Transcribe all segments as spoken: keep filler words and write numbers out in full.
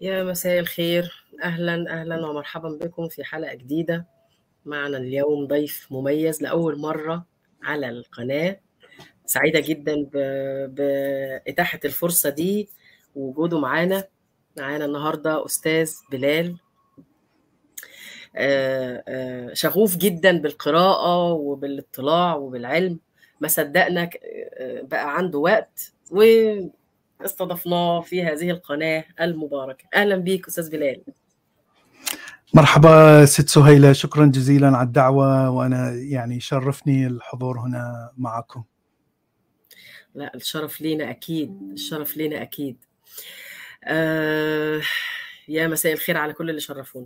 يا مساء الخير، أهلا أهلا ومرحبا بكم في حلقة جديدة. معنا اليوم ضيف مميز لأول مرة على القناة. سعيدة جدا ب- بإتاحة الفرصة دي ووجوده معانا. معانا النهاردة أستاذ بلال، آه، آه، شغوف جدا بالقراءة وبالاطلاع وبالعلم. ما صدقنا ك- آه، بقى عنده وقت واستضفناه في هذه القناة المباركة. أهلا بيك أستاذ بلال. مرحبا ست سهيلة، شكرا جزيلا على الدعوة، وأنا يعني شرفني الحضور هنا معكم. لا، الشرف لينا أكيد، الشرف لينا أكيد. آه يا مساء الخير على كل اللي شرفونا.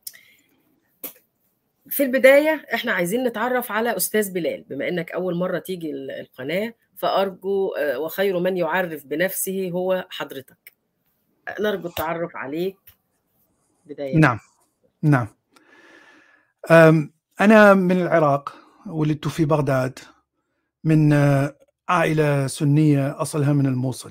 في البداية احنا عايزين نتعرف على أستاذ بلال، بما أنك أول مرة تيجي ال- القناة، فأرجو آه وخير من يعرف بنفسه هو حضرتك. نرجو التعرف عليك بداية. نعم نعم. أم، أنا من العراق، ولدت في بغداد من آه، عائلة سنية أصلها من الموصل.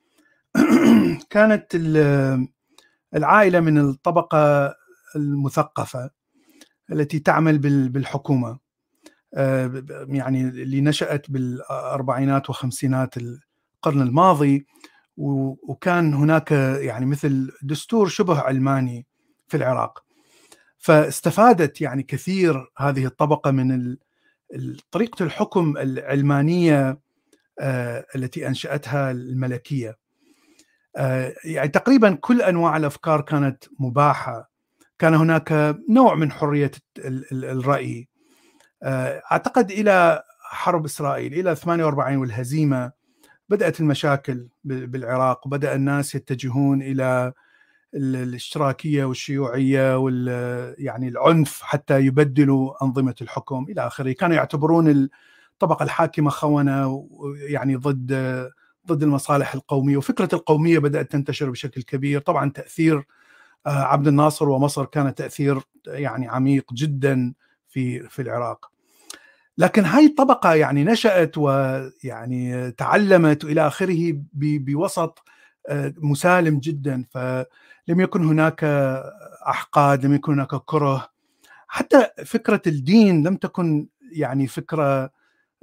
كانت ال- العائلة من الطبقة المثقفة التي تعمل بال- بالحكومة، آه، ب- ب- يعني اللي نشأت بالأربعينات وخمسينات القرن الماضي، و- وكان هناك يعني مثل دستور شبه علماني في العراق. فاستفادت يعني كثير هذه الطبقة من ال- ال- طريقة الحكم العلمانية آه، التي أنشأتها الملكية. آه، يعني تقريبا كل أنواع الأفكار كانت مباحة، كان هناك نوع من حرية ال- ال- الرأي. آه، أعتقد إلى حرب إسرائيل، إلى ثمانية وأربعين والهزيمة، بدأت المشاكل بالعراق، وبدأ الناس يتجهون إلى الاشتراكية والشيوعية وال يعني العنف حتى يبدلوا أنظمة الحكم إلى آخره. كانوا يعتبرون الطبقة الحاكمة خونة، يعني ضد ضد المصالح القومية، وفكرة القومية بدأت تنتشر بشكل كبير. طبعا تأثير عبد الناصر ومصر كان تأثير يعني عميق جدا في في العراق. لكن هاي الطبقة يعني نشأت ويعني تعلمت وإلى آخره بوسط مسالم جدا، فلم يكن هناك أحقاد، لم يكن هناك كره. حتى فكرة الدين لم تكن يعني فكرة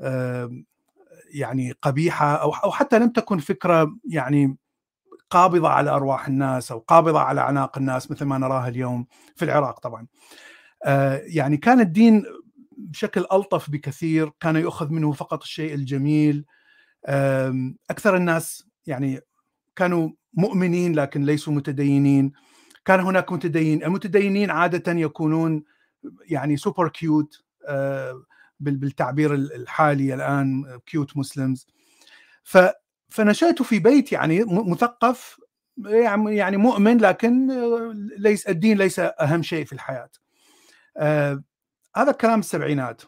يعني قبيحة، أو أو حتى لم تكن فكرة يعني قابضة على أرواح الناس أو قابضة على أعناق الناس مثل ما نراها اليوم في العراق. طبعا يعني كان الدين بشكل ألطف بكثير، كان يؤخذ منه فقط الشيء الجميل. أكثر الناس يعني كانوا مؤمنين لكن ليسوا متدينين. كان هناك متدين، المتدينين عادة يكونون يعني سوبر كيوت بالتعبير الحالي الآن، كيوت مسلمز. فنشأت في بيت يعني مثقف، يعني مؤمن، لكن ليس الدين ليس أهم شيء في الحياة. هذا الكلام السبعينات.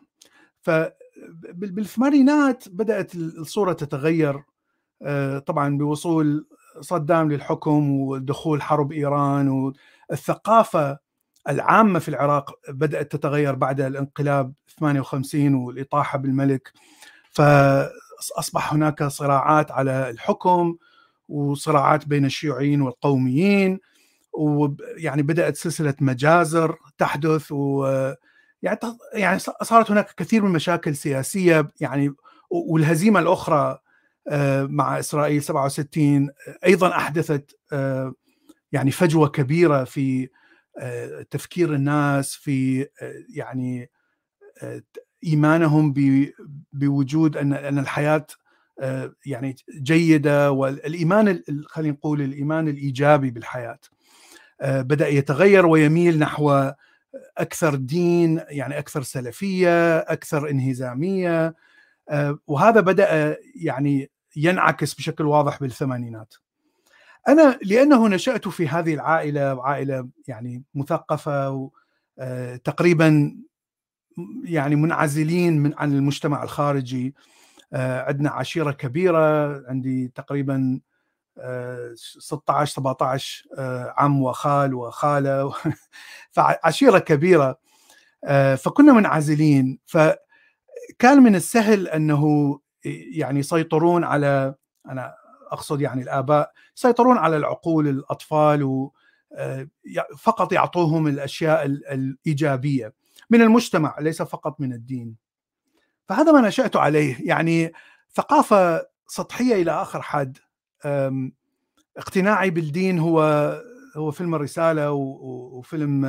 فبالثمانينات بدأت الصورة تتغير، طبعا بوصول صدام للحكم ودخول حرب إيران، والثقافة العامة في العراق بدأت تتغير بعد الانقلاب ثمانية وخمسين والإطاحة بالملك. فأصبح هناك صراعات على الحكم، وصراعات بين الشيوعيين والقوميين، ويعني بدأت سلسلة مجازر تحدث، و يعني يعني صارت هناك كثير من المشاكل السياسية يعني. والهزيمة الأخرى مع إسرائيل سبعة وستين أيضا أحدثت يعني فجوة كبيرة في تفكير الناس، في يعني إيمانهم بوجود أن أن الحياة يعني جيدة، والإيمان خلينا نقول الإيمان الإيجابي بالحياة بدأ يتغير ويميل نحو أكثر دين، يعني أكثر سلفية، أكثر انهزامية. وهذا بدأ يعني ينعكس بشكل واضح بالثمانينات. أنا لأنه نشأت في هذه العائلة، عائلة يعني مثقفة، تقريبا يعني منعزلين من عن المجتمع الخارجي. عندنا عشيرة كبيرة، عندي تقريبا ستة عشر سبعة عشر عم وخال وخالة فعشيرة كبيرة، فكنا منعزلين. فكان من السهل أنه يعني يسيطرون على، أنا أقصد يعني الآباء، يسيطرون على العقول الأطفال، فقط يعطوهم الأشياء الإيجابية من المجتمع ليس فقط من الدين. فهذا ما نشأت عليه، يعني ثقافة سطحية إلى آخر حد. اقتناعي بالدين هو هو فيلم الرسالة وفيلم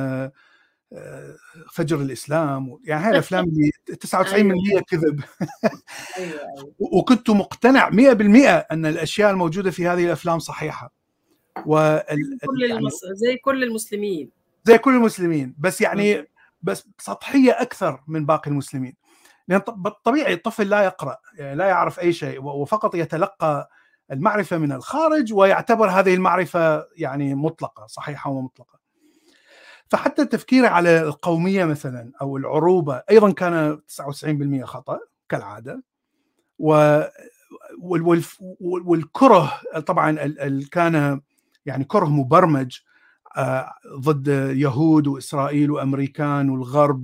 فجر الإسلام، يعني هاي الأفلام اللي تسعة وتسعين بالمئة كذب. وكنت مقتنع مئة بالمئة أن الأشياء الموجودة في هذه الأفلام صحيحة، وال... كل يعني المس... زي كل المسلمين زي كل المسلمين، بس يعني بس سطحية أكثر من باقي المسلمين، لأن بالطبيعي الطفل لا يقرأ، يعني لا يعرف أي شيء، وفقط يتلقى المعرفة من الخارج ويعتبر هذه المعرفة يعني مطلقة، صحيحة ومطلقة. فحتى تفكيري على القومية مثلا أو العروبة أيضا كان تسعة وتسعين بالمئة خطأ كالعادة. و والكره طبعا كان يعني كره مبرمج ضد يهود وإسرائيل وأمريكان والغرب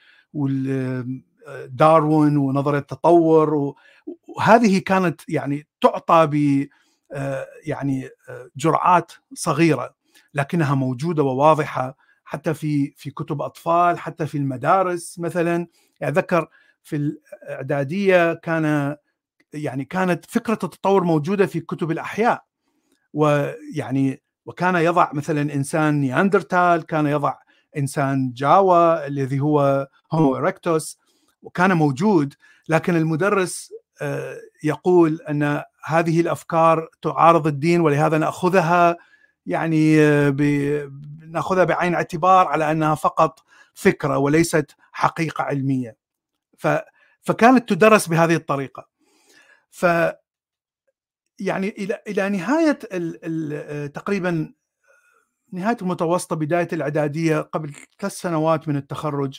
والداروين ونظرية التطور، وهذه كانت يعني تعطى ب يعني جرعات صغيرة لكنها موجودة وواضحة حتى في في كتب أطفال، حتى في المدارس مثلا. يعني ذكر في الإعدادية كان يعني كانت فكرة التطور موجودة في كتب الأحياء، ويعني وكان يضع مثلا إنسان نياندرتال، كان يضع إنسان جاوا الذي هو هومو إريكتوس، وكان موجود، لكن المدرس يقول أن هذه الأفكار تعارض الدين ولهذا نأخذها يعني نأخذها بعين اعتبار على أنها فقط فكرة وليست حقيقة علمية. فكانت تدرس بهذه الطريقة. ف يعني إلى إلى نهاية ال ال تقريبا نهاية المتوسطة بداية الإعدادية قبل ثلاث سنوات من التخرج،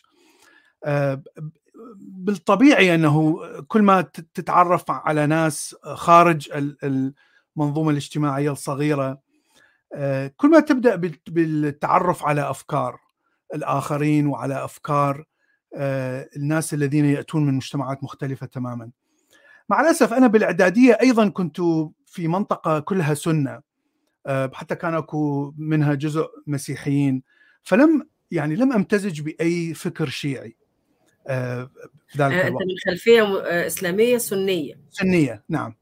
بالطبيعي أنه كل ما تتعرف على ناس خارج المنظومة الاجتماعية الصغيرة كل ما تبدأ بالتعرف على أفكار الآخرين وعلى أفكار الناس الذين يأتون من مجتمعات مختلفة تماما. مع الأسف أنا بالإعدادية أيضا كنت في منطقة كلها سنة، حتى كان أكو منها جزء مسيحيين، فلم يعني لم أمتزج بأي فكر شيعي في ذلك الوقت. أنت من خلفية إسلامية سنية. سنية نعم.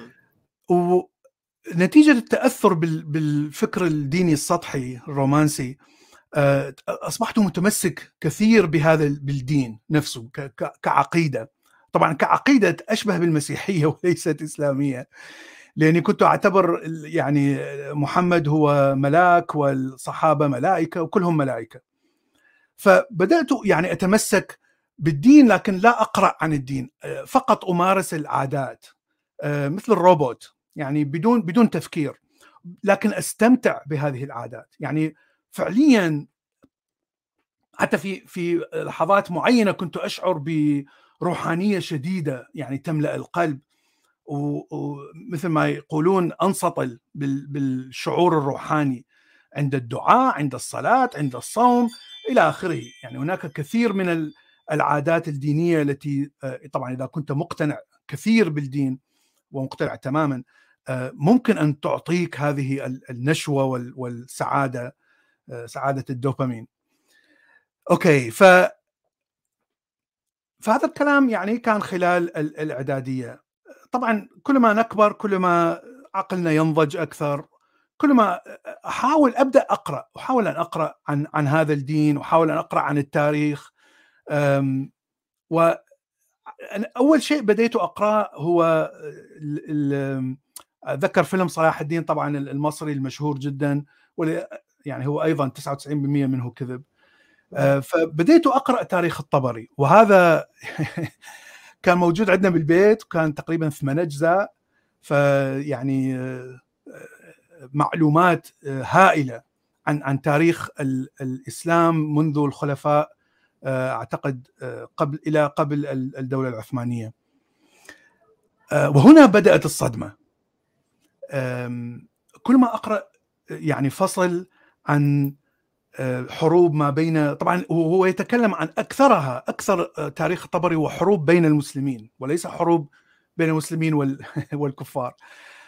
ونتيجة التأثر بالفكر الديني السطحي الرومانسي أصبحت متمسك كثير بهذا بالدين نفسه كعقيدة. طبعا كعقيدة أشبه بالمسيحية وليست إسلامية، لأني كنت أعتبر يعني محمد هو ملاك والصحابة ملائكة وكلهم ملائكة. فبدأت يعني أتمسك بالدين لكن لا أقرأ عن الدين، فقط أمارس العادات مثل الروبوت، يعني بدون بدون تفكير، لكن أستمتع بهذه العادات. يعني فعليا حتى في في لحظات معينة كنت أشعر بروحانية شديدة يعني تملأ القلب، ومثل ما يقولون أنسطل بالشعور الروحاني عند الدعاء، عند الصلاة، عند الصوم إلى آخره. يعني هناك كثير من العادات الدينية التي طبعا إذا كنت مقتنع كثير بالدين ومقتنع تماما ممكن أن تعطيك هذه النشوة والسعادة، سعادة الدوبامين. أوكي، ف فهذا الكلام يعني كان خلال الإعدادية. طبعا كل ما نكبر كل ما عقلنا ينضج أكثر، كل ما أحاول أبدأ أقرأ، أحاول أن أقرأ عن عن هذا الدين، وأحاول أن أقرأ عن التاريخ. وأول شيء بديت أقرأ هو أذكر فيلم صلاح الدين طبعا المصري المشهور جدا، يعني هو أيضا تسعة وتسعين بالمئة منه كذب. فبديت أقرأ تاريخ الطبري، وهذا كان موجود عندنا بالبيت، وكان تقريبا ثمان أجزاء، فيعني معلومات هائلة عن عن تاريخ الإسلام منذ الخلفاء، أعتقد قبل إلى قبل الدولة العثمانية. وهنا بدأت الصدمة. كل ما أقرأ يعني فصل عن حروب ما بين، طبعا هو يتكلم عن أكثرها أكثر تاريخ الطبري وحروب بين المسلمين وليس حروب بين المسلمين والكفار.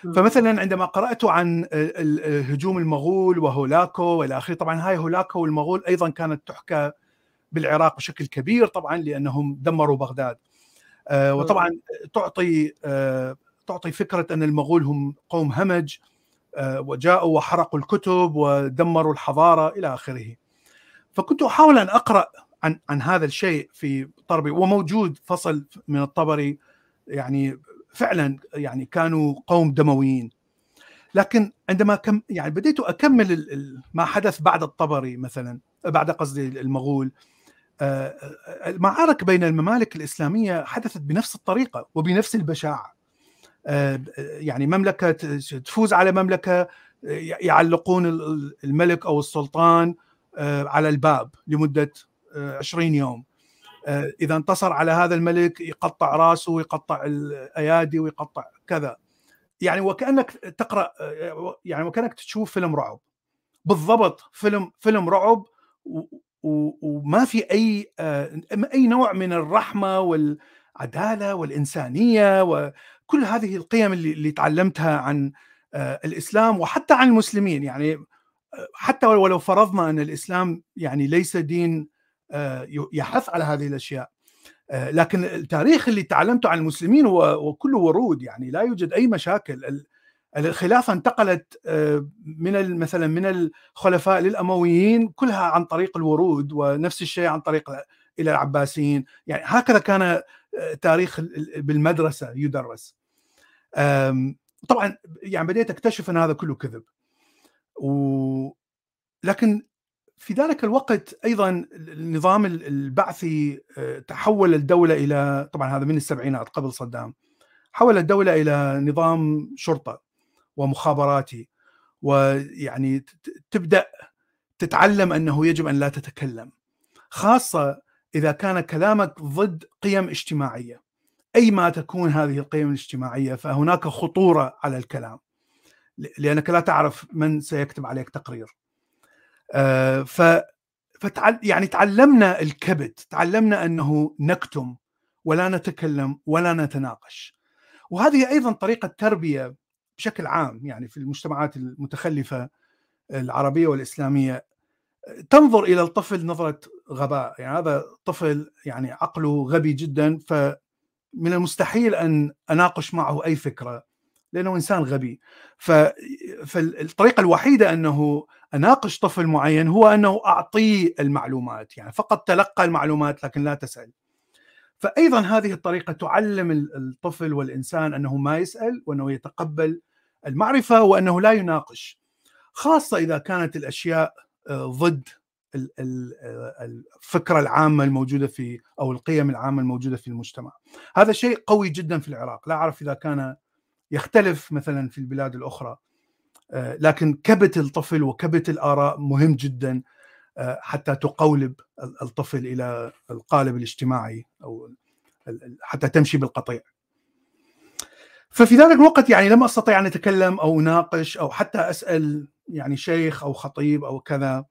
فمثلا عندما قرأت عن هجوم المغول وهولاكو والى اخره، طبعا هاي هولاكو والمغول ايضا كانت تحكى بالعراق بشكل كبير طبعا لانهم دمروا بغداد، وطبعا تعطي تعطي فكره ان المغول هم قوم همج وجاءوا وحرقوا الكتب ودمروا الحضاره الى اخره. فكنت احاول ان اقرا عن عن هذا الشيء في طربي، وموجود فصل من الطبري يعني فعلا يعني كانوا قوم دمويين. لكن عندما كم يعني بديت اكمل ما حدث بعد الطبري، مثلا بعد قصدي المغول، المعارك بين الممالك الاسلاميه حدثت بنفس الطريقه وبنفس البشاعه. يعني مملكه تفوز على مملكه، يعلقون الملك او السلطان على الباب لمده عشرين يوم، إذا انتصر على هذا الملك يقطع راسه ويقطع الأيادي ويقطع كذا، يعني وكأنك تقرأ، يعني وكأنك تشوف فيلم رعب بالضبط، فيلم فيلم رعب، وما في أي أي نوع من الرحمة والعدالة والإنسانية وكل هذه القيم اللي, اللي تعلمتها عن الإسلام وحتى عن المسلمين. يعني حتى ولو فرضنا أن الإسلام يعني ليس دين يحث على هذه الأشياء، لكن التاريخ اللي تعلمته عن المسلمين هو كله ورود، يعني لا يوجد أي مشاكل. الخلافة انتقلت من مثلا من الخلفاء للأمويين كلها عن طريق الورود، ونفس الشيء عن طريق إلى العباسيين، يعني هكذا كان تاريخ بالمدرسة يدرس. طبعا يعني بديت أكتشف أن هذا كله كذب، لكن في ذلك الوقت أيضا النظام البعثي تحول الدولة إلى، طبعا هذا من السبعينات قبل صدام، حول الدولة إلى نظام شرطة ومخابراتي، ويعني تبدأ تتعلم أنه يجب أن لا تتكلم، خاصة إذا كان كلامك ضد قيم اجتماعية. أي ما تكون هذه القيم الاجتماعية فهناك خطورة على الكلام، لأنك لا تعرف من سيكتب عليك تقرير. آه ف فتعل يعني تعلمنا الكبت، تعلمنا أنه نكتم ولا نتكلم ولا نتناقش. وهذه أيضا طريقة تربية بشكل عام، يعني في المجتمعات المتخلفة العربية والإسلامية تنظر إلى الطفل نظرة غباء، يعني هذا طفل يعني عقله غبي جدا، فمن المستحيل أن أناقش معه أي فكرة لأنه إنسان غبي. فالطريقة الوحيدة أنه أناقش طفل معين هو أنه أعطيه المعلومات، يعني فقط تلقى المعلومات لكن لا تسأل. فأيضا هذه الطريقة تعلم الطفل والإنسان أنه ما يسأل، وأنه يتقبل المعرفة، وأنه لا يناقش، خاصة إذا كانت الأشياء ضد الفكرة العامة الموجودة في أو القيم العامة الموجودة في المجتمع. هذا شيء قوي جدا في العراق، لا أعرف إذا كان يختلف مثلا في البلاد الأخرى، لكن كبت الطفل وكبت الآراء مهم جدا حتى تقولب الطفل إلى القالب الاجتماعي أو حتى تمشي بالقطيع. ففي ذلك الوقت يعني لم أستطيع أن أتكلم أو أناقش أو حتى أسأل يعني شيخ أو خطيب أو كذا.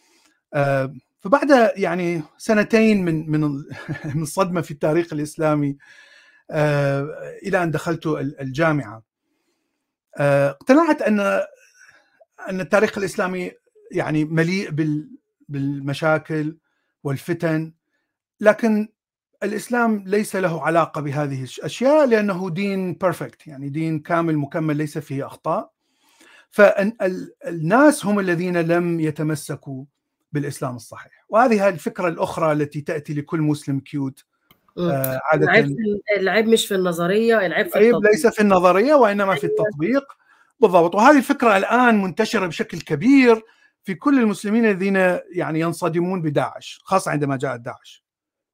فبعد يعني سنتين من من من الصدمة في التاريخ الإسلامي إلى أن دخلت الجامعة، اقتنعت أن أن التاريخ الإسلامي يعني مليء بالمشاكل والفتن، لكن الإسلام ليس له علاقة بهذه الأشياء لأنه دين بيرفكت، يعني دين كامل مكمل ليس فيه أخطاء. فالناس هم الذين لم يتمسكوا بالإسلام الصحيح، وهذه الفكرة الأخرى التي تأتي لكل مسلم كيوت. آه عادة العيب مش في النظرية، العيب في التطبيق. ليس في النظرية وإنما في التطبيق. بالضبط. وهذه الفكرة الآن منتشرة بشكل كبير في كل المسلمين الذين يعني ينصدمون بداعش، خاصة عندما جاءت داعش،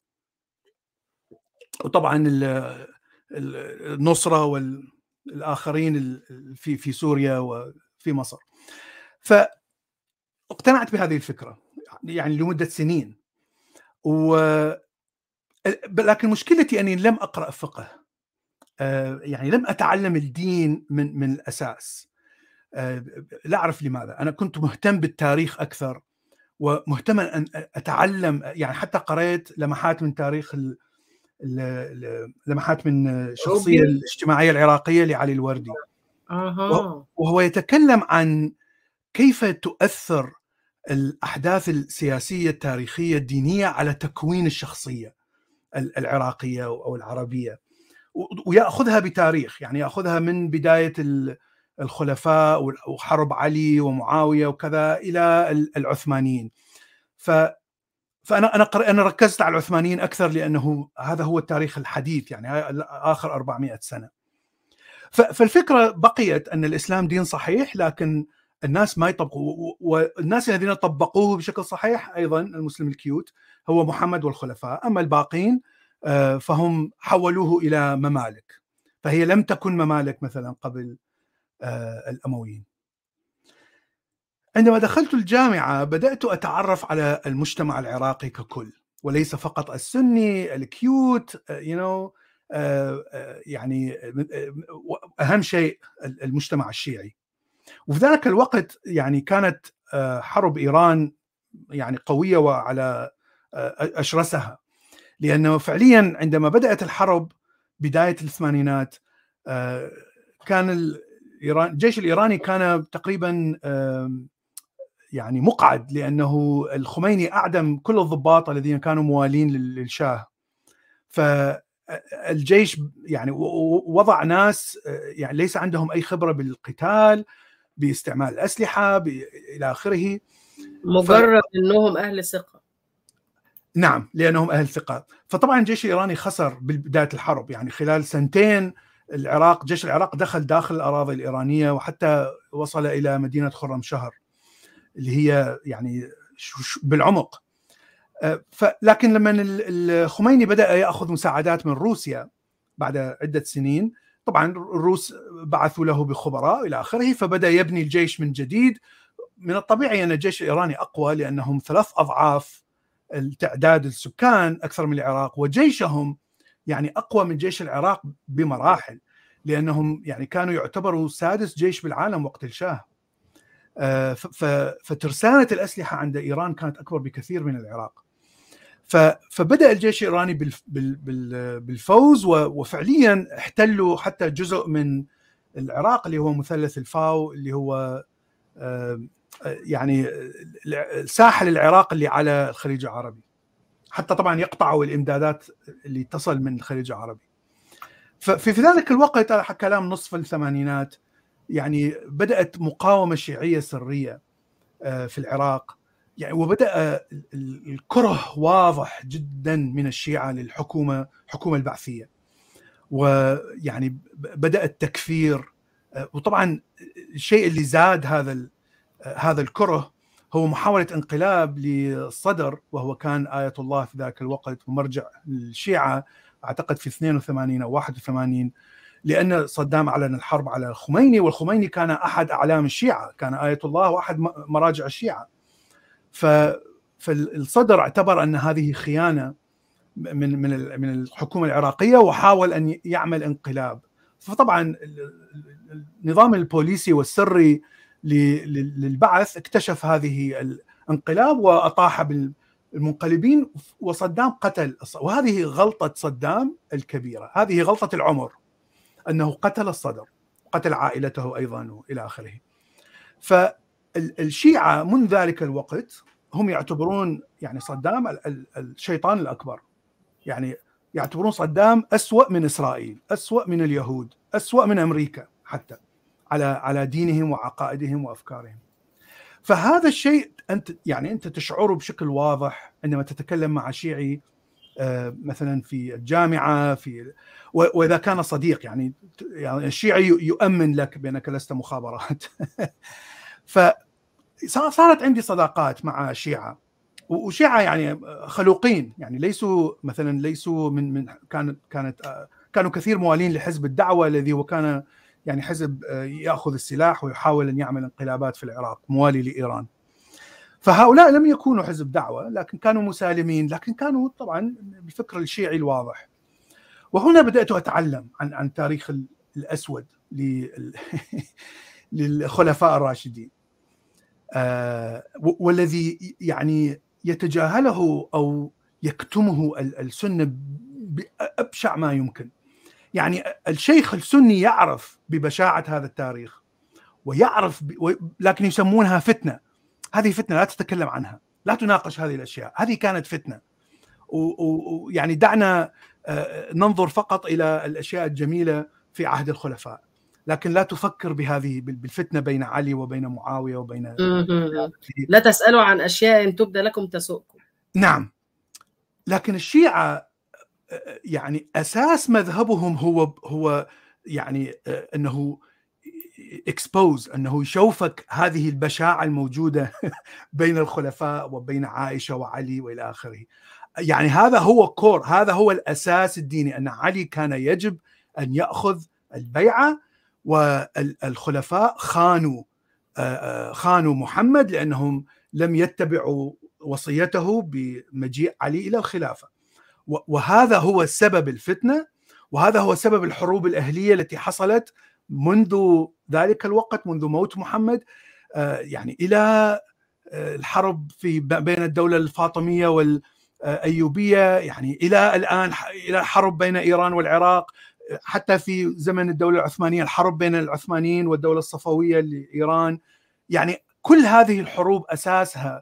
وطبعا النصرة والآخرين في في سوريا وفي مصر. فاقتنعت بهذه الفكرة يعني لمدة سنين، و لكن مشكلتي أني لم أقرأ فقه، يعني لم أتعلم الدين من من الأساس. لا أعرف لماذا. أنا كنت مهتم بالتاريخ أكثر ومهتم أن أتعلم، يعني حتى قرأت لمحات من تاريخ لمحات من الشخصية الاجتماعية العراقية لعلي الوردي، أها. وهو يتكلم عن كيف تؤثر الأحداث السياسية التاريخية الدينية على تكوين الشخصية العراقية أو العربية، ويأخذها بتاريخ، يعني يأخذها من بداية الخلفاء وحرب علي ومعاوية وكذا إلى العثمانيين. ف فأنا أنا أنا ركزت على العثمانيين أكثر لأنه هذا هو التاريخ الحديث، يعني آخر أربعمائة سنة. فالفكرة بقيت أن الإسلام دين صحيح، لكن الناس ما يطبقوا، والناس الذين طبقوه بشكل صحيح أيضا المسلم الكيوت هو محمد والخلفاء، أما الباقين فهم حولوه إلى ممالك، فهي لم تكن ممالك مثلا قبل الأمويين. عندما دخلت الجامعة بدأت أتعرف على المجتمع العراقي ككل، وليس فقط السني الكيوت you know يعني أهم شيء المجتمع الشيعي. وفي ذلك الوقت يعني كانت حرب إيران يعني قوية وعلى أشرسها، لأنه فعليا عندما بدأت الحرب بداية الثمانينات كان الجيش الإيراني كان تقريبا يعني مقعد، لأنه الخميني أعدم كل الضباط الذين كانوا موالين للشاه، فالجيش يعني وضع ناس يعني ليس عندهم أي خبرة بالقتال، باستعمال الأسلحة إلى آخره، مجرد ف... أنهم أهل ثقة. نعم، لأنهم أهل ثقة. فطبعا الجيش الإيراني خسر ببداية الحرب، يعني خلال سنتين العراق جيش العراق دخل داخل الأراضي الإيرانية، وحتى وصل إلى مدينة خرمشهر اللي هي يعني بالعمق. لكن لما الخميني بدأ يأخذ مساعدات من روسيا بعد عدة سنين، طبعا الروس بعثوا له بخبراء إلى آخره، فبدأ يبني الجيش من جديد. من الطبيعي أن الجيش الإيراني أقوى، لأنهم ثلاث أضعاف التعداد السكان أكثر من العراق، وجيشهم يعني أقوى من جيش العراق بمراحل، لأنهم يعني كانوا يعتبروا سادس جيش بالعالم وقت الشاه. فترسانة الأسلحة عند إيران كانت أكبر بكثير من العراق. فبدأ الجيش الإيراني بالفوز، وفعليا احتلوا حتى جزء من العراق اللي هو مثلث الفاو، اللي هو يعني ساحل العراق اللي على الخليج العربي، حتى طبعا يقطعوا الإمدادات اللي تصل من الخليج العربي. ففي ذلك الوقت على كلام نصف الثمانينات يعني بدأت مقاومة شيعية سرية في العراق، يعني وبدأ الكره واضح جدا من الشيعة للحكومة، حكومة البعثية، ويعني بدأ التكفير. وطبعا الشيء اللي زاد هذا هذا الكره هو محاولة انقلاب للصدر، وهو كان آية الله في ذاك الوقت ومرجع الشيعة أعتقد في اثنين وثمانين أو واحد وثمانين، لأن صدام أعلن الحرب على الخميني، والخميني كان أحد أعلام الشيعة، كان آية الله واحد مراجع الشيعة. فالصدر اعتبر أن هذه خيانة من من من الحكومة العراقية، وحاول أن يعمل انقلاب. فطبعا النظام البوليسي والسري للبعث اكتشف هذه الانقلاب وأطاح بالمنقلبين، وصدام قتل. وهذه غلطة صدام الكبيرة، هذه غلطة العمر، أنه قتل الصدر، قتل عائلته أيضا إلى آخره. فالشيعة من ذلك الوقت هم يعتبرون يعني صدام الشيطان الأكبر، يعني يعتبرون صدام أسوأ من إسرائيل، أسوأ من اليهود، أسوأ من أمريكا، حتى على على دينهم وعقائدهم وأفكارهم. فهذا الشيء أنت يعني أنت تشعره بشكل واضح عندما تتكلم مع شيعي مثلا في الجامعة، في وإذا كان صديق، يعني يعني الشيعي يؤمن لك بأنك لست مخابرات. فصارت عندي صداقات مع شيعة، وشيعة يعني خلوقين، يعني ليسوا مثلا ليسوا من من كانت كانت كانوا كثير موالين لحزب الدعوة، الذي هو كان يعني حزب يأخذ السلاح ويحاول أن يعمل انقلابات في العراق، موالي لإيران. فهؤلاء لم يكونوا حزب دعوة، لكن كانوا مسالمين، لكن كانوا طبعا بالفكر الشيعي الواضح. وهنا بدأت أتعلم عن عن تاريخ الأسود للخلفاء الراشدين، آه والذي يعني يتجاهله أو يكتمه السنة بأبشع ما يمكن. يعني الشيخ السني يعرف ببشاعة هذا التاريخ ويعرف ب... لكن يسمونها فتنة. هذه فتنة لا تتكلم عنها، لا تناقش هذه الأشياء، هذه كانت فتنة. ويعني دعنا ننظر فقط إلى الأشياء الجميلة في عهد الخلفاء، لكن لا تفكر بهذه بالفتنة بين علي وبين معاوية وبين لا تسألوا عن أشياء إن تبدى لكم تسؤكم. نعم. لكن الشيعة يعني أساس مذهبهم هو هو يعني أنه expose، أنه يشوفك هذه البشاعة الموجودة بين الخلفاء وبين عائشة وعلي وإلى آخره. يعني هذا هو كور، هذا هو الأساس الديني، أن علي كان يجب أن يأخذ البيعة، والخلفاء خانوا خانوا محمد لأنهم لم يتبعوا وصيته بمجيء علي إلى الخلافة. وهذا هو سبب الفتنة، وهذا هو سبب الحروب الأهلية التي حصلت منذ ذلك الوقت، منذ موت محمد يعني إلى الحرب في بين الدولة الفاطمية والأيوبية، يعني إلى الآن إلى الحرب بين إيران والعراق، حتى في زمن الدولة العثمانية الحرب بين العثمانيين والدولة الصفوية لإيران. يعني كل هذه الحروب أساسها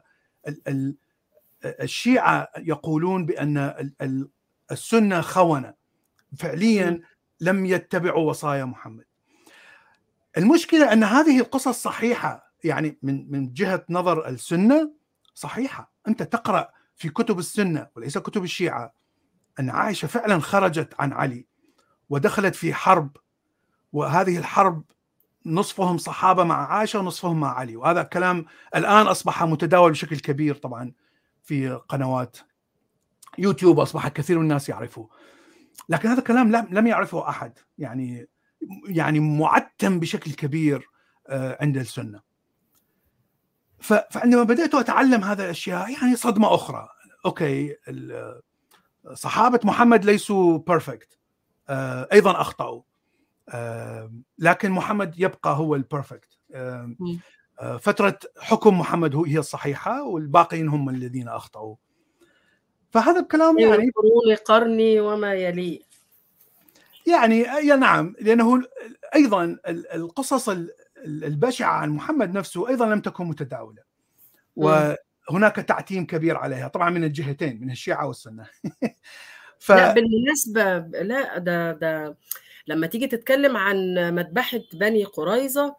الشيعة يقولون بأن السنة خونة فعليا، لم يتبعوا وصايا محمد. المشكلة أن هذه القصص صحيحة، يعني من من جهة نظر السنة صحيحة. أنت تقرأ في كتب السنة وليس كتب الشيعة أن عائشة فعلا خرجت عن علي ودخلت في حرب، وهذه الحرب نصفهم صحابة مع عائشة ونصفهم مع علي، وهذا كلام الآن أصبح متداول بشكل كبير طبعا في قنوات يوتيوب، أصبح كثير من الناس يعرفوه، لكن هذا كلام لم يعرفه أحد، يعني يعني معتم بشكل كبير عند السنة. فعندما بدأت أتعلم هذه الأشياء يعني صدمة أخرى. أوكي، صحابة محمد ليسوا بيرفكت، أيضا أخطأوا، لكن محمد يبقى هو البيرفكت. فترة حكم محمد هي الصحيحة والباقين هم الذين أخطأوا. فهذا الكلام يعني قرون قرني وما يليه، يعني يا نعم، لأنه أيضا القصص البشعة عن محمد نفسه أيضا لم تكن متداولة، وهناك تعتيم كبير عليها طبعا من الجهتين، من الشيعة والسنة. ف... لا بالمناسبة، لا ده ده لما تيجي تتكلم عن مذبحة بني قريظة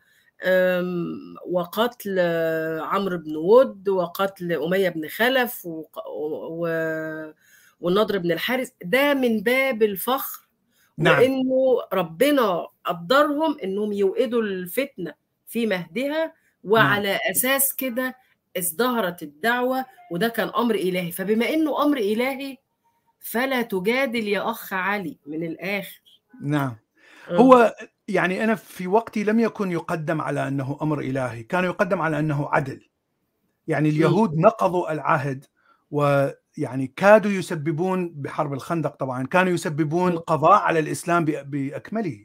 وقتل عمرو بن ود وقتل أمية بن خلف و... و... والنضر بن الحارث، ده من باب الفخر، نعم. وإنه ربنا قدرهم إنهم يوقدوا الفتنة في مهدها، وعلى نعم. أساس كده ازدهرت الدعوة، وده كان أمر إلهي. فبما إنه أمر إلهي فلا تجادل يا أخ علي، من الآخر. نعم. هو يعني أنا في وقتي لم يكن يقدم على أنه أمر إلهي، كان يقدم على أنه عدل. يعني اليهود م. نقضوا العهد، ويعني كادوا يسببون بحرب الخندق، طبعا كانوا يسببون م. قضاء على الإسلام بأكمله.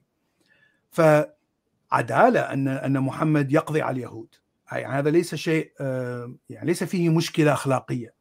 فعدالة أن أن محمد يقضي على اليهود، يعني هذا ليس شيء يعني ليس فيه مشكلة أخلاقية.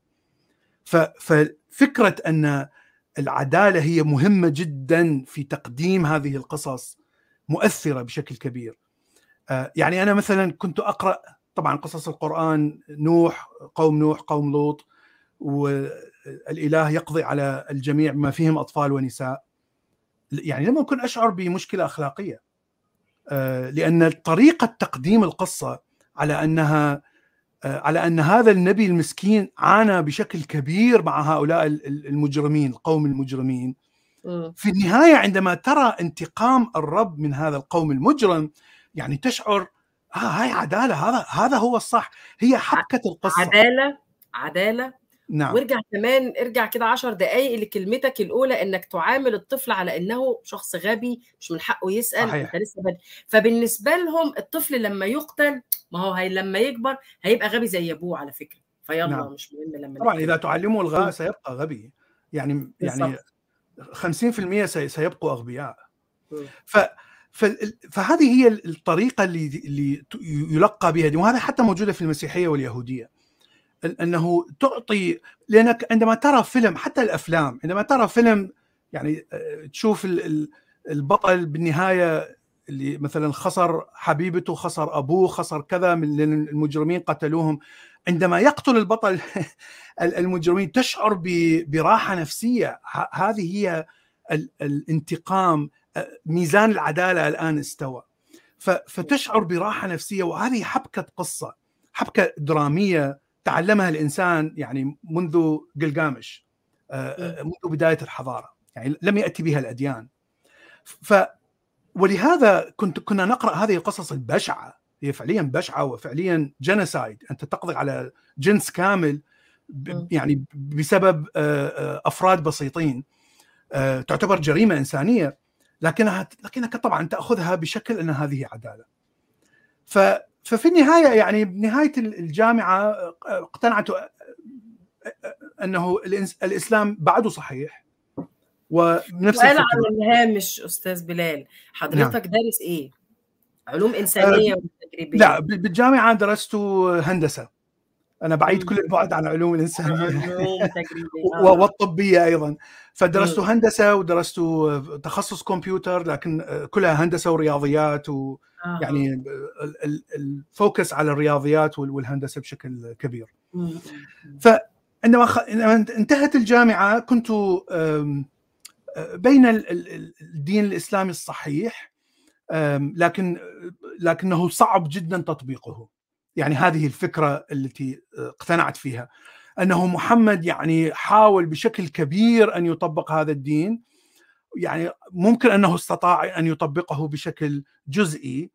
ففكرة أن العدالة هي مهمة جدا في تقديم هذه القصص، مؤثرة بشكل كبير. يعني أنا مثلا كنت أقرأ طبعا قصص القرآن، نوح، قوم نوح، قوم لوط، والإله يقضي على الجميع بما فيهم أطفال ونساء. يعني لما أكون أشعر بمشكلة أخلاقية، لأن طريقة تقديم القصة على أنها على أن هذا النبي المسكين عانى بشكل كبير مع هؤلاء المجرمين، القوم المجرمين. في النهاية عندما ترى انتقام الرب من هذا القوم المجرم، يعني تشعر آه هاي عدالة، هذا هذا هو الصح، هي حبكة القصة. عدالة عدالة نعم. وارجع كمان، ارجع كده عشر دقايق لكلمتك الأولى، إنك تعامل الطفل على إنه شخص غبي مش من حقه يسأل. صحيح. أنت لسه بدري. فبالنسبة لهم الطفل لما يقتل، ما هو هي لما يكبر هيبقى غبي زي أبوه على فكرة، فيلا نعم. مش مهم. لما طبعا إذا تعلموا الغاء سيبقى غبي، يعني بالزبط. يعني خمسين بالمئة سيبقوا أغبياء. ف فهذه هي الطريقة اللي اللي يلقى بها دي، وهذا حتى موجودة في المسيحية واليهودية، أنه تعطي. لأنك عندما ترى فيلم، حتى الأفلام، عندما ترى فيلم يعني تشوف البطل بالنهاية اللي مثلا خسر حبيبته، خسر أبوه، خسر كذا من المجرمين قتلوهم، عندما يقتل البطل المجرمين تشعر براحة نفسية. هذه هي الانتقام، ميزان العدالة الآن استوى، فتشعر براحة نفسية. وهذه حبكة قصة، حبكة درامية تعلمها الإنسان يعني منذ قلقامش، منذ بداية الحضارة، يعني لم يأتي بها الأديان. ف ولهذا كنت كنا نقرأ هذه القصص البشعة، هي فعليا بشعة وفعليا جينوسايد، أنت تقضي على جنس كامل يعني بسبب أفراد بسيطين، تعتبر جريمة إنسانية، لكنها لكنك طبعا تأخذها بشكل أن هذه عدالة. ف ففي النهاية يعني بنهاية الجامعة اقتنعت أنه الإسلام بعده صحيح. ونفس سؤال على الهامش أستاذ بلال، حضرتك نعم. دارس إيه؟ علوم إنسانية ولا تجريبية؟ لا، بالجامعة درست هندسة. أنا بعيد كل البعد عن علوم الإنسانية علوم تجريبية والطبية أيضا. فدرست مم. هندسة ودرست تخصص كمبيوتر، لكن كلها هندسة ورياضيات، ويعني الفوكس على الرياضيات والهندسة بشكل كبير. مم. فعندما خ... انتهت الجامعة كنت بين الدين الإسلامي الصحيح، لكن لكنه صعب جدا تطبيقه. يعني هذه الفكرة التي اقتنعت فيها، أنه محمد يعني حاول بشكل كبير أن يطبق هذا الدين، يعني ممكن أنه استطاع أن يطبقه بشكل جزئي،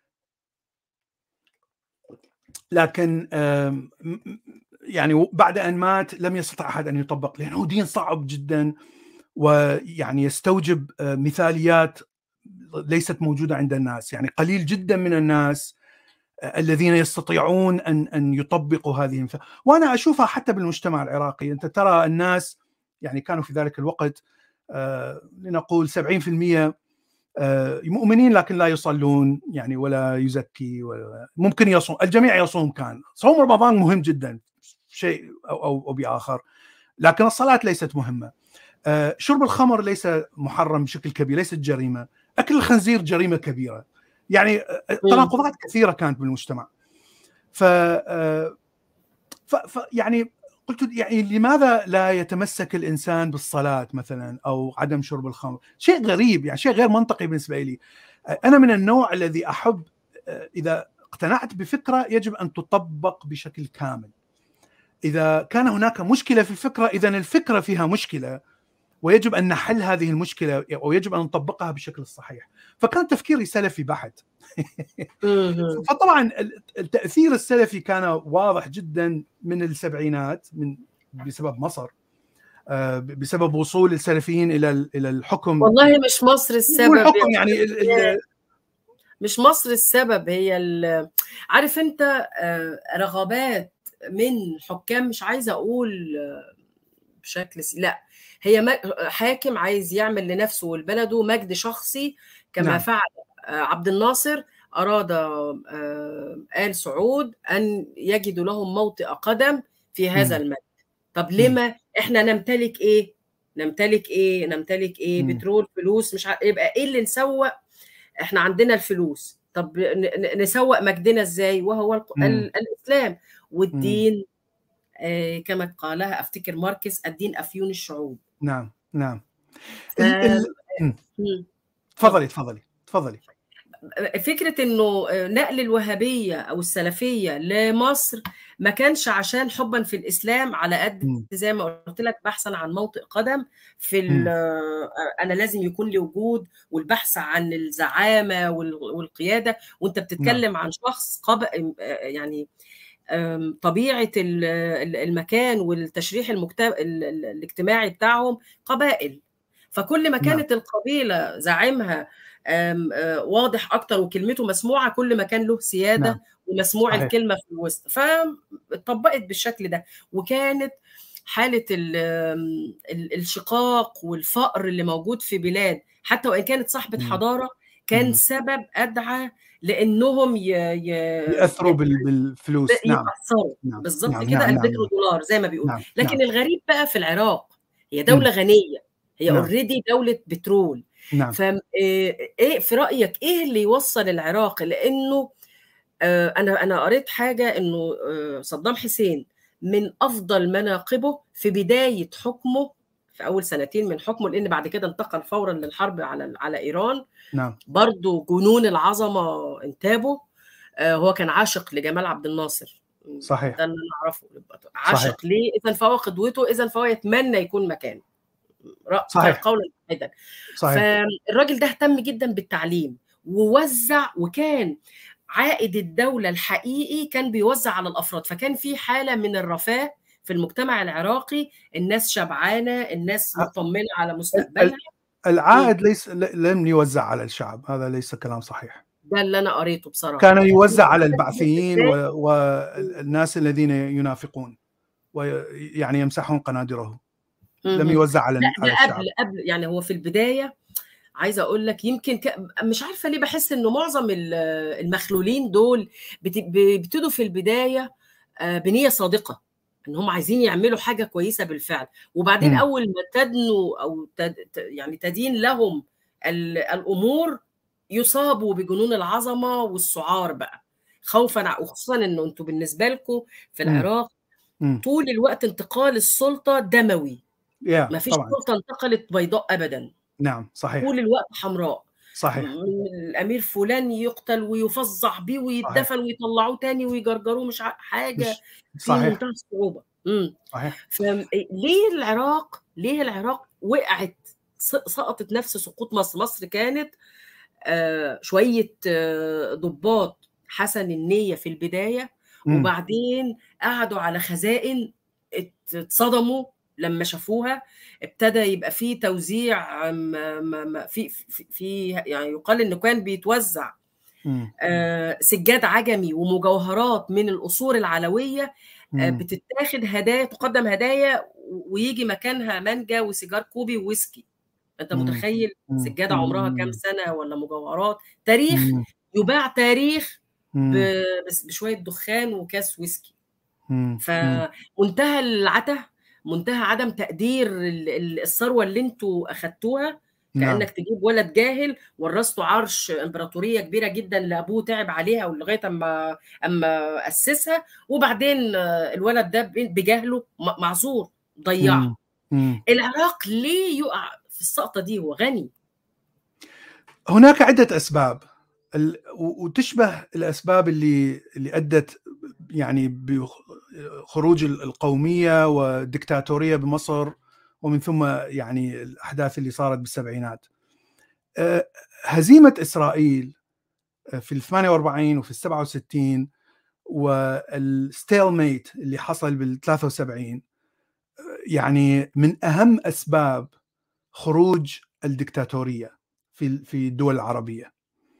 لكن يعني بعد أن مات لم يستطع أحد أن يطبق، لأنه دين صعب جدا، ويعني يستوجب مثاليات ليست موجودة عند الناس. يعني قليل جدا من الناس الذين يستطيعون أن أن يطبقوا هذه المثال. وأنا أشوفها حتى بالمجتمع العراقي، أنت ترى الناس يعني كانوا في ذلك الوقت آه لنقول سبعين بالمئة آه مؤمنين لكن لا يصلون يعني ولا يزكي، ولا ممكن يصوم، الجميع يصوم. كان صوم رمضان مهم جدا شيء أو, أو, أو بآخر، لكن الصلاة ليست مهمة. آه شرب الخمر ليس محرم بشكل كبير، ليست جريمة. أكل الخنزير جريمة كبيرة. يعني تناقضات كثيرة كانت بالمجتمع. ف... ف... ف يعني قلت يعني لماذا لا يتمسك الإنسان بالصلاة مثلا أو عدم شرب الخمر؟ شيء غريب، يعني شيء غير منطقي بالنسبة لي. أنا من النوع الذي أحب إذا اقتنعت بفكرة يجب أن تطبق بشكل كامل. إذا كان هناك مشكلة في الفكرة، إذن الفكرة فيها مشكلة ويجب أن نحل هذه المشكلة ويجب أن نطبقها بشكل صحيح. فكان تفكيري سلفي بحت. فطبعا التأثير السلفي كان واضح جدا من السبعينات، من بسبب مصر، بسبب وصول السلفيين إلى إلى الحكم. والله مش مصر السبب، الحكم يعني ال مش مصر السبب، هي عارف أنت رغبات من حكام، مش عايزة أقول بشكل سي... لا، هي حاكم عايز يعمل لنفسه ولبلده مجد شخصي كما نعم. فعل عبد الناصر. أراد آل سعود أن يجدوا لهم موطئ قدم في هذا م. المجد. طب لما م. إحنا نمتلك إيه؟ نمتلك إيه؟ نمتلك إيه؟ م. بترول، فلوس، مش ع... يبقى إيه اللي نسوق؟ إحنا عندنا الفلوس، طب نسوق مجدنا إزاي؟ وهو ال... ال... الإسلام والدين. م. آه كما قالها أفتكر ماركس، الدين أفيون الشعوب. نعم نعم. تفضلي تفضلي تفضلي. فكرة إنه نقل الوهابية أو السلفية لمصر ما كانش عشان حبا في الإسلام على قد م. زي ما قلت لك بحثا عن موطئ قدم في أنا لازم يكون لي وجود، والبحث عن الزعامة والقيادة. وأنت بتتكلم نعم. عن شخص قب... يعني طبيعة المكان والتشريح المجتمع الاجتماعي بتاعهم قبائل، فكل ما كانت نعم. القبيلة زعيمها واضح أكتر وكلمته مسموعة، كل ما كان له سيادة نعم. ومسموع صحيح. الكلمة في الوسط، فاتطبقت بالشكل ده. وكانت حالة الشقاق والفقر اللي موجود في بلاد حتى وإن كانت صاحبة م. حضارة كان م. سبب أدعى لأنهم ي... ي... يأثروا بالفلوس. نعم نعم. بالظبط نعم. كده. نعم. البترو نعم. دولار زي ما بيقول. نعم. لكن نعم. الغريب بقى في العراق، هي دولة م. غنية، هي نعم. اوريدي دولة بترول، نعم. فايه في رايك ايه اللي يوصل العراق؟ لانه انا انا قريت حاجه انه صدام حسين من افضل مناقبه في بدايه حكمه، في اول سنتين من حكمه، لان بعد كده انتقل فورا للحرب على على ايران. نعم. برضه جنون العظمه انتابه. هو كان عاشق لجمال عبد الناصر. صحيح. ده اللي انا اعرفه. صحيح. عاشق ليه؟ اذا فهو قدوته، اذا فهو يتمنى يكون مكانه. صحيح. قولا واحدا. صحيح. فالراجل ده اهتم جدا بالتعليم ووزع، وكان عائد الدولة الحقيقي كان بيوزع على الأفراد، فكان في حالة من الرفاه في المجتمع العراقي، الناس شبعانة، الناس مطمنة على مستقبلها. العائد ليس لم يوزع على الشعب، هذا ليس كلام صحيح. ده اللي أنا قريته بصراحة. كان يوزع على البعثيين والناس الذين ينافقون ويعني يمسحون قنادره. لم يوزع على لا على ده الشعب. قبل قبل يعني هو في البداية، عايزه اقول لك يمكن ك... مش عارفه ليه بحس انه معظم المخلولين دول بيبتدوا في البدايه بنيه صادقه، ان هم عايزين يعملوا حاجه كويسه بالفعل، وبعدين م. اول ما تدنوا او تد... يعني تدين لهم الامور يصابوا بجنون العظمه والسعار بقى، خوفا، وخصوصا انه انتوا بالنسبه لكم في العراق م. طول الوقت انتقال السلطه دموي. yeah, ما فيش سلطه انتقلت بيضاء ابدا. نعم صحيح. طول الوقت حمراء. صحيح. الامير فلان يقتل ويفظع بيه ويتدفن ويطلعوه تاني ويجرجروه، مش حاجه في منتهى الصعوبه. امم صحيح. فليه العراق ليه العراق وقعت، سقطت نفس سقوط مصر؟ مصر كانت آه شويه آه ضباط حسن النيه في البدايه، م. وبعدين قعدوا على خزائن اتصدموا لما شافوها، ابتدى يبقى في توزيع في في يعني يقال انه كان بيتوزع آه سجاد عجمي ومجوهرات من القصور العلويه، آه بتتاخد هدايا، تقدم هدايا ويجي مكانها مانجا وسيجار كوبي وويسكي. انت متخيل سجاده عمرها كام سنه ولا مجوهرات؟ تاريخ يباع تاريخ بس بشويه دخان وكاس ويسكي. فمنتهى العته، منتهى عدم تقدير الثروه اللي انتوا اخدتوها. كانك نعم. تجيب ولد جاهل ورثته عرش امبراطوريه كبيره جدا لابوه تعب عليها ولغايه اما اما اسسها، وبعدين الولد ده بجهله معذور ضيعها. العراق ليه يقع في السقطه دي؟ هو غني. هناك عده اسباب وتشبه الاسباب اللي اللي ادت يعني بخروج القوميه والدكتاتوريه بمصر، ومن ثم يعني الاحداث اللي صارت بالسبعينات. هزيمه اسرائيل في الثمانية وأربعين وفي السبعة وستين والستيلميت اللي حصل بالثلاثة وسبعين يعني من اهم اسباب خروج الدكتاتوريه في في الدول العربيه.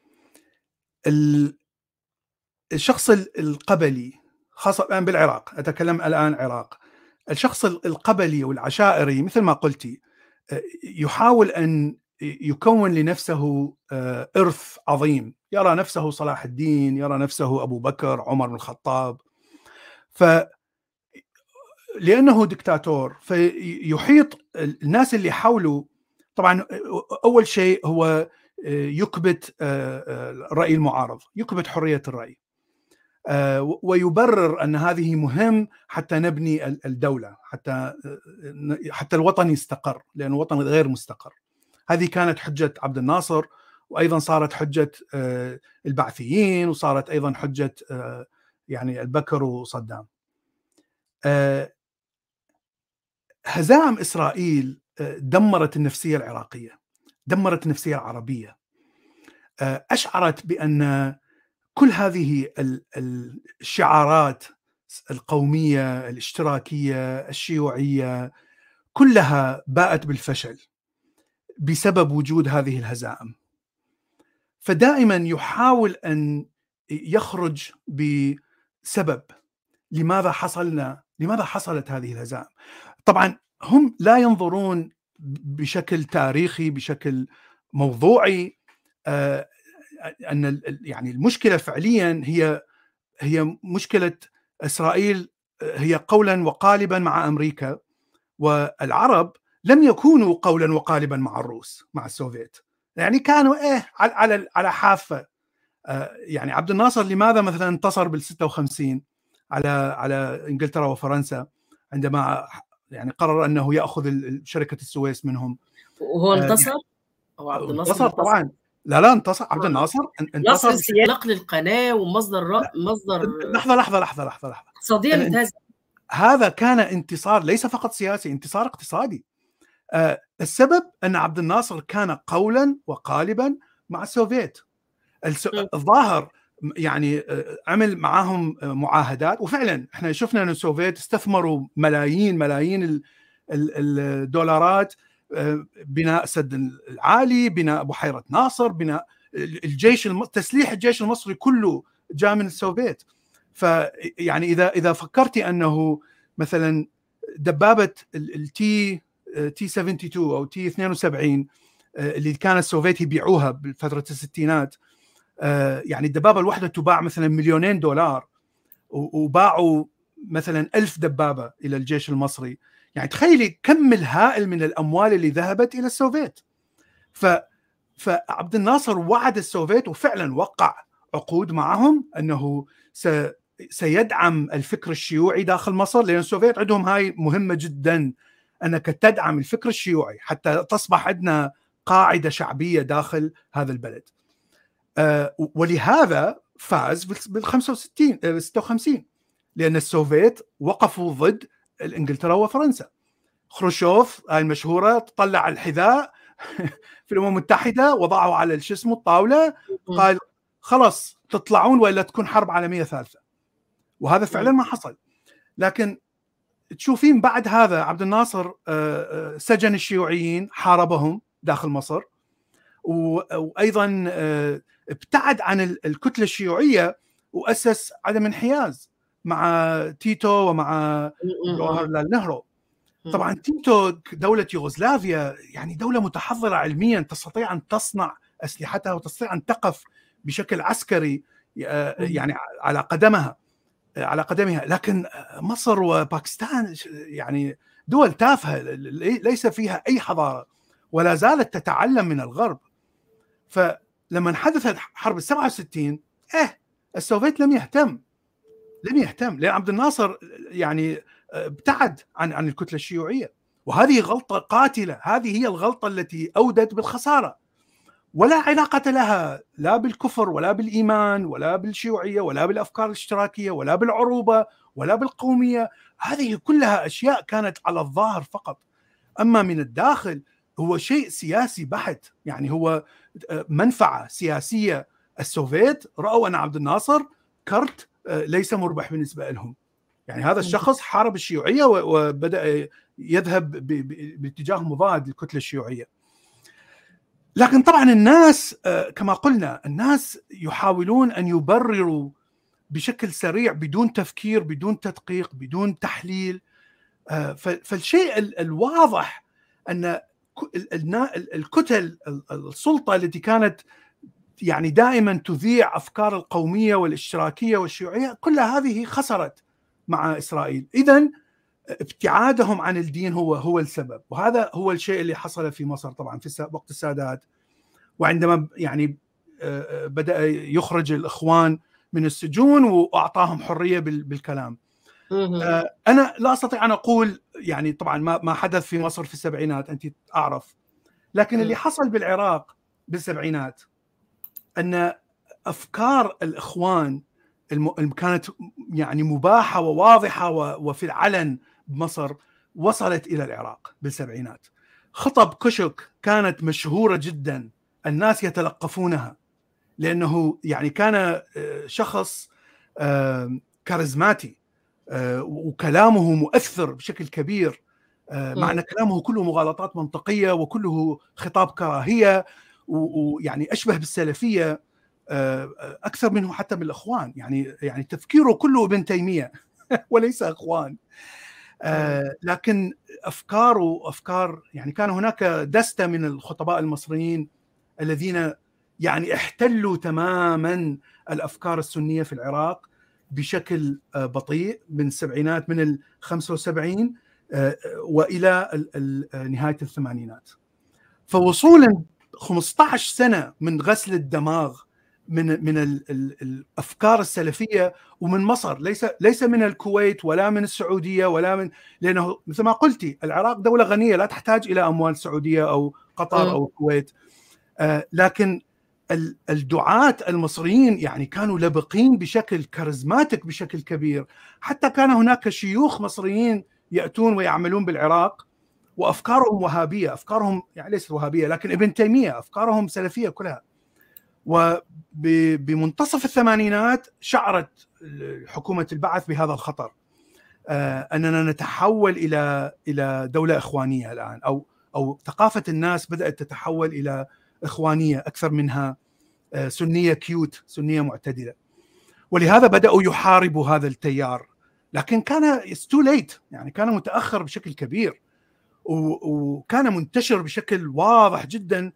الشخص القبلي خاصة الآن بالعراق، أتكلم الآن عراق، الشخص القبلي والعشائري مثل ما قلتي يحاول أن يكون لنفسه إرث عظيم، يرى نفسه صلاح الدين، يرى نفسه أبو بكر، عمر بن الخطاب، ف لأنه دكتاتور فيحيط الناس اللي حوله. طبعا أول شيء هو يكبت رأي المعارض، يكبت حرية الرأي، ويبرر أن هذه مهم حتى نبني الدولة، حتى حتى الوطن يستقر، لأن الوطن غير مستقر. هذه كانت حجة عبد الناصر، وأيضا صارت حجة البعثيين، وصارت أيضا حجة يعني البكر وصدام. هزائم إسرائيل دمرت النفسية العراقية، دمرت النفسية العربية، أشعرت بأن كل هذه الشعارات القومية الاشتراكية الشيوعية كلها باءت بالفشل بسبب وجود هذه الهزائم. فدائما يحاول أن يخرج بسبب لماذا حصلنا لماذا حصلت هذه الهزائم. طبعا هم لا ينظرون بشكل تاريخي بشكل موضوعي أن يعني المشكلة فعليا هي هي مشكلة إسرائيل، هي قولا وقالبا مع أمريكا، والعرب لم يكونوا قولا وقالبا مع الروس مع السوفيت. يعني كانوا ايه على على على حافه. يعني عبد الناصر لماذا مثلا انتصر بال ستة وخمسين على على انجلترا وفرنسا عندما يعني قرر انه ياخذ شركه السويس منهم؟ وهو انتصر؟ يعني هو عبد الناصر انتصر انتصر؟ طبعا. لا لا انتصر عبد الناصر، نصر انتصر السياسي، نقل القناه ومصدر رأ... مصدر لحظه لحظه لحظه لحظه لحظه اقتصاديا انتهز. هذا كان انتصار ليس فقط سياسي، انتصار اقتصادي. آه السبب ان عبد الناصر كان قولا وقالبا مع السوفيت. الظاهر يعني عمل معاهم معاهدات، وفعلا احنا شفنا ان السوفيت استثمروا ملايين ملايين الدولارات، بناء سد العالي، بناء بحيرة ناصر، بناء الجيش الم... تسليح الجيش المصري كله جاء من السوفيت. فيعني اذا اذا فكرتي انه مثلا دبابة التي تي سبعة وسبعين او تي اثنين وسبعين اللي كان السوفيت يبيعوها بفترة الستينات، يعني الدبابة الواحدة تباع مثلا مليونين دولار، وباعوا مثلا ألف دبابة إلى الجيش المصري. يعني تخيلي كم الهائل من الأموال اللي ذهبت إلى السوفيت. ف فعبد الناصر وعد السوفيت وفعلا وقع عقود معهم أنه س... سيدعم الفكر الشيوعي داخل مصر، لأن السوفيت عندهم هاي مهمة جدا، أنك تدعم الفكر الشيوعي حتى تصبح عندنا قاعدة شعبية داخل هذا البلد. آه ولهذا فاز بال خمسة وستين ستة وخمسين، لأن السوفيت وقفوا ضد انجلترا وفرنسا. خروشوف هاي المشهورة طلع الحذاء في الأمم المتحدة، وضعه على شو اسمه الطاولة، قال خلاص تطلعون وإلا تكون حرب عالمية ثالثة. وهذا فعلا ما حصل. لكن تشوفين بعد هذا عبد الناصر سجن الشيوعيين، حاربهم داخل مصر، وأيضا ابتعد عن الكتلة الشيوعية وأسس عدم انحياز مع تيتو ومع جواهرلال نهرو. طبعا تيتو دولة يوغوسلافيا يعني دولة متحضرة علميا، تستطيع أن تصنع أسلحتها وتستطيع أن تقف بشكل عسكري يعني على قدمها على قدمها. لكن مصر وباكستان يعني دول تافهة ليس فيها أي حضارة، ولا زالت تتعلم من الغرب. فلما حدثت حرب السبعة وستين إيه السوفيت لم يهتم لم يهتم لأن عبد الناصر يعني ابتعد عن عن الكتلة الشيوعية، وهذه غلطة قاتلة. هذه هي الغلطة التي أودت بالخسارة، ولا علاقة لها لا بالكفر ولا بالإيمان ولا بالشيوعية ولا بالأفكار الاشتراكية ولا بالعروبة ولا بالقومية. هذه كلها أشياء كانت على الظاهر فقط، أما من الداخل هو شيء سياسي بحت. يعني هو منفعة سياسية. السوفيت رأوا أن عبد الناصر كرت ليس مربح بالنسبة لهم. يعني هذا الشخص حارب الشيوعية وبدأ يذهب باتجاه مضاد للكتلة الشيوعية. لكن طبعا الناس كما قلنا الناس يحاولون أن يبرروا بشكل سريع بدون تفكير بدون تدقيق بدون تحليل. فالشيء الواضح أن الكتل السلطة التي كانت يعني دائما تذيع أفكار القومية والاشتراكية والشيوعية كل هذه خسرت مع إسرائيل. إذن ابتعادهم عن الدين هو هو السبب، وهذا هو الشيء اللي حصل في مصر طبعا في وقت السادات، وعندما يعني بدأ يخرج الإخوان من السجون وأعطاهم حرية بالكلام. أنا لا أستطيع أن أقول يعني طبعا ما ما حدث في مصر في السبعينات أنت أعرف، لكن اللي حصل بالعراق بالسبعينات أن أفكار الإخوان الم... كانت يعني مباحة وواضحة و... وفي العلن بمصر وصلت إلى العراق بالسبعينات. خطب كشك كانت مشهورة جدا، الناس يتلقفونها لأنه يعني كان شخص كاريزماتي وكلامه مؤثر بشكل كبير، معنى كلامه كله مغالطات منطقية وكله خطاب كراهية ويعني أشبه بالسلفية أكثر منه حتى بالإخوان. يعني يعني تفكيره كله ابن تيمية وليس إخوان. لكن أفكاره أفكار يعني كان هناك دستة من الخطباء المصريين الذين يعني احتلوا تماما الأفكار السنية في العراق بشكل بطيء من السبعينات، من الخمسة وسبعين وإلى نهاية الثمانينات. فوصولا خمسة عشر سنة من غسل الدماغ من من ال ال الافكار السلفيه ومن مصر، ليس ليس من الكويت ولا من السعوديه ولا من، لانه مثل ما قلتي العراق دوله غنيه لا تحتاج الى اموال السعوديه او قطر او الكويت. آه لكن الدعاة المصريين يعني كانوا لبقين بشكل كاريزماتيك بشكل كبير، حتى كان هناك شيوخ مصريين يأتون ويعملون بالعراق وأفكارهم وهابية، أفكارهم يعني ليست وهابية لكن ابن تيمية أفكارهم سلفية كلها. وبمنتصف الثمانينات شعرت حكومة البعث بهذا الخطر، أننا نتحول إلى إلى دولة إخوانية الآن، أو أو ثقافة الناس بدأت تتحول إلى إخوانية أكثر منها سنية كيوت، سنية معتدلة. ولهذا بدأوا يحاربوا هذا التيار، لكن كان it's too late، يعني كان متأخر بشكل كبير، وكان منتشر بشكل واضح جدا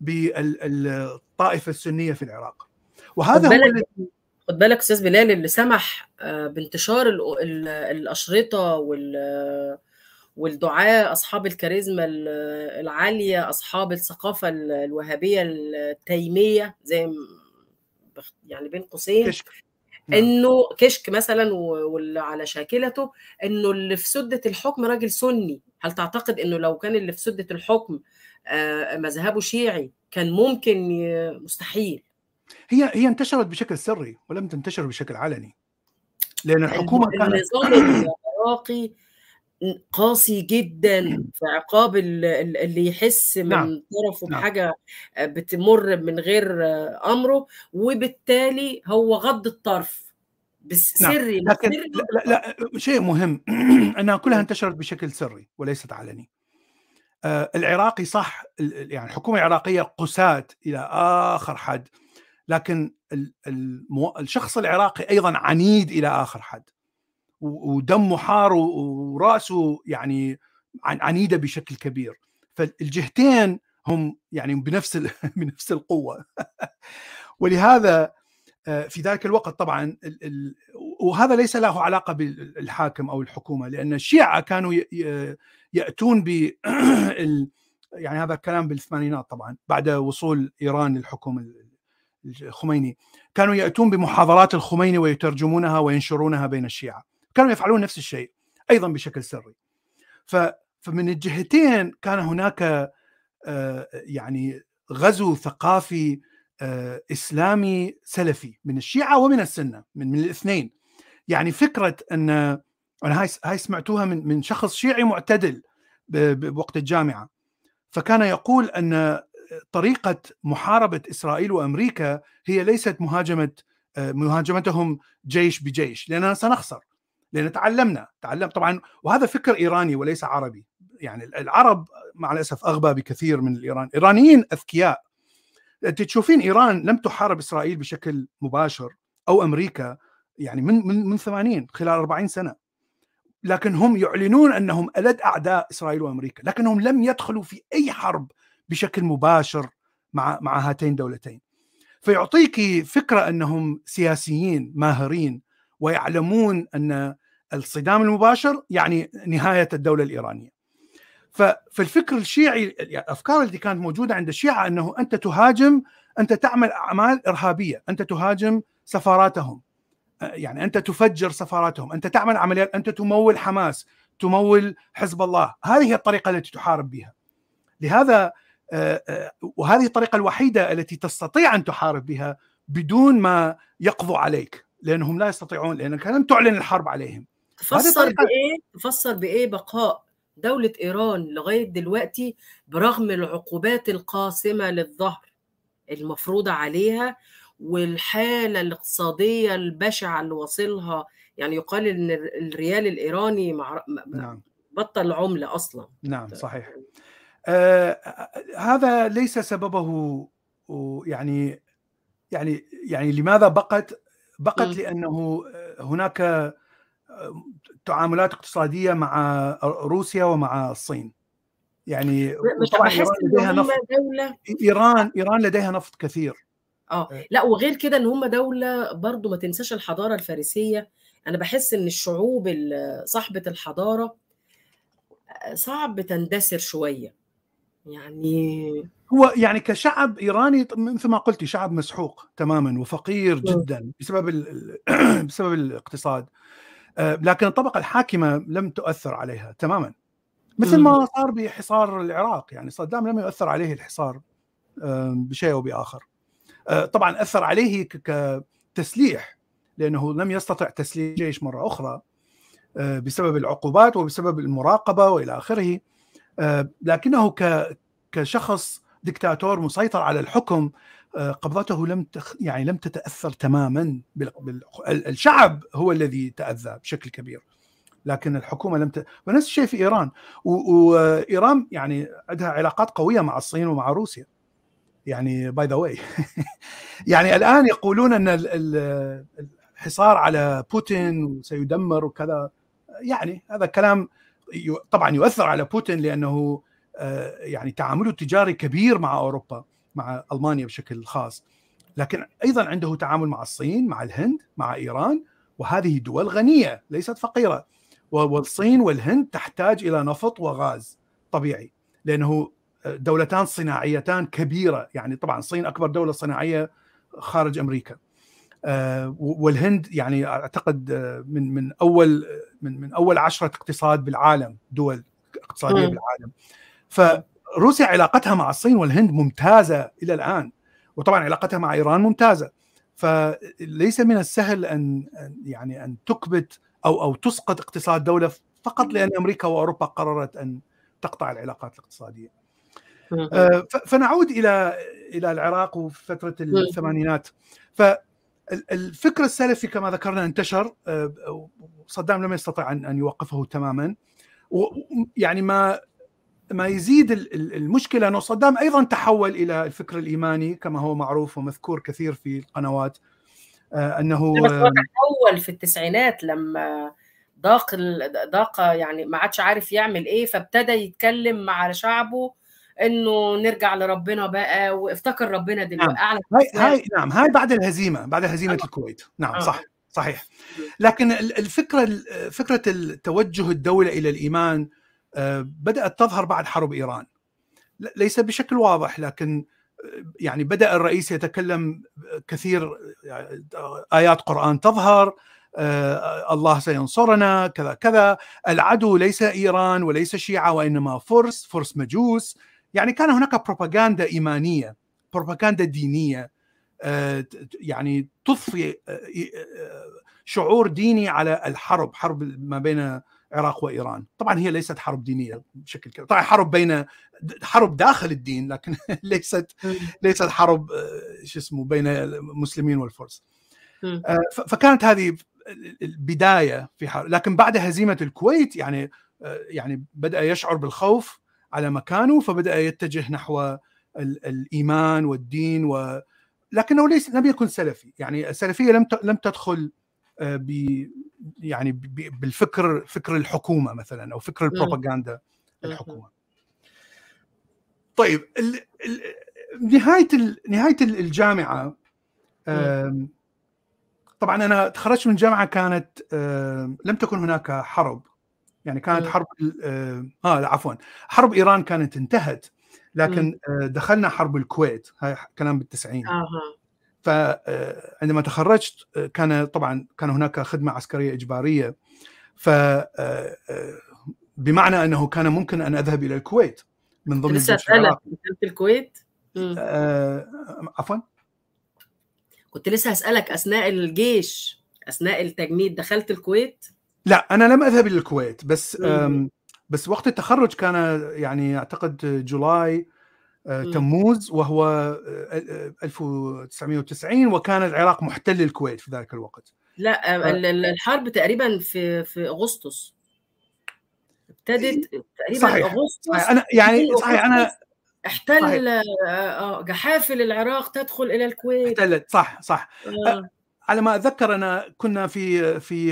بالطائفة السنية في العراق. وهذا هو اللي خد بالك أستاذ بلال، اللي سمح بانتشار الأشرطة وال والدعاة أصحاب الكاريزما العالية، أصحاب الثقافة الوهابية التيمية زي يعني بين قوسين، نعم. إنه كشك مثلا واللي على شاكلته، إنه اللي في سدة الحكم راجل سني. هل تعتقد إنه لو كان اللي في سدة الحكم مذهبه شيعي كان ممكن؟ مستحيل. هي هي انتشرت بشكل سري ولم تنتشر بشكل علني، لأن الحكومة كانت النظام العراقي قاسي جدا في عقاب اللي يحس من نعم. طرفه نعم. بحاجة بتمر من غير أمره، وبالتالي هو غض الطرف بالسري. نعم. لكن لا, لا, لا شيء مهم أنها كلها انتشرت بشكل سري وليست علني. آه العراقي صح، يعني الحكومة العراقية قساة إلى آخر حد، لكن المو... الشخص العراقي أيضا عنيد إلى آخر حد، ودمه حار وراسه يعني عنيده بشكل كبير. فالجهتين هم يعني بنفس بنفس القوه. ولهذا في ذلك الوقت طبعا وهذا ليس له علاقه بالحاكم او الحكومه، لان الشيعه كانوا ياتون ب يعني هذا الكلام بالثمانينات طبعا بعد وصول ايران للحكم الخميني، كانوا ياتون بمحاضرات الخميني ويترجمونها وينشرونها بين الشيعه، كانوا يفعلون نفس الشيء أيضا بشكل سري. فمن الجهتين كان هناك يعني غزو ثقافي إسلامي سلفي من الشيعة ومن السنة، من, من الاثنين. يعني فكرة أن أنا هاي هاي سمعتوها من من شخص شيعي معتدل بوقت الجامعة، فكان يقول أن طريقة محاربة إسرائيل وأمريكا هي ليست مهاجمة مهاجمتهم جيش بجيش، لأننا سنخسر، لأن تعلمنا تعلم طبعا، وهذا فكر إيراني وليس عربي. يعني العرب مع الأسف أغبى بكثير من الإيران، إيرانيين أذكياء. أنت تشوفين إيران لم تحارب إسرائيل بشكل مباشر أو أمريكا يعني من من من ثمانين خلال أربعين سنة، لكن هم يعلنون أنهم ألد أعداء إسرائيل وأمريكا، لكنهم لم يدخلوا في أي حرب بشكل مباشر مع مع هاتين الدولتين. فيعطيك فكرة أنهم سياسيين ماهرين ويعلمون أن الصدام المباشر يعني نهاية الدولة الإيرانية. فالفكر الشيعي، الأفكار التي كانت موجودة عند الشيعة أنه أنت تهاجم، أنت تعمل أعمال إرهابية، أنت تهاجم سفاراتهم، يعني أنت تفجر سفاراتهم، أنت تعمل عمليات، أنت تمول حماس، تمول حزب الله. هذه هي الطريقة التي تحارب بها. لهذا وهذه الطريقة الوحيدة التي تستطيع أن تحارب بها بدون ما يقضوا عليك، لأنهم لا يستطيعون، لأنك لم تعلن الحرب عليهم. تفسر بإيه تفسر بإيه بقاء دولة إيران لغاية دلوقتي برغم العقوبات القاسمة للظهر المفروضة عليها والحالة الاقتصادية البشعة اللي وصلها؟ يعني يقال إن الريال الإيراني مع... نعم. بطل عملة أصلا. نعم صحيح. آه هذا ليس سببه، يعني يعني يعني لماذا بقت بقت م. لأنه هناك تعاملات اقتصادية مع روسيا ومع الصين. يعني طبعا إيران لديها نفط، دولة إيران إيران لديها نفط كثير. اه لا، وغير كده ان هم دولة برضو ما تنساش الحضارة الفارسية. انا بحس ان الشعوب صاحبة الحضارة صعب تندثر شوية، يعني هو يعني كشعب إيراني مثل ما قلتي شعب مسحوق تماما وفقير جدا بسبب بسبب الاقتصاد، لكن الطبقة الحاكمة لم تؤثر عليها تماما، مثل ما صار بحصار العراق. يعني صدام لم يؤثر عليه الحصار بشيء أو بآخر. طبعا أثر عليه كتسليح، لأنه لم يستطع تسليح جيش مرة أخرى بسبب العقوبات وبسبب المراقبة وإلى آخره، لكنه كشخص دكتاتور مسيطر على الحكم قبضته لم تخ يعني لم تتأثر تماما. الشعب هو الذي تأذى بشكل كبير، لكن الحكومة لم ت... ونفس الشيء في إيران. وإيران يعني عندها علاقات قوية مع الصين ومع روسيا، يعني باي ذا واي. يعني الآن يقولون أن الحصار على بوتين سيدمر وكذا، يعني هذا كلام طبعا يؤثر على بوتين، لأنه يعني تعامله التجاري كبير مع أوروبا، مع ألمانيا بشكل خاص، لكن أيضا عنده تعامل مع الصين، مع الهند، مع إيران، وهذه دول غنية ليست فقيرة. والصين والهند تحتاج إلى نفط وغاز طبيعي، لأنه دولتان صناعيتان كبيرة. يعني طبعا الصين أكبر دولة صناعية خارج أمريكا، والهند يعني أعتقد من من أول من من أول عشرة اقتصاد بالعالم، دول اقتصادية بالعالم. فروسيا علاقتها مع الصين والهند ممتازة إلى الآن، وطبعا علاقتها مع إيران ممتازة. فليس من السهل أن يعني أن تكبت أو أو تسقط اقتصاد دولة فقط لأن أمريكا وأوروبا قررت أن تقطع العلاقات الاقتصادية. فنعود إلى إلى العراق وفي فترة الثمانينات. فالفكر السلفي كما ذكرنا انتشر، صدام لم يستطع أن يوقفه تماما. ويعني ما ما يزيد المشكلة أنه صدام أيضا تحول إلى الفكر الإيماني كما هو معروف ومذكور كثير في القنوات، أنه تحول في التسعينات لما ضاق ضاق يعني ما عادش عارف يعمل إيه، فابتدى يتكلم مع شعبه إنه نرجع لربنا بقى، وافتكر ربنا دلوقتي. نعم. هاي هاي نعم هاي بعد الهزيمة، بعد هزيمة آه. الكويت. نعم آه. صح صحيح. لكن الفكرة فكرة التوجه الدولة إلى الإيمان بدأت تظهر بعد حرب إيران، ليس بشكل واضح، لكن يعني بدأ الرئيس يتكلم كثير، آيات قرآن تظهر، الله سينصرنا كذا كذا، العدو ليس إيران وليس شيعة وإنما فرس فرس مجوس. يعني كان هناك بروباغندا إيمانية، بروباغندا دينية، يعني تضفي شعور ديني على الحرب، حرب ما بين العراق وإيران. طبعا هي ليست حرب دينية بشكل كبير، طبعا حرب بين حرب داخل الدين، لكن ليست ليست حرب شو اسمه بين المسلمين والفرس. فكانت هذه البداية في حرب. لكن بعد هزيمة الكويت يعني يعني بدأ يشعر بالخوف على مكانه، فبدأ يتجه نحو الإيمان والدين، و لكنه ليس لم يكن سلفي. يعني السلفية لم لم تدخل ب يعني بالفكر فكر الحكومة مثلا أو فكر البروباغندا الحكومة. طيب ال ال نهاية نهاية الجامعة، طبعا أنا تخرجت من الجامعة كانت لم تكن هناك حرب، يعني كانت حرب آه عفوا حرب إيران كانت انتهت، لكن دخلنا حرب الكويت، هاي كلام بالتسعين. أه. فعندما تخرجت كان طبعا كان هناك خدمة عسكرية إجبارية، ف بمعنى أنه كان ممكن أن أذهب إلى الكويت من ضمن الجيش العراقي. دخلت الكويت؟ آه عفوا كنت لسه هسألك أثناء الجيش، أثناء التجنيد دخلت الكويت؟ لا أنا لم أذهب إلى الكويت، بس بس وقت التخرج كان يعني أعتقد جولاي تموز، وهو ألف وتسعمائة وتسعين، وكان العراق محتل الكويت في ذلك الوقت. لا ف... الحرب تقريبا في في أغسطس ابتدت تقريبا. صحيح. أغسطس صحيح. أنا يعني صحيح أنا احتل صحيح. جحافل العراق تدخل إلى الكويت، احتلت. صح صح آه. على ما أتذكر أنا كنا في في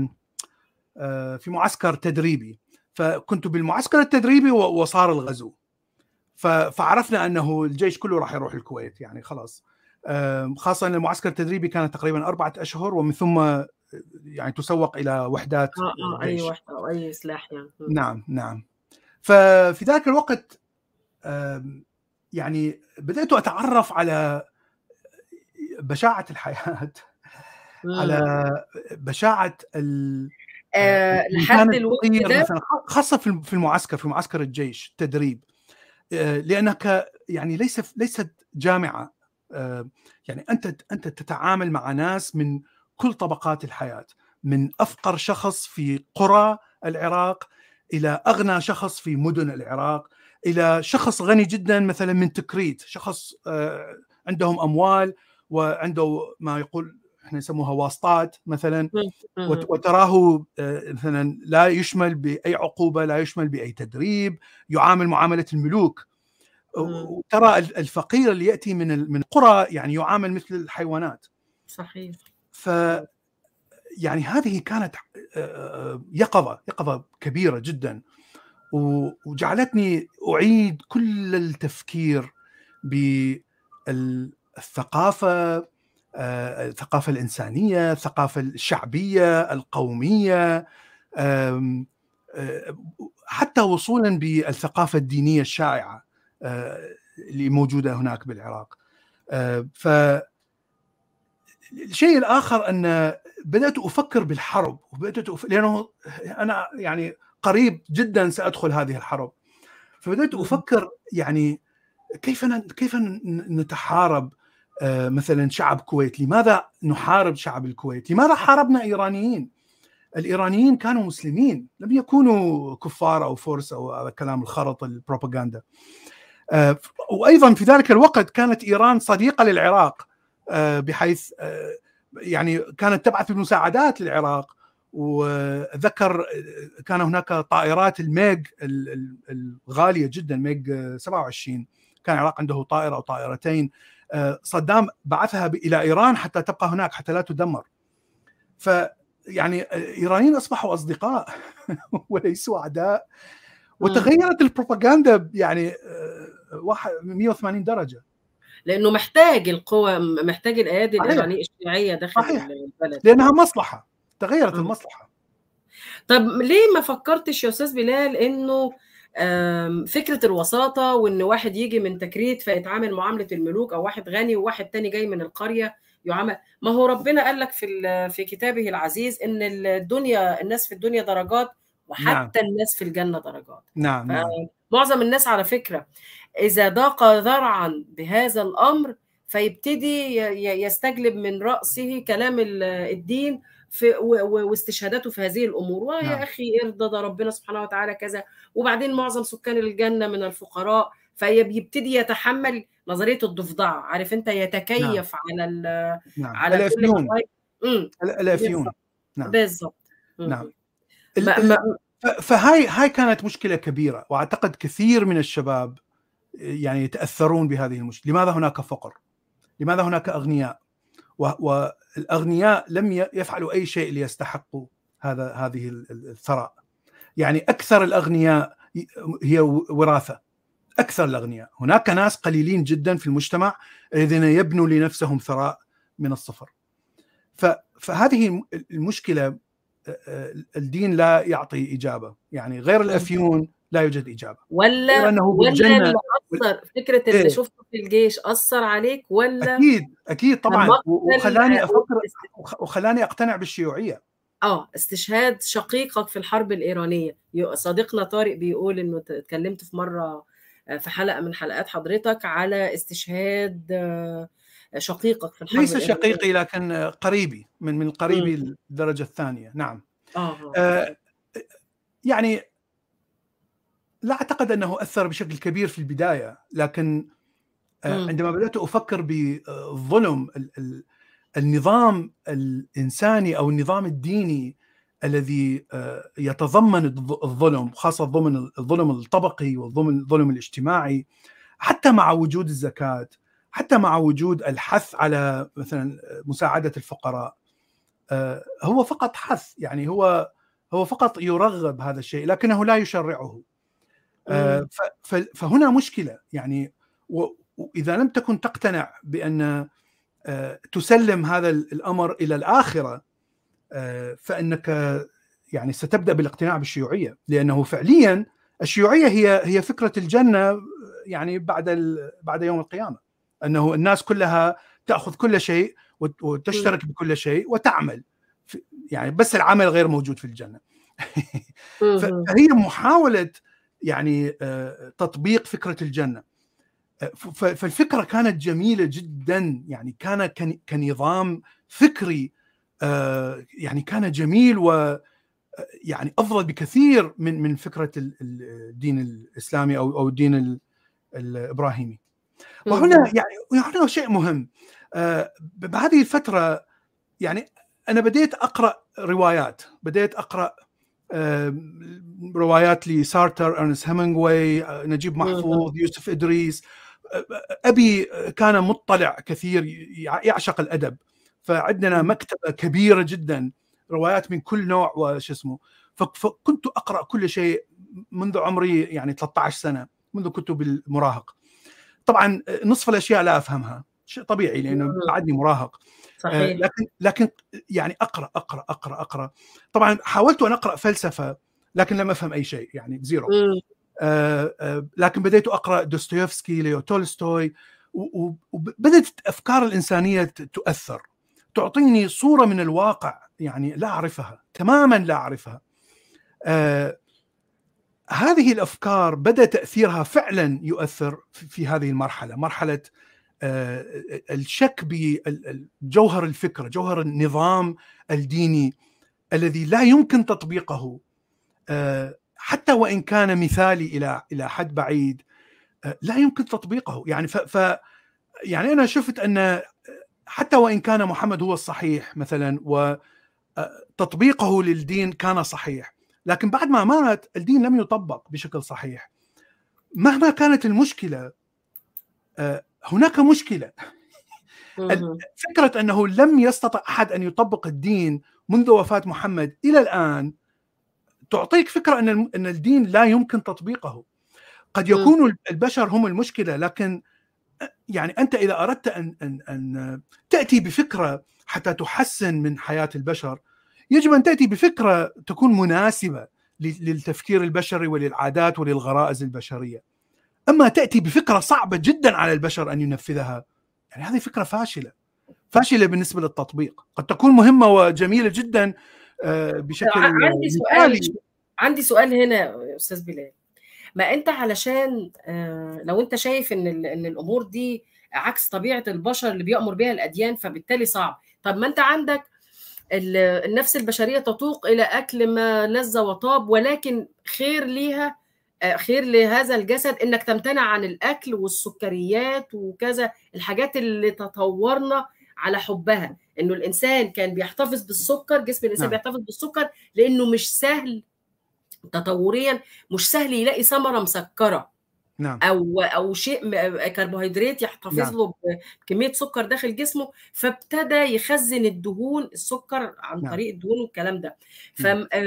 في معسكر تدريبي، فكنت بالمعسكر التدريبي وصار الغزو، فعرفنا أنه الجيش كله راح يروح الكويت. يعني خلاص، خاصة أن المعسكر التدريبي كان تقريبا أربعة أشهر، ومن ثم يعني تسوق إلى وحدات آه آه أي وحدة أو أي سلاح يعني. نعم نعم. ففي ذاك الوقت يعني بدأت أتعرف على بشاعة الحياة، على إمم. بشاعة ال آآ الإنسان لحد الوقت الفقير ده مثلًا، خاصة في في المعسكر في معسكر الجيش التدريب، آآ لأنك يعني ليس ليست جامعة، آآ يعني أنت أنت تتعامل مع ناس من كل طبقات الحياة، من أفقر شخص في قرى العراق إلى أغنى شخص في مدن العراق، إلى شخص غني جدًا مثلًا من تكريت، شخص آآ عندهم أموال وعنده ما يقول إحنا نسموها واسطات مثلًا، إمم، وت اهم. وتراه آآ مثلًا لا يُشمل بأي عقوبة، لا يُشمل بأي تدريب، يُعامل معاملة الملوك. إمم. وترى ال الفقير اللي يأتي من ال من قرى يعني يُعامل مثل الحيوانات. صحيح. ف إمم. يعني هذه كانت آآ يقظة، يقظة كبيرة جدًا، و وجعلتني أعيد كل التفكير بال الثقافة، آآ الثقافة الإنسانية، الثقافة الشعبية، القومية، آمم آآ حتى وصولًا بالثقافة الدينية الشائعة آآ اللي موجودة هناك بالعراق. آآ ف الشيء الآخر أن بدأت أفكر بالحرب، وبدأت أف لأنه أنا يعني قريب جدًا سأدخل هذه الحرب، فبدأت اهم. أفكر يعني كيف ن كيف ن نتحارب آآ مثلًا شعب الكويت، لماذا نحارب شعب الكويت؟ لماذا حاربنا إيرانيين؟ الإيرانيين كانوا مسلمين، لم يكونوا كفار أو فرس أو هذا الكلام الخرط البروباغندا. آآ وأيضًا في ذلك الوقت كانت إيران صديقة للعراق، آآ بحيث آآ يعني كانت تبعث المساعدات للعراق، وأتذكر كان هناك طائرات الميج ال ال الغالية جدًا، ميج سبعة وعشرين، كان العراق عنده طائرة أو طائرتين، آآ صدام بعثها ب إلى إيران حتى تبقى هناك حتى لا تدمر. فيعني الإيرانيين أصبحوا أصدقاء وليسوا أعداء، إمم. وتغيرت البروباغندا يعني آآ واحد مئة وثمانين درجة. لأنه محتاج القوى م محتاج الأيادي صحيح، الإيرانية الشيوعية داخل صحيح، ال البلد. لأنها مصلحة، تغيرت إمم. المصلحة. طب ليه ما فكرتش يا أستاذ بلال إنه آمم فكرة الوساطة، وإن واحد ييجي من تكريت فيتعامل معاملة الملوك، أو واحد غني وواحد تاني جاي من القرية يُعامل، ما هو ربنا قال لك في ال في كتابه العزيز إن ال الدنيا الناس في الدنيا درجات، نعم، وحتى الناس في الجنة درجات. نعم، نعم، فمعظم الناس على فكرة إذا ضاق ذرعًا بهذا الأمر فيبتدي ي ي يستجلب من رأسه كلام ال الدين في و و واستشهاداته في هذه الأمور، ويا نعم، أخي ارضى ده ربنا سبحانه وتعالى كذا، وبعدين معظم سكان الجنة من الفقراء، فيبتدي يتحمل نظرية الضفدعة، عارف أنت، نعم، يتكيف على ال نعم، على كل ما الأفيون، هو إمم، ال بالضبط، الأفيون، نعم، بالضبط، نعم. اهم. ال ما ما ال ف فهاي هاي كانت مشكلة كبيرة، وأعتقد كثير من الشباب يعني يتأثرون بهذه المشكلة. لماذا هناك فقر؟ لماذا هناك أغنياء؟ و والأغنياء لم ي يفعلوا أي شيء ليستحقوا هذا هذه ال ال الثراء. يعني أكثر الأغنياء ي هي وراثة، أكثر الأغنياء، هناك ناس قليلين جدًا في المجتمع الذين يبنوا لنفسهم ثراء من الصفر. ف فهذه المشكلة، الدين لا يعطي إجابة، يعني غير إمم. الأفيون لا يوجد إجابة، غير والّا أنه والّا بالجنة اللي وال أثّر فكرة اللي إيه، شُفته في الجيش أثّر عليك، والّا أكيد، أكيد كان طبعًا، و مقتل وخلّاني آآ أفكر واست وخ وخلّاني أقتنع بالشيوعية. آه، استشهاد شقيقك في الحرب الإيرانية، ي صديقنا طارق بيقول إنه ت اتكلمت في مرة آآ في حلقة من حلقات حضرتك على استشهاد شقيقك في الحرب ليس الإيرانية. شقيقي لكن قريبي، من من إمم. قريبي الدرجة الثانية، نعم. أها. آآ يعني لا أعتقد أنه أثّر بشكل كبير في البداية، لكن آآ إمم. عندما بدأت أفكر بالظلم ال ال النظام الإنساني أو النظام الديني الذي آآ يتضمن الظ الظلم، خاصة الظلم الظلم الطبقي والظلم الظلم الاجتماعي، حتى مع وجود الزكاة، حتى مع وجود الحث على مثلًا مساعدة الفقراء، آآ هو فقط حث، يعني هو هو فقط يرغب هذا الشيء لكنه لا يشرعه. آآ إمم. ف ف فهنا مشكلة، يعني و وإذا لم تكن تقتنع بأن آآ تسلم هذا ال الأمر إلى الآخرة، آآ فإنك يعني ستبدأ بالاقتناع بالشيوعية، لأنه فعليًا الشيوعية هي هي فكرة الجنة يعني بعد بعد يوم القيامة، أنه الناس كلها تأخذ كل شيء وتشترك بكل شيء وتعمل، يعني بس العمل غير موجود في الجنة. فهي محاولة يعني تطبيق فكرة الجنة. فالفكرة كانت جميلة جدا، يعني كان كنظام فكري يعني كان جميل، و يعني أفضل بكثير من من فكرة الدين الإسلامي أو أو الدين الإبراهيمي. وهنا يعني هنا شيء مهم بهذه الفترة، يعني أنا بديت أقرأ روايات، بديت أقرأ روايات لسارتر، أرنست هيمنغواي، نجيب محفوظ، يوسف إدريس. أبي كان مطلع كثير، يعشق الأدب، فعندنا مكتبة كبيرة جدا روايات من كل نوع وش اسمه. فكنت أقرأ كل شيء منذ عمري يعني ثلاثة عشر سنة، منذ كنت بالمراهق. طبعا نصف الأشياء لا أفهمها، شيء طبيعي لأنه بعدني مراهق. صحيح. لكن لكن يعني أقرأ أقرأ أقرأ أقرأ. طبعا حاولت أن أقرأ فلسفة لكن لم أفهم أي شيء، يعني زيرو. آه آه لكن بديت أقرأ دوستويفسكي، ليو تولستوي، وبدأت أفكار الإنسانية تؤثر، تعطيني صورة من الواقع يعني لا أعرفها تماما، لا أعرفها. آه هذه الأفكار بدأ تأثيرها فعلا يؤثر في هذه المرحلة، مرحلة آه الشك بجوهر الفكرة، جوهر النظام الديني الذي لا يمكن تطبيقه آه حتى وإن كان مثالي إلى إلى حد بعيد، آه لا يمكن تطبيقه. يعني ف, ف يعني أنا شفت أن حتى وإن كان محمد هو الصحيح مثلا وتطبيقه للدين كان صحيح، لكن بعد ما مات الدين لم يطبق بشكل صحيح. مهما كانت المشكلة هناك مشكلة. فكرة أنه لم يستطع أحد أن يطبق الدين منذ وفاة محمد إلى الآن تعطيك فكرة أن أن الدين لا يمكن تطبيقه. قد يكون البشر هم المشكلة، لكن يعني أنت إذا أردت أن أن أن تأتي بفكرة حتى تحسن من حياة البشر، يجب أن تأتي بفكرة تكون مناسبة للتفكير البشري وللعادات وللغرائز البشرية. أما تأتي بفكرة صعبة جدا على البشر أن ينفذها، يعني هذه فكرة فاشلة، فاشلة بالنسبة للتطبيق. قد تكون مهمة وجميلة جدا بشكل عندي سؤال عندي سؤال هنا أستاذ بلال. ما أنت علشان لو أنت شايف إن إن الأمور دي عكس طبيعة البشر اللي بيأمر بها الأديان فبالتالي صعب، طب ما أنت عندك النفس البشرية تتوق إلى أكل ما لذ وطاب، ولكن خير ليها، خير لهذا الجسد إنك تمتنع عن الأكل والسكريات وكذا، الحاجات اللي تطورنا على حبها. إنه الإنسان كان بيحتفظ بالسكر، جسم الإنسان نعم. بيحتفظ بالسكر لأنه مش سهل تطوريا، مش سهل يلاقي ثمرة مسكرة نعم. أو أو شيء كربوهيدرات يحتفظ نعم. له بكمية سكر داخل جسمه، فابتدى يخزن الدهون، السكر عن نعم. طريق الدهون والكلام ده. ف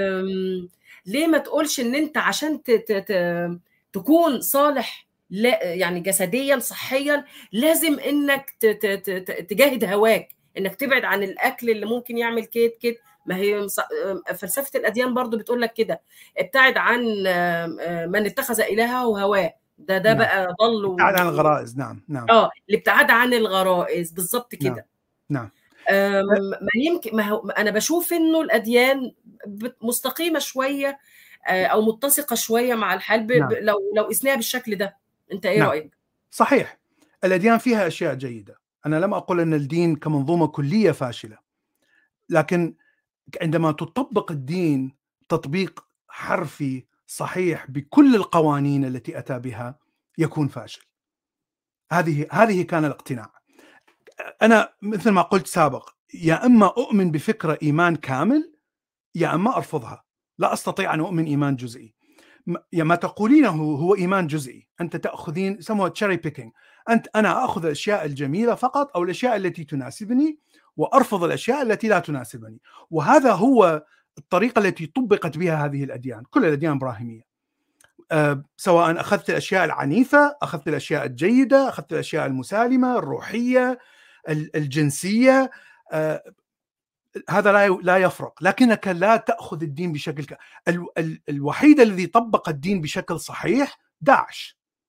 ليه ما تقولش إن أنت عشان ت ت ت تكون صالح لا يعني جسديا صحيا لازم إنك ت ت ت تجاهد هواك، إنك تبعد عن الأكل اللي ممكن يعمل كده كده. ما هي فلسفة الأديان برضو بتقول لك كده، ابتعد عن من اتخذ إلهه هواه، ده ده نعم. بقى ضل ابتعد عن الغرائز. نعم نعم اه الابتعاد عن الغرائز بالظبط كده. نعم, نعم. ما يمكن ما هو انا بشوف انه الأديان مستقيمة شوية او متسقة شوية مع الحال ب... نعم. لو لو قسناها بالشكل ده، انت ايه نعم. رأيك؟ صحيح، الأديان فيها أشياء جيدة، أنا لم أقول أن الدين كمنظومة كلية فاشلة، لكن عندما تطبق الدين تطبيق حرفي صحيح بكل القوانين التي أتى بها يكون فاشل. هذه هذه كان الاقتناع. أنا مثل ما قلت سابق، يا إما أؤمن بفكرة إيمان كامل يا إما أرفضها، لا أستطيع أن أؤمن إيمان جزئي. يا ما تقولينه هو إيمان جزئي، أنت تأخذين يسموه تشيري بيكينج، أنت أنا أخذ الأشياء الجميلة فقط أو الأشياء التي تناسبني وأرفض الأشياء التي لا تناسبني. وهذا هو الطريقة التي طبقت بها هذه الأديان، كل الأديان إبراهيمية. أه سواء أخذت الأشياء العنيفة، أخذت الأشياء الجيدة، أخذت الأشياء المسالمة، الروحية، الجنسية، أه هذا لا لا يفرق، لكنك لا تأخذ الدين بشكل ك... ال... ال... الوحيد الذي طبق الدين بشكل صحيح داعش.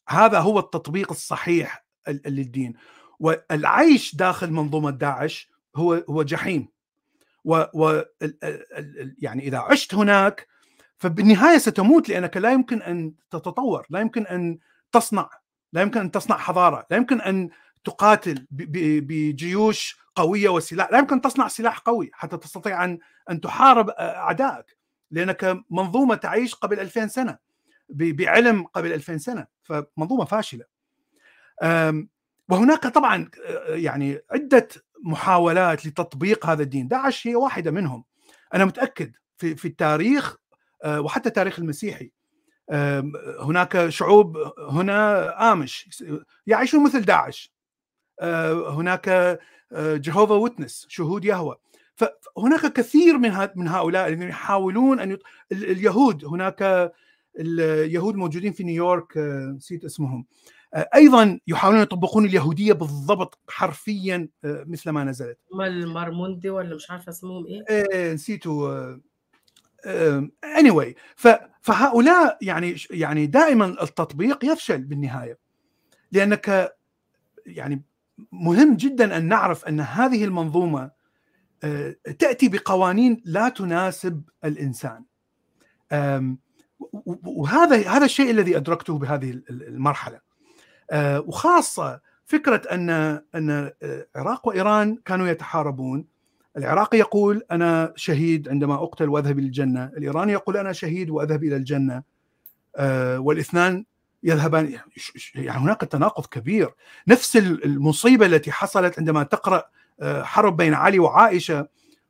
هذا هو التطبيق الصحيح للدين. والعيش داخل منظومة داعش هو هو جحيم. و, و يعني إذا عشت هناك فبالنهاية ستموت، لأنك لا يمكن أن تتطور، لا يمكن أن تصنع، لا يمكن أن تصنع حضارة، لا يمكن أن تقاتل بجيوش قوية وسلاح، لا يمكن أن تصنع سلاح قوي حتى تستطيع أن أن تحارب أعدائك، لأنك منظومة تعيش قبل ألفين سنة بعلم قبل ألفين سنة، فمنظومة فاشلة. وهناك طبعا يعني عدة محاولات لتطبيق هذا الدين، داعش هي واحدة منهم. أنا متأكد في في التاريخ وحتى التاريخ المسيحي هناك شعوب هنا آمش يعيشون مثل داعش، هناك جهوفا ويتنس شهود يهوه، فهناك كثير من من هؤلاء الذين يحاولون أن يط... اليهود، هناك اليهود موجودين في نيويورك نسيت اسمهم، أيضا يحاولون يطبقون اليهودية بالضبط حرفيا مثل ما نزلت. المارموندي ولا مش عارفة اسمهم إيه؟ إيه نسيته. anyway فهؤلاء يعني يعني دائما التطبيق يفشل بالنهاية، لأنك يعني مهم جدا أن نعرف أن هذه المنظومة تأتي بقوانين لا تناسب الإنسان، وهذا هذا الشيء الذي أدركته بهذه المرحلة، وخاصة فكرة أن أن العراق وإيران كانوا يتحاربون. العراقي يقول أنا شهيد عندما أقتل وأذهب إلى الجنة، الإيراني يقول أنا شهيد وأذهب إلى الجنة، والاثنان يذهبان. يعني هناك تناقض كبير. نفس المصيبة التي حصلت عندما تقرأ حرب بين علي وعائشة،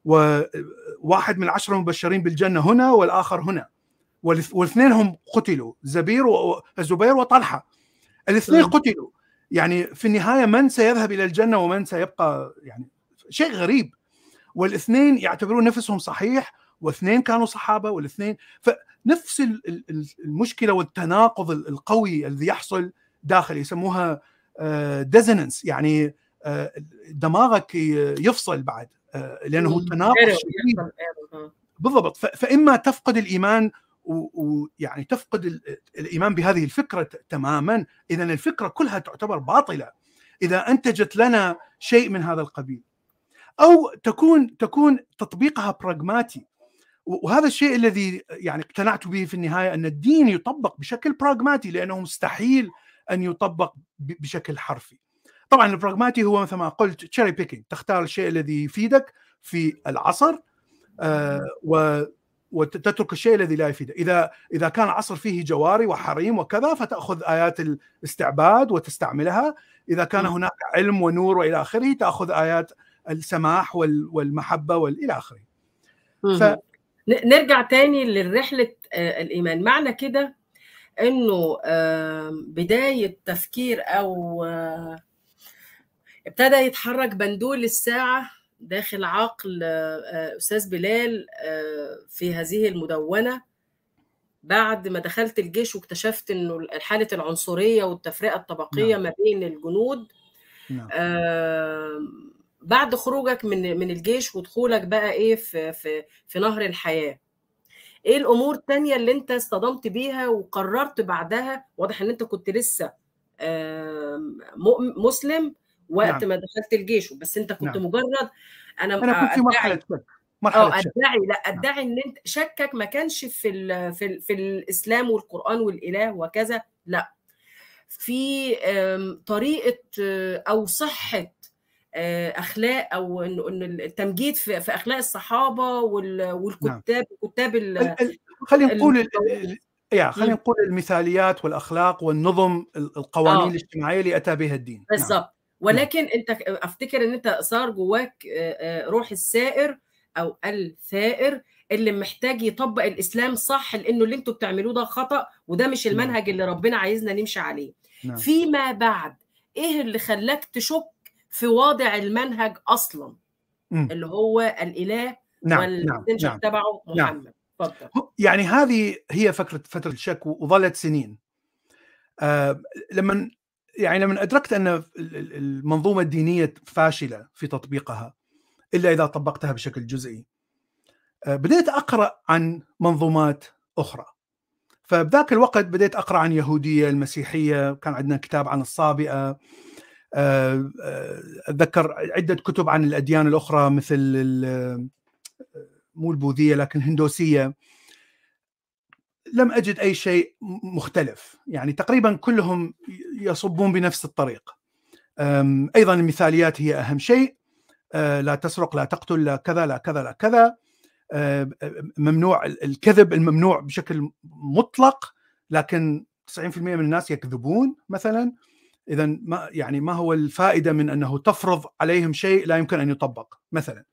وواحد من العشرة المبشرين بالجنة هنا والآخر هنا، والاثنين هم قتلوا، زبير وزبير وطلحة، الاثنين قتلوا. يعني في النهاية من سيذهب إلى الجنة ومن سيبقى؟ يعني شيء غريب. والاثنين يعتبرون نفسهم صحيح، واثنين كانوا صحابة، والاثنين فنفس المشكلة والتناقض القوي الذي يحصل داخل، يسموها ديزونانس، يعني دماغك يفصل بعد، لأنه تناقض شديد. بالضبط. فإما تفقد الإيمان ويعني تفقد الإيمان بهذه الفكرة تماما، إذن الفكرة كلها تعتبر باطلة إذا أنتجت لنا شيء من هذا القبيل، أو تكون تكون تطبيقها براغماتي. وهذا الشيء الذي يعني اقتنعت به في النهاية، أن الدين يطبق بشكل براغماتي، لأنه مستحيل أن يطبق بشكل حرفي. طبعا البراغماتي هو مثل ما قلت تشيري بيكينج، تختار الشيء الذي يفيدك في العصر آه و وتترك الشيء الذي لا يفيده. إذا إذا كان العصر فيه جواري وحريم وكذا فتأخذ آيات الاستعباد وتستعملها، إذا كان هناك علم ونور وإلى آخره تأخذ آيات السماح والمحبة والإلى آخره. ف... نرجع تاني للرحلة الإيمان. معنى كده إنه بداية تفكير أو ابتدى يتحرك بندول الساعة داخل عقل أستاذ بلال في هذه المدونة بعد ما دخلت الجيش واكتشفت إنه حالة العنصرية والتفرقة الطبقية نعم. ما بين الجنود نعم. بعد خروجك من من الجيش ودخولك بقى ايه في في في نهر الحياه، ايه الامور التانية اللي انت اصطدمت بيها وقررت بعدها؟ واضح ان انت كنت لسه مسلم وقت نعم. ما دخلت الجيش، بس انت كنت نعم. مجرد انا انا كنت في مرحله شك مرحله شك ادعي لا ادعي ان انت شكك ما كانش في ال في, ال في الاسلام والقران والاله وكذا، لا، في طريقه او صحه اخلاق او ان التمجيد في, في اخلاق الصحابه والكتاب كتاب خلينا نقول يا خلينا نقول المثاليات والاخلاق والنظم القوانين آه. الاجتماعيه اللي اتى بها الدين بالضبط. نعم. ولكن نعم. انت افتكر ان انت صار جواك روح السائر او الثائر اللي محتاج يطبق الاسلام صح، لانه اللي انتوا بتعملوه ده خطا وده مش المنهج نعم. اللي ربنا عايزنا نمشي عليه. نعم. فيما بعد ايه اللي خلاك تشك في وضع المنهج اصلا م. اللي هو الاله نعم. والمسنجر نعم. تبعه محمد؟ نعم. اتفضل. يعني هذه هي فكره فتره الشك وظلت سنين. آه لما يعني لما ادركت ان المنظومه الدينيه فاشله في تطبيقها الا اذا طبقتها بشكل جزئي، آه بديت اقرا عن منظومات اخرى. فبذاك الوقت بديت أقرأ عن يهودية، المسيحية، كان عندنا كتاب عن الصابئة، أتذكر عدة كتب عن الأديان الأخرى مثل مو البوذية لكن الهندوسية. لم أجد أي شيء مختلف، يعني تقريبا كلهم يصبون بنفس الطريق. أيضا المثاليات هي أهم شيء، لا تسرق، لا تقتل، لا كذا لا كذا لا كذا، ممنوع الكذب، الممنوع بشكل مطلق، لكن تسعين بالمئة من الناس يكذبون مثلا. إذا ما يعني ما هو الفائدة من أنه تفرض عليهم شيء لا يمكن أن يطبق مثلا.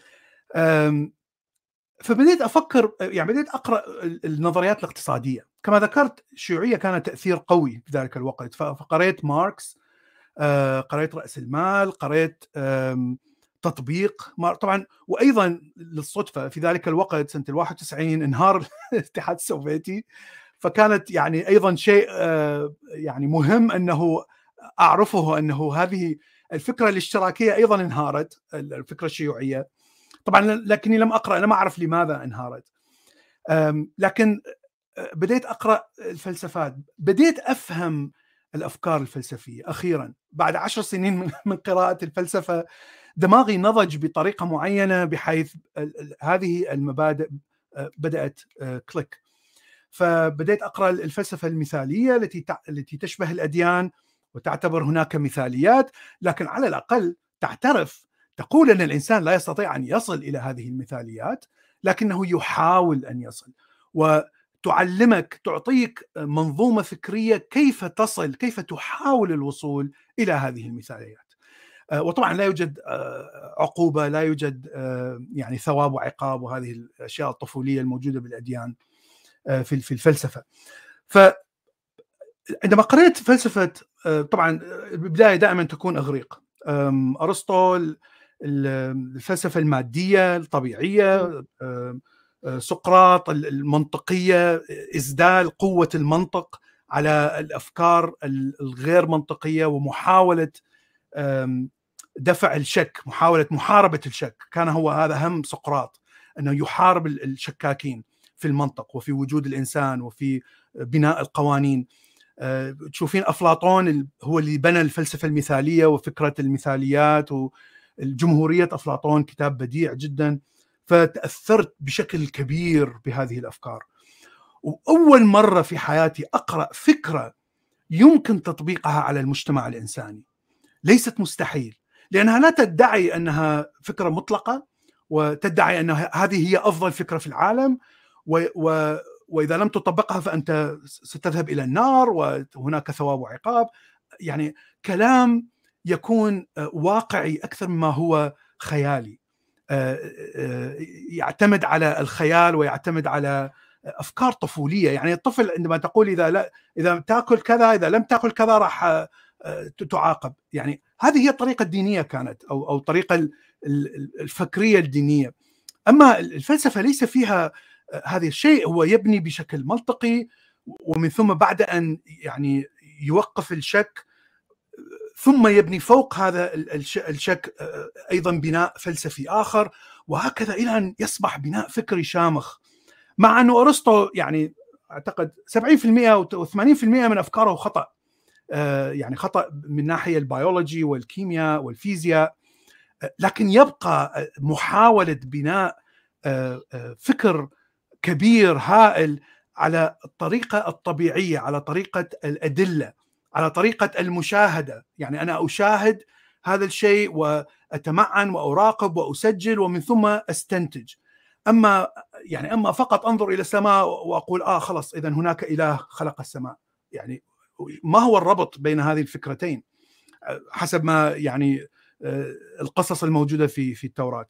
فبديت أفكر، يعني بديت أقرأ النظريات الاقتصادية. كما ذكرت الشيوعية كانت تأثير قوي في ذلك الوقت، فقرأت ماركس، قرأت رأس المال، قرأت تطبيق طبعا. وأيضا للصدفة في ذلك الوقت سنة الواحد وتسعين انهار الاتحاد السوفيتي، فكانت يعني أيضا شيء يعني مهم أنه أعرفه، أنه هذه الفكرة الاشتراكية أيضا انهارت، الفكرة الشيوعية طبعا، لكني لم أقرأ، لم أعرف لماذا انهارت. لكن بديت أقرأ الفلسفات، بديت أفهم الأفكار الفلسفية. أخيرا بعد عشر سنين من قراءة الفلسفة دماغي نضج بطريقة معينة بحيث هذه المبادئ بدأت كليك. فبديت أقرأ الفلسفة المثالية التي التي تشبه الأديان وتعتبر هناك مثاليات، لكن على الأقل تعترف، تقول أن الإنسان لا يستطيع أن يصل إلى هذه المثاليات، لكنه يحاول أن يصل، وتعلمك، تعطيك منظومة فكرية كيف تصل، كيف تحاول الوصول إلى هذه المثاليات. وطبعا لا يوجد عقوبة، لا يوجد يعني ثواب وعقاب، وهذه الأشياء الطفولية الموجودة بالأديان في في الفلسفة. فعندما قرأت فلسفة، طبعا البداية دائما تكون إغريق، أرسطو، الفلسفة المادية الطبيعية، سقراط المنطقية، إسدال قوة المنطق على الأفكار الغير منطقية، ومحاولة دفع الشك، محاولة محاربة الشك. كان هو هذا هم سقراط، أنه يحارب الشكاكين في المنطق وفي وجود الإنسان وفي بناء القوانين. تشوفين أفلاطون هو اللي بنى الفلسفة المثالية وفكرة المثاليات، والجمهورية أفلاطون كتاب بديع جدا. فتأثرت بشكل كبير بهذه الأفكار، وأول مرة في حياتي أقرأ فكرة يمكن تطبيقها على المجتمع الإنساني. ليست مستحيل، لأنها لا تدعي أنها فكرة مطلقة وتدعي أن هذه هي أفضل فكرة في العالم، و و وإذا لم تطبقها فأنت ستذهب إلى النار وهناك ثواب وعقاب. يعني كلام يكون واقعي أكثر مما هو خيالي، يعتمد على الخيال ويعتمد على أفكار طفولية. يعني الطفل عندما تقول إذا لا إذا تأكل كذا، إذا لم تأكل كذا راح تعاقب. يعني هذه هي الطريقة الدينية كانت، أو أو الطريقة الفكرية الدينية. أما الفلسفة ليس فيها هذا الشيء، هو يبني بشكل منطقي، ومن ثم بعد أن يعني يوقف الشك ثم يبني فوق هذا الشك أيضا بناء فلسفي آخر، وهكذا إلى أن يصبح بناء فكري شامخ. مع أنه أرسطو يعني أعتقد سبعين بالمئة أو ثمانين بالمئة من أفكاره خطأ، يعني خطأ من ناحية البيولوجي والكيمياء والفيزياء، لكن يبقى محاولة بناء فكر كبير هائل على الطريقة الطبيعية، على طريقة الأدلة، على طريقة المشاهدة. يعني أنا أشاهد هذا الشيء وأتمعن وأراقب وأسجل ومن ثم أستنتج. أما يعني أما فقط أنظر إلى السماء وأقول آه خلاص إذن هناك إله خلق السماء، يعني ما هو الربط بين هذه الفكرتين حسب ما يعني القصص الموجودة في في التوراة.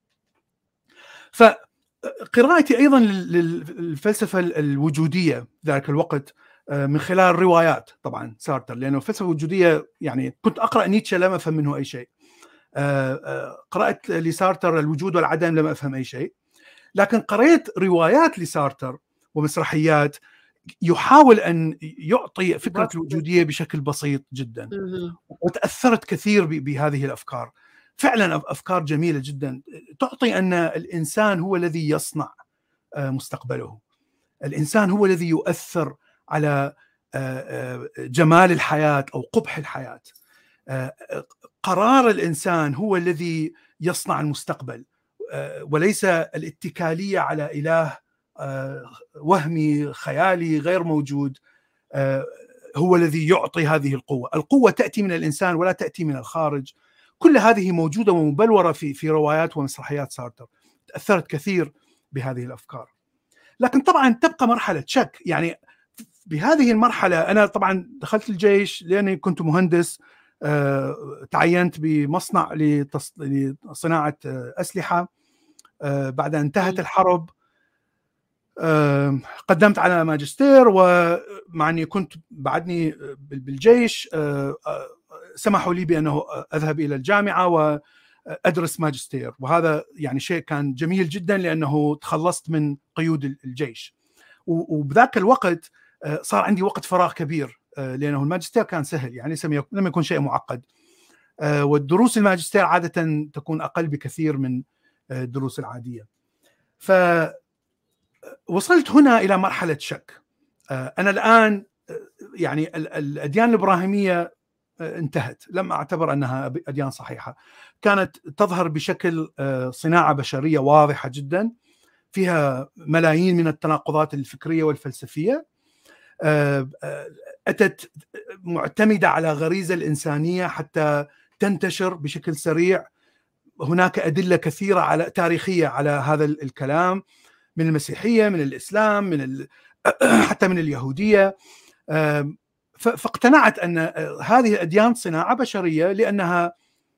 فقراءتي أيضا للفلسفة الوجودية ذاك الوقت من خلال روايات طبعا سارتر، لأنه الفلسفة الوجودية يعني كنت أقرأ نيتشه لم أفهم منه أي شيء، قرأت لسارتر الوجود والعدم لم أفهم أي شيء، لكن قرأت روايات لسارتر ومسرحيات يحاول أن يعطي فكرة الوجودية بشكل بسيط جدا، وتأثرت كثير بهذه الأفكار. فعلا أفكار جميلة جدا تعطي أن الإنسان هو الذي يصنع مستقبله. الإنسان هو الذي يؤثر على جمال الحياة أو قبح الحياة. قرار الإنسان هو الذي يصنع المستقبل، وليس الاتكالية على إله وهمي خيالي غير موجود هو الذي يعطي هذه القوة. القوة تأتي من الإنسان ولا تأتي من الخارج. كل هذه موجودة ومبلورة في في روايات ومسرحيات سارتر. تأثرت كثير بهذه الأفكار. لكن طبعا تبقى مرحلة شك. يعني بهذه المرحلة أنا طبعا دخلت الجيش لأني كنت مهندس، تعينت بمصنع لصناعة أسلحة. بعد أن انتهت الحرب قدمت على ماجستير، ومع أني كنت بعدني بالجيش سمحوا لي بأنه أذهب إلى الجامعة وأدرس ماجستير، وهذا يعني شيء كان جميل جدا لأنه تخلصت من قيود الجيش. وبذاك الوقت صار عندي وقت فراغ كبير لأنه الماجستير كان سهل، يعني لم يكن شيء معقد، والدروس الماجستير عادة تكون أقل بكثير من الدروس العادية. فوصلت هنا إلى مرحلة شك. أنا الآن يعني الأديان الإبراهيمية انتهت، لم أعتبر أنها أديان صحيحة. كانت تظهر بشكل صناعة بشرية واضحة جدا، فيها ملايين من التناقضات الفكرية والفلسفية، أتت معتمدة على غريزة الإنسانية حتى تنتشر بشكل سريع. هناك أدلة كثيرة على تاريخية على هذا الكلام، من المسيحية، من الإسلام، من ال... حتى من اليهودية. فاقتنعت أن هذه الأديان صناعة بشرية لأنها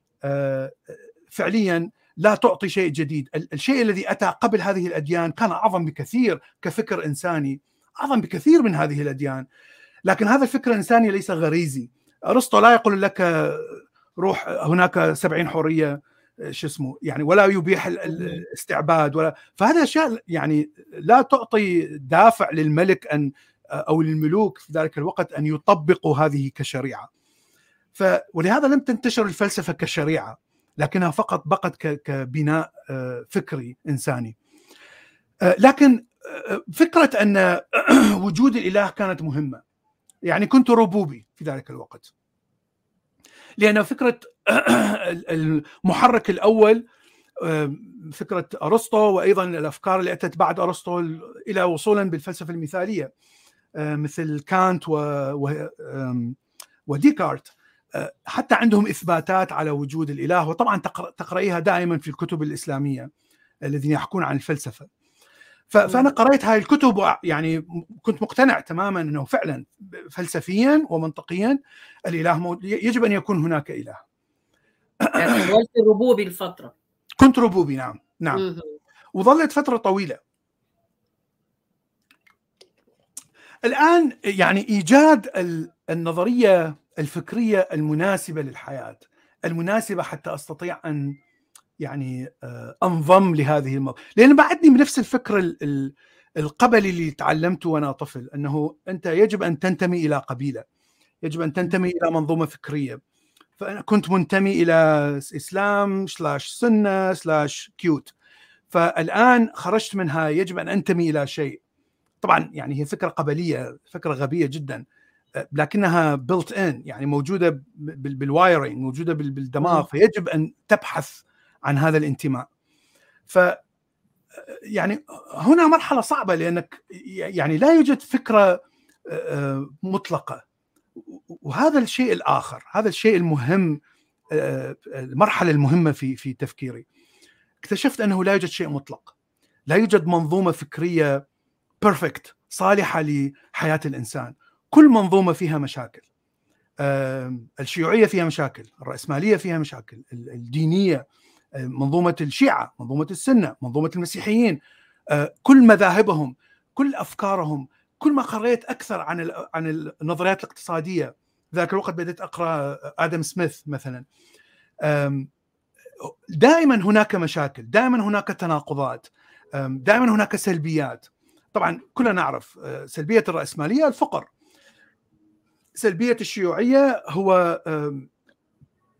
فعليا لا تعطي شيء جديد. الشيء الذي أتى قبل هذه الأديان كان أعظم بكثير كفكر إنساني، أعظم بكثير من هذه الأديان، لكن هذا الفكر الإنساني ليس غريزي. أرسطو لا يقول لك روح هناك سبعين حرية شو اسمه يعني، ولا يبيح الاستعباد، ولا فهذا أشياء يعني لا تعطي دافع للملك أن أو للملوك في ذلك الوقت أن يطبقوا هذه كشريعة. ف ولهذا لم تنتشر الفلسفة كشريعة، لكنها فقط بقت كبناء فكري إنساني. لكن فكرة أن وجود الإله كانت مهمة. يعني كنت ربوبي في ذلك الوقت، لأن فكرة المحرك الأول فكرة أرسطو، وأيضا الأفكار اللي أتت بعد أرسطو إلى وصولا بالفلسفة المثالية مثل كانت وديكارت، حتى عندهم إثباتات على وجود الإله. وطبعا تقرأيها دائما في الكتب الإسلامية الذين يحكون عن الفلسفة. فأنا قرأت هاي الكتب، يعني كنت مقتنع تماما أنه فعلا فلسفيا ومنطقيا الإله يجب أن يكون هناك إله. تحولت ربوبي الفترة. كنت ربوبي، نعم نعم. وظلت فترة طويلة. الآن يعني إيجاد النظرية الفكرية المناسبة للحياة، المناسبة حتى أستطيع أن يعني أنضم لهذه الموضوع، لأن بعدني بنفس الفكر القبلي اللي تعلمته وأنا طفل، أنه أنت يجب أن تنتمي إلى قبيلة، يجب أن تنتمي إلى منظومة فكرية. فأنا كنت منتمي إلى إسلام سلاش سنة سلاش كيوت. فالآن خرجت منها، يجب أن أنتمي إلى شيء. طبعا يعني هي فكرة قبلية، فكرة غبية جدا، لكنها built in، يعني موجودة بالوايرين، موجودة بالدماغ، فيجب أن تبحث عن هذا الانتماء. ف يعني هنا مرحلة صعبة، لأنك يعني لا يوجد فكرة مطلقة، وهذا الشيء الآخر، هذا الشيء المهم، المرحلة المهمة في في تفكيري. اكتشفت أنه لا يوجد شيء مطلق، لا يوجد منظومة فكرية بيرفكت صالحة لحياة الإنسان. كل منظومة فيها مشاكل. الشيوعية فيها مشاكل، الرأسمالية فيها مشاكل، الدينية، منظومة الشيعة، منظومة السنة، منظومة المسيحيين، كل مذاهبهم، كل أفكارهم. كل ما قرأت أكثر عن عن النظريات الاقتصادية، ذاك الوقت بدأت أقرأ آدم سميث مثلا، دائما هناك مشاكل، دائما هناك تناقضات، دائما هناك سلبيات. طبعا كلنا نعرف سلبية الرأسمالية الفقر، سلبية الشيوعية هو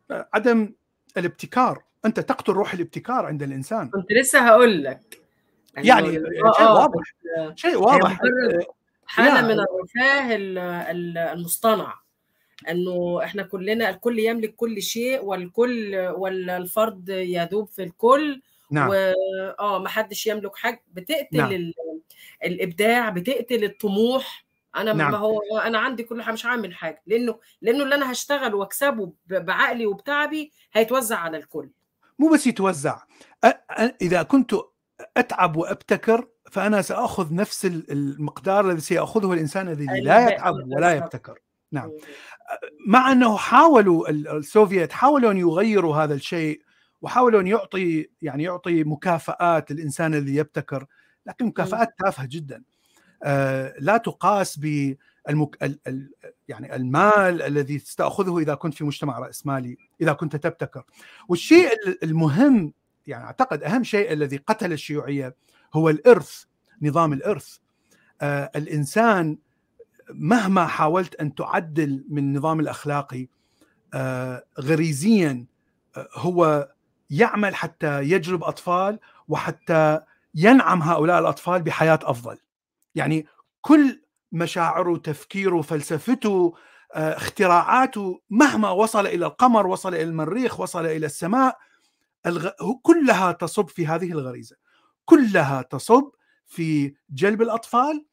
عدم الابتكار. أنت تقتل روح الابتكار عند الإنسان. كنت لسه هقول لك يعني آه شيء آه واضح، بس شيء هي واضح. مجرد حالة يا من الرفاه ال ال المصطنع، إنه إحنا كلنا الكل يملك كل شيء، والكل والفرد يذوب في الكل، نعم وآه ما حدش يملك حاجة، بتقتل نعم ال الإبداع، بتقتل الطموح. أنا ما نعم هو أنا عندي كل حاجة، مش هاعمل حاجة، لأنه لأنه اللي أنا هاشتغل واكسبه ب بعقلي وبتعبي هيتوزع على الكل. مو بس يتوزع، أ أ إذا كنت أتعب وأبتكر فأنا سآخذ نفس ال المقدار الذي سيأخذه الإنسان الذي لا الب يتعب ولا بالضبط. يبتكر. نعم. اهم. مع أنه حاولوا ال السوفيت حاولوا أن يغيروا هذا الشيء، وحاولوا أن يعطي يعني يعطي مكافآت للإنسان الذي يبتكر، لكن إمم. مكافآت تافهة جدًا. آآ لا تُقاس بالمك ال ال يعني المال الذي ستأخذه إذا كنت في مجتمع رأسمالي، إذا كنت تبتكر. والشيء ال المهم، يعني أعتقد أهم شيء الذي قتل الشيوعية هو الإرث، نظام الإرث. آآ الإنسان مهما حاولت أن تعدل من النظام الأخلاقي، آه، غريزيا آه، هو يعمل حتى يجلب أطفال وحتى ينعم هؤلاء الأطفال بحياة أفضل. يعني كل مشاعره، تفكيره، فلسفته، آه، اختراعاته، مهما وصل إلى القمر، وصل إلى المريخ، وصل إلى السماء، الغ... كلها تصب في هذه الغريزة، كلها تصب في جلب الأطفال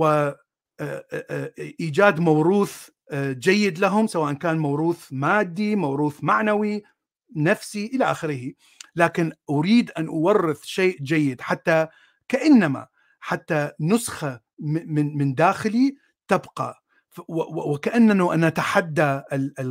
وإيجاد موروث جيد لهم، سواء كان موروث مادي، موروث معنوي، نفسي، إلى آخره. لكن أريد أن أورث شيء جيد، حتى كأنما حتى نسخة من من داخلي تبقى، وكأننا نتحدى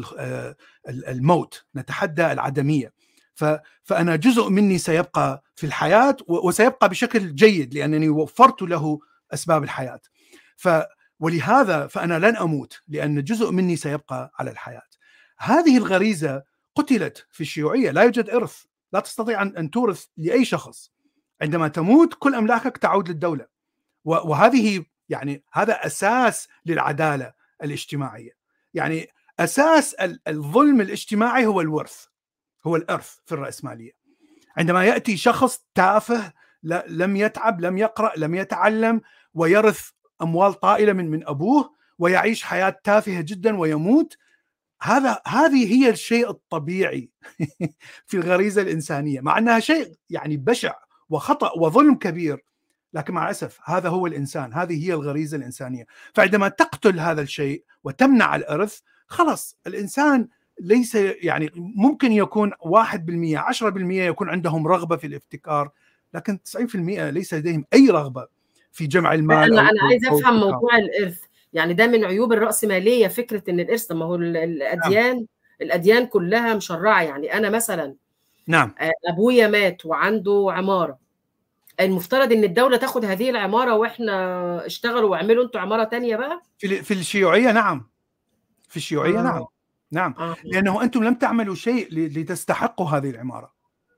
الموت، نتحدى العدمية. فأنا جزء مني سيبقى في الحياة وسيبقى بشكل جيد لأنني وفرت له أسباب الحياة. ف ولهذا فأنا لن أموت، لأن جزء مني سيبقى على الحياة. هذه الغريزة قتلت في الشيوعية. لا يوجد إرث، لا تستطيع أن تورث لأي شخص. عندما تموت كل أملاكك تعود للدولة، وهذه يعني هذا أساس للعدالة الاجتماعية. يعني أساس الظلم الاجتماعي هو الورث، هو الإرث في الرأسمالية. عندما يأتي شخص تافه لم يتعب، لم يقرأ، لم يتعلم، ويرث أموال طائلة من من أبوه ويعيش حياة تافهة جدا ويموت، هذا هذه هي الشيء الطبيعي في الغريزة الإنسانية، مع أنها شيء يعني بشع وخطأ وظلم كبير، لكن مع الأسف هذا هو الإنسان، هذه هي الغريزة الإنسانية. فعندما تقتل هذا الشيء وتمنع الإرث، خلاص الإنسان ليس يعني ممكن يكون واحد بالمئة عشرة بالمئة يكون عندهم رغبة في الابتكار، لكن تسعين بالمئة ليس لديهم أي رغبة في جمع المال أنا أو أنا عايزة أو أفهم الابتكار. موضوع الإرث، يعني ده من عيوب الرأسمالية، فكرة إن الإرث، ما هو ال نعم الأديان الأديان كلها مشرعة. يعني أنا مثلًا نعم أبويا مات وعنده عمارة، المفترض إن الدولة تاخد هذه العمارة، وإحنا اشتغلوا واعملوا أنتم عمارة تانية بقى؟ في في الشيوعية نعم، في الشيوعية نعم آه. نعم، آه. لأنه أنتم لم تعملوا شيء لتستحقوا هذه العمارة.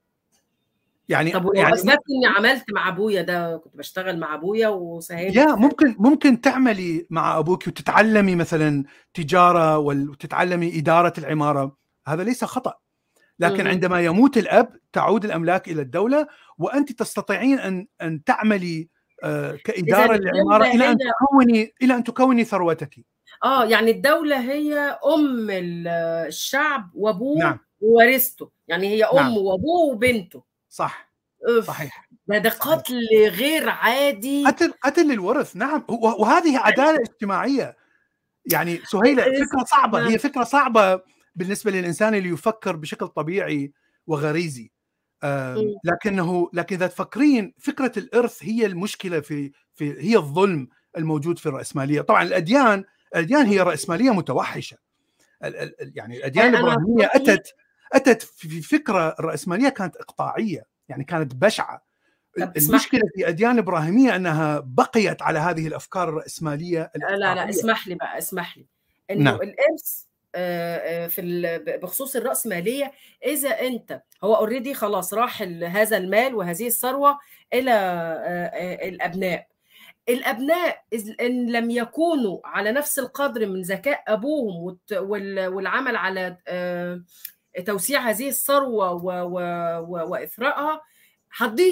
يعني طب ولو يعني أثبتت إني عملت مع أبويا ده، كنت باشتغل مع أبويا وساهمت يا في ممكن ممكن تعملي مع أبوك وتتعلمي مثلا تجارة وتتعلمي إدارة العمارة، هذا ليس خطأ. لكن اهم. عندما يموت الأب تعود الأملاك إلى الدولة، وأنت تستطيعين أن أن تعملي آه، إذا كإدارة للعمارة الدولة إلى أن هي تكوني إلى أن تكوني ثروتك. آه، يعني الدولة هي أم ال الشعب وأبوه نعم وورثته، يعني هي نعم أم وأبوه وبنته. صح أوف! صحيح ده ده صحيح. قتل غير عادي. قتل قتل للورث، نعم. وهذه عدالة اجتماعية. يعني سهيلة، فكرة صعبة، هي فكرة صعبة بالنسبة للإنسان اللي يفكر بشكل طبيعي وغريزي. إمم. لكنه لكن إذا تفكرين فكرة الإرث هي المشكلة في في هي الظلم الموجود في الرأسمالية. طبعا الأديان الأديان هي رأسمالية متوحشة. يعني الأديان أنا في الإبراهيمية رأيي أتت أتت في فكرة الرأسمالية كانت إقطاعية، يعني كانت بشعة. طب اسمح المشكلة في الأديان الإبراهيمية أنها بقيت على هذه الأفكار الرأسمالية لا، لا، الإقطاعية. اسمح لي بقى، اسمح لي، إنه نعم الإرث آآ، في ال ب بخصوص الرأسمالية، إذا أنت هو already خلاص راح ال هذا المال وهذه الثروة إلى آآ، الأبناء. الأبناء إذ إن لم يكونوا على نفس القدر من ذكاء أبوهم والت وال والعمل على آآ، توسيع هذه الثروة و و و وإثرائها، هتضيع.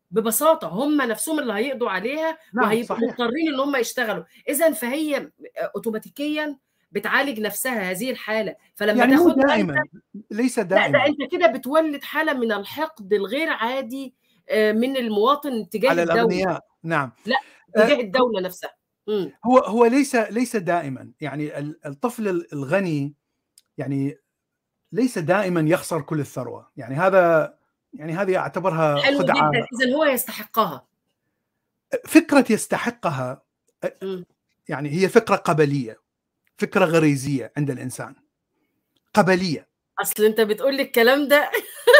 ببساطه هم نفسهم اللي هيقضوا عليها، نعم وهيبقوا صحيح. مضطرين ان هم يشتغلوا. اذا فهي اوتوماتيكيا بتعالج نفسها هذه الحاله، فلما يعني مو تاخدها انت، دائما، ليس لا ده دائما انت كده بتولد حاله من الحقد الغير عادي آه، من المواطن تجاه على الدوله. الأغنياء. نعم. لا، أه، تجاه الدوله نفسها. مم. هو هو ليس ليس دائما، يعني الطفل الغني يعني ليس دائما يخسر كل الثروة، يعني هذا يعني هذه أعتبرها حلو خدعة. جدا، اذا هو يستحقها. فكرة يستحقها مم. يعني هي فكرة قبلية، فكرة غريزية عند الإنسان، قبلية. اصل انت بتقول لي الكلام ده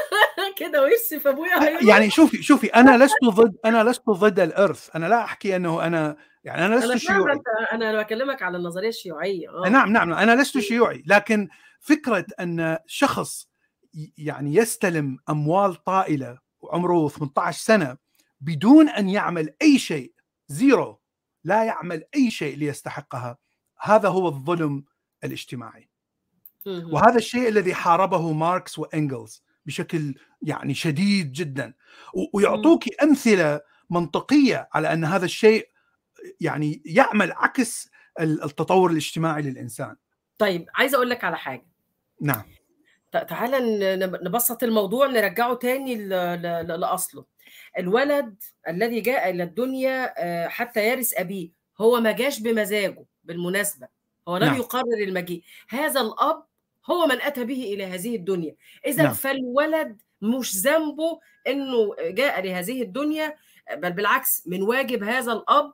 كده وش في ابويا هيروح. يعني شوفي شوفي أنا لست ضد أنا لست ضد الإرث، أنا لا أحكي أنه أنا يعني أنا لست انا فاهمه، شيوعي. انت انا انا بكلمك على النظريه الشيوعيه. اه نعم نعم أنا لست شيوعي، لكن فكرة أن شخص يعني يستلم أموال طائلة وعمره ثمانية عشر سنة بدون أن يعمل أي شيء، زيرو، لا يعمل أي شيء ليستحقها، هذا هو الظلم الاجتماعي. مهم. وهذا الشيء الذي حاربه ماركس وإنجلز بشكل يعني شديد جدا، ويعطوك أمثلة منطقية على أن هذا الشيء يعني يعمل عكس التطور الاجتماعي للإنسان. طيب عايزه اقول لك على حاجه. نعم. ت- تعالى ن- نبسط الموضوع، نرجعه تاني ل- ل- ل- لاصله. الولد الذي جاء الى الدنيا آه، حتى يرث ابيه، هو ما جاش بمزاجه بالمناسبه، هو لم نعم يقرر المجيء. هذا الاب هو من اتى به الى هذه الدنيا. اذا نعم فالولد مش ذنبه انه جاء لهذه الدنيا، بل بالعكس، من واجب هذا الاب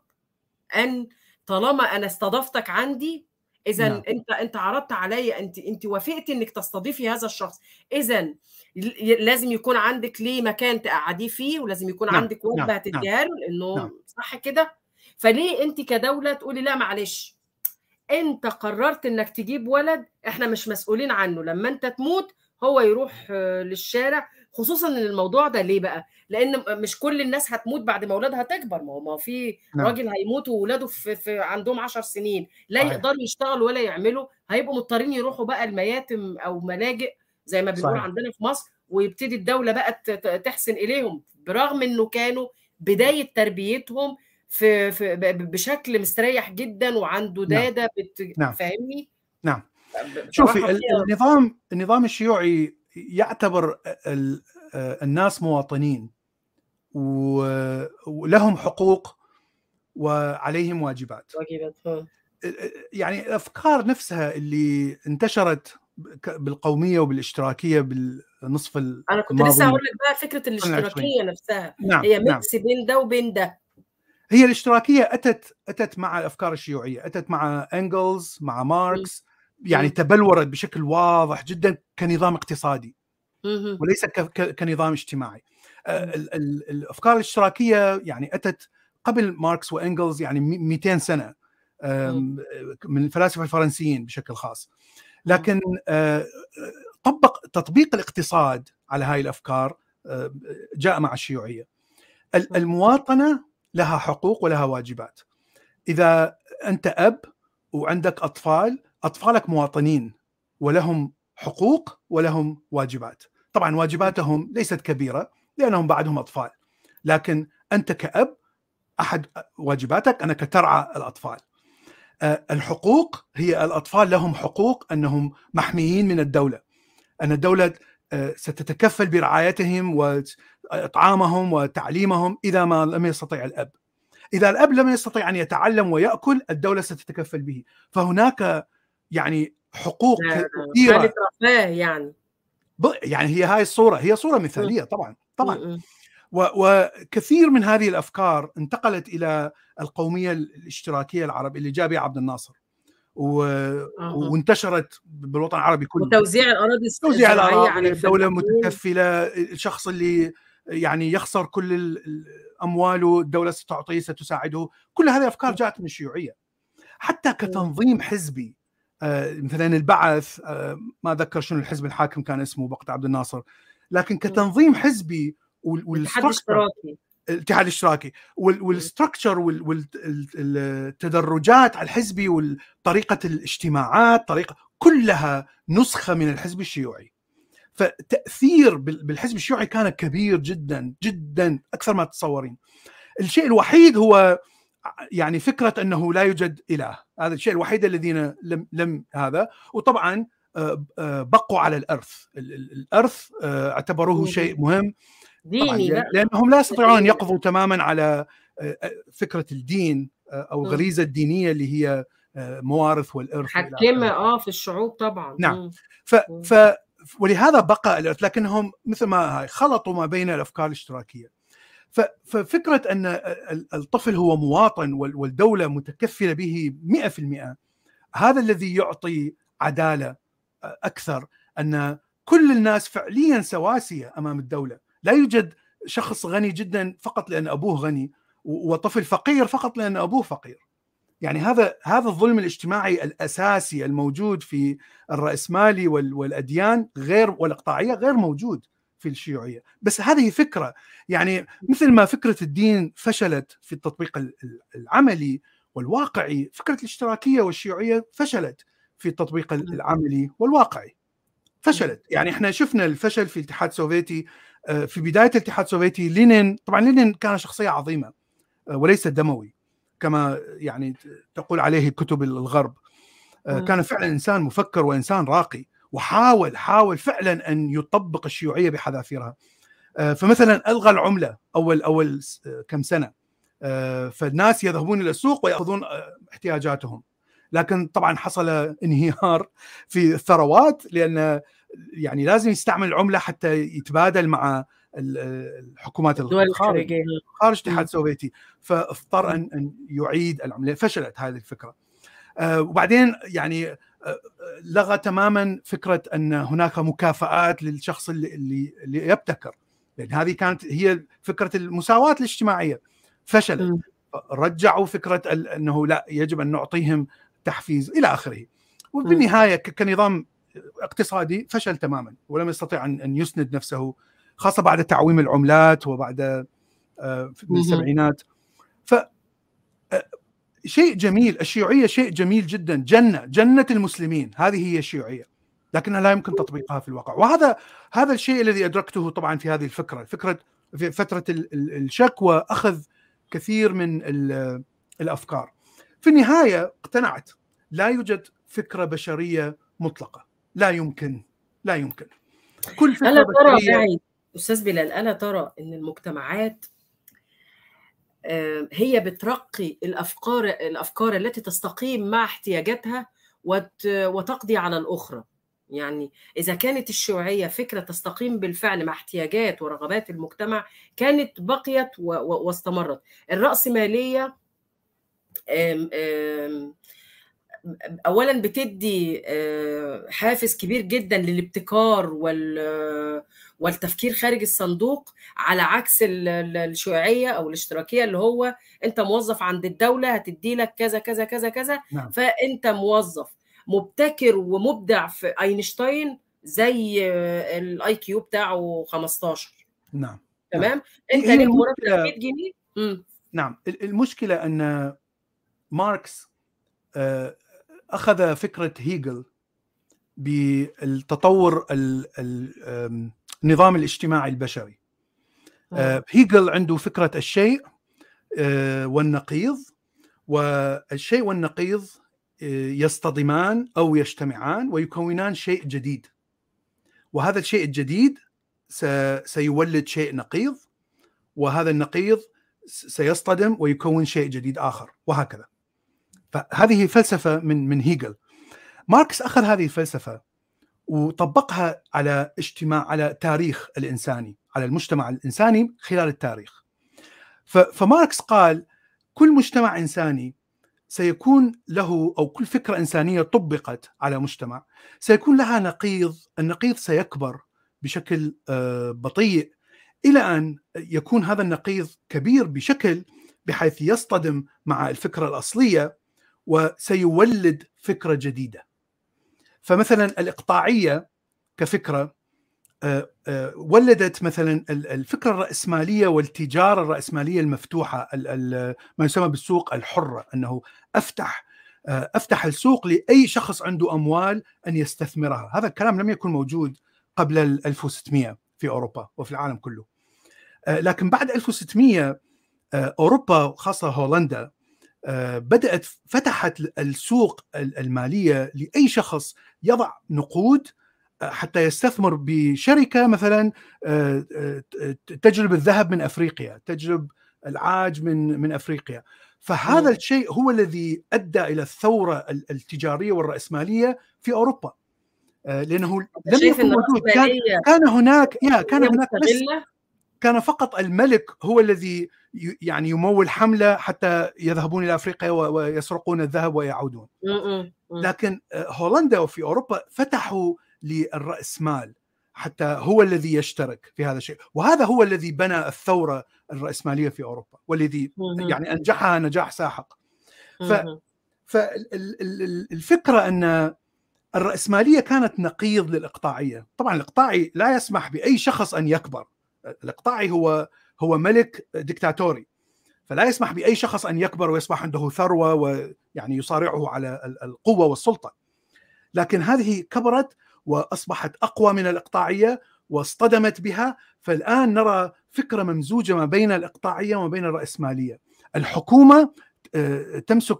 ان طالما انا استضفتك عندي، اذا نعم انت انت عرضت عليا، انت انت وافقتي انك تستضيفي هذا الشخص، اذا لازم يكون عندك ليه مكان تقعديه فيه، ولازم يكون نعم عندك نعم وجبه نعم هتديها له، نعم لانه صح كده. فليه انت كدوله تقولي لا معلش، انت قررت انك تجيب ولد احنا مش مسؤولين عنه، لما انت تموت هو يروح آه، للشارع. خصوصا ان الموضوع ده ليه بقى؟ لان مش كل الناس هتموت بعد ما اولادها تكبر. ما هو ما في نعم راجل هيموت واولاده في, في عندهم عشر سنين لا صحيح يقدروا يشتغلوا ولا يعملوا، هيبقوا مضطرين يروحوا بقى المياتم او ملاجئ زي ما بنقول صحيح. عندنا في مصر، ويبتدي الدولة بقى ت- ت- تحسن اليهم، برغم انه كانوا بداية تربيتهم في, في ب- بشكل مستريح جدا، وعنده نعم داده بت... نعم فاهمني. نعم. بصراحه شوفي ال- فيها. النظام النظام الشيوعي يعتبر ال- الناس مواطنين و- ولهم حقوق وعليهم واجبات. واجبات. ها. يعني الافكار نفسها اللي انتشرت بالقوميه وبالاشتراكيه بالنصف انا كنت لسه الماضي هقول لك بقى فكره القرن العشرين. الاشتراكيه نفسها، نعم هي نعم. ميكس بين ده وبين ده. هي الاشتراكيه اتت اتت مع الافكار الشيوعيه، اتت مع انجلز مع م. ماركس، يعني م. تبلورت بشكل واضح جدا كنظام اقتصادي مهم. وليس ك- ك- كنظام اجتماعي. آه، م. ال- ال- الافكار الاشتراكيه يعني اتت قبل ماركس وانجلز يعني مئتين سنه، م. آم، من الفلاسفه الفرنسيين بشكل خاص. م. لكن آه، طبق تطبيق الاقتصاد على هاي الافكار آه، جاء مع الشيوعيه. ال- م. المواطنه لها حقوق ولها واجبات. اذا انت اب وعندك اطفال، اطفالك مواطنين ولهم حقوق ولهم واجبات. طبعا واجباتهم ليست كبيره لانهم بعدهم اطفال، لكن انت كاب احد واجباتك انك ترعى الاطفال. آه، الحقوق هي الاطفال لهم حقوق انهم محميين من الدوله، ان الدوله آه، ستتكفل برعايتهم واطعامهم وتعليمهم اذا ما لم يستطيع الاب. إذا الأب لم يستطيع أن يتعلم ويأكل، الدولة ستتكفل به. فهناك يعني حقوق كثيرة. حاله رفاه يعني. يعني هي هاي الصورة هي صورة م. مثالية طبعا طبعا. م. وكثير من هذه الأفكار انتقلت إلى القومية الاشتراكية العربية اللي جاء بها عبد الناصر و... أها. وانتشرت بالوطن العربي كله. وتوزيع الاراضي توزيع الزراعيه على الأراضي، الدولة الفلاحين. متكفلة، الشخص اللي يعني يخسر كل ال- أمواله الدولة ستعطيه ستساعده. كل هذه الأفكار جاءت من الشيوعية. حتى كتنظيم حزبي، آه، مثلا البعث، آه، ما أذكر شنو الحزب الحاكم كان اسمه وقت عبد الناصر، لكن كتنظيم حزبي الاتحاد والستركتشر الاشتراكي. الاتحاد الاشتراكي والستركتشر والتدرجات على الحزبي وطريقة الاجتماعات، طريقة كلها نسخة من الحزب الشيوعي. فتأثير بالحزب الشيوعي كان كبير جدا جدا أكثر ما تتصورين. الشيء الوحيد هو يعني فكرة أنه لا يوجد إله، هذا الشيء الوحيد الذين لم لم هذا. وطبعا بقوا على الأرث، الأرث اعتبروه شيء مهم ديني طبعا، لأنهم لا يستطيعون أن يقضوا تماما على فكرة الدين أو غريزة الدينية اللي هي موارث والإرث حكمة اه في الشعوب طبعا. نعم. ف, ف ولهذا بقى الإرث، لكنهم مثل ما خلطوا ما بين الأفكار الاشتراكية. ففكرة أن الطفل هو مواطن والدولة متكفلة به مئة في المئة، هذا الذي يعطي عدالة أكثر، أن كل الناس فعليا سواسية أمام الدولة. لا يوجد شخص غني جدا فقط لأن أبوه غني، وطفل فقير فقط لأن أبوه فقير. يعني هذا هذا الظلم الاجتماعي الأساسي الموجود في الرأسمالي والأديان غير والإقطاعية غير موجود في الشيوعية. بس هذه فكرة، يعني مثل ما فكرة الدين فشلت في التطبيق العملي والواقعي، فكرة الاشتراكية والشيوعية فشلت في التطبيق العملي والواقعي، فشلت. يعني احنا شفنا الفشل في الاتحاد السوفيتي. في بداية الاتحاد السوفيتي لينين، طبعا لينين كان شخصية عظيمة وليس دموي كما يعني تقول عليه كتب الغرب. كان فعلا إنسان مفكر وإنسان راقي، وحاول حاول فعلا أن يطبق الشيوعية بحذافيرها. فمثلا ألغى العملة أول أول كم سنة، فالناس يذهبون إلى السوق ويأخذون احتياجاتهم، لكن طبعا حصل انهيار في الثروات، لأن يعني لازم يستعمل العملة حتى يتبادل مع الحكومات الخارج خارج الاتحاد السوفيتي، فاضطر أن أن يعيد العملة. فشلت هذه الفكرة. وبعدين يعني لغى تماما فكرة أن هناك مكافآت للشخص اللي اللي يبتكر، لأن هذه كانت هي فكرة المساواة الاجتماعية. فشلت. رجعوا فكرة أنه لا، يجب أن نعطيهم تحفيز إلى آخره. وبالنهاية كنظام اقتصادي فشل تماما، ولم يستطيع أن يسند نفسه، خاصة بعد تعويم العملات وبعد السبعينات. ف شيء جميل، الشيوعية شيء جميل جدا، جنة جنة المسلمين، هذه هي الشيوعية، لكنها لا يمكن تطبيقها في الواقع. وهذا هذا الشيء الذي أدركته طبعا في هذه الفكرة، فكرة في فترة الشك وأخذ كثير من الأفكار. في النهاية اقتنعت لا يوجد فكرة بشرية مطلقة، لا يمكن لا يمكن كل فكرة ألا ترى بشرية. معي أستاذ بلال، ألا ترى أن المجتمعات هي بترقي الأفكار الأفكار التي تستقيم مع احتياجاتها وتقضي على الأخرى؟ يعني إذا كانت الشيوعية فكرة تستقيم بالفعل مع احتياجات ورغبات المجتمع كانت بقيت واستمرت. الرأسمالية آم آم أولا بتدي حافز كبير جدا للابتكار والتفكير خارج الصندوق، على عكس الشيوعية أو الاشتراكية اللي هو أنت موظف عند الدولة هتدي لك كذا كذا كذا كذا. نعم. فأنت موظف مبتكر ومبدع في أينشتاين زي الاي كيو بتاعه خمستاشر. نعم. تمام. نعم. أنت لك مرتب مية جنيه. م. نعم. المشكلة أن ماركس أخذ فكرة هيجل بالتطور النظام الاجتماعي البشري. هيجل عنده فكرة الشيء والنقيض، والشيء والنقيض يصطدمان أو يجتمعان ويكونان شيء جديد، وهذا الشيء الجديد سيولد شيء نقيض، وهذا النقيض سيصطدم ويكون شيء جديد آخر، وهكذا. فهذه فلسفة من من هيجل. ماركس أخذ هذه الفلسفة وطبقها على اجتماع على تاريخ الإنساني، على المجتمع الإنساني خلال التاريخ. فماركس قال كل مجتمع إنساني سيكون له، أو كل فكرة إنسانية طبقت على مجتمع سيكون لها نقيض. النقيض سيكبر بشكل بطيء إلى أن يكون هذا النقيض كبير بشكل بحيث يصطدم مع الفكرة الأصلية وسيولد فكرة جديدة. فمثلا الإقطاعية كفكرة ولدت مثلا الفكرة الرأسمالية والتجارة الرأسمالية المفتوحة، ما يسمى بالسوق الحرة، أنه أفتح أفتح السوق لأي شخص عنده أموال أن يستثمرها. هذا الكلام لم يكن موجود قبل ألف وستمئة في أوروبا وفي العالم كله. لكن بعد ألف وستمئة أوروبا خاصة هولندا بدأت فتحت السوق المالية لأي شخص يضع نقود حتى يستثمر بشركة مثلا تجلب الذهب من أفريقيا، تجلب العاج من من أفريقيا. فهذا الشيء هو الذي أدى إلى الثورة التجارية والرأسمالية في أوروبا، لأنه لم يكن موجود، كان, كان هناك يا كان هناك بس كان فقط الملك هو الذي يعني يمول حملة حتى يذهبون إلى أفريقيا ويسرقون الذهب ويعودون. لكن هولندا وفي أوروبا فتحوا للرأسمال حتى هو الذي يشترك في هذا الشيء، وهذا هو الذي بنى الثورة الرأسمالية في أوروبا والذي يعني أنجحها نجاح ساحق. فالفكرة أن الرأسمالية كانت نقيض للإقطاعية. طبعا الإقطاعي لا يسمح بأي شخص أن يكبر، الإقطاعي هو هو ملك ديكتاتوري، فلا يسمح بأي شخص أن يكبر ويصبح عنده ثروة ويعني يصارعه على القوة والسلطة. لكن هذه كبرت وأصبحت أقوى من الإقطاعية واصطدمت بها، فالآن نرى فكرة ممزوجة ما بين الإقطاعية وما بين الرأسمالية. الحكومة تمسك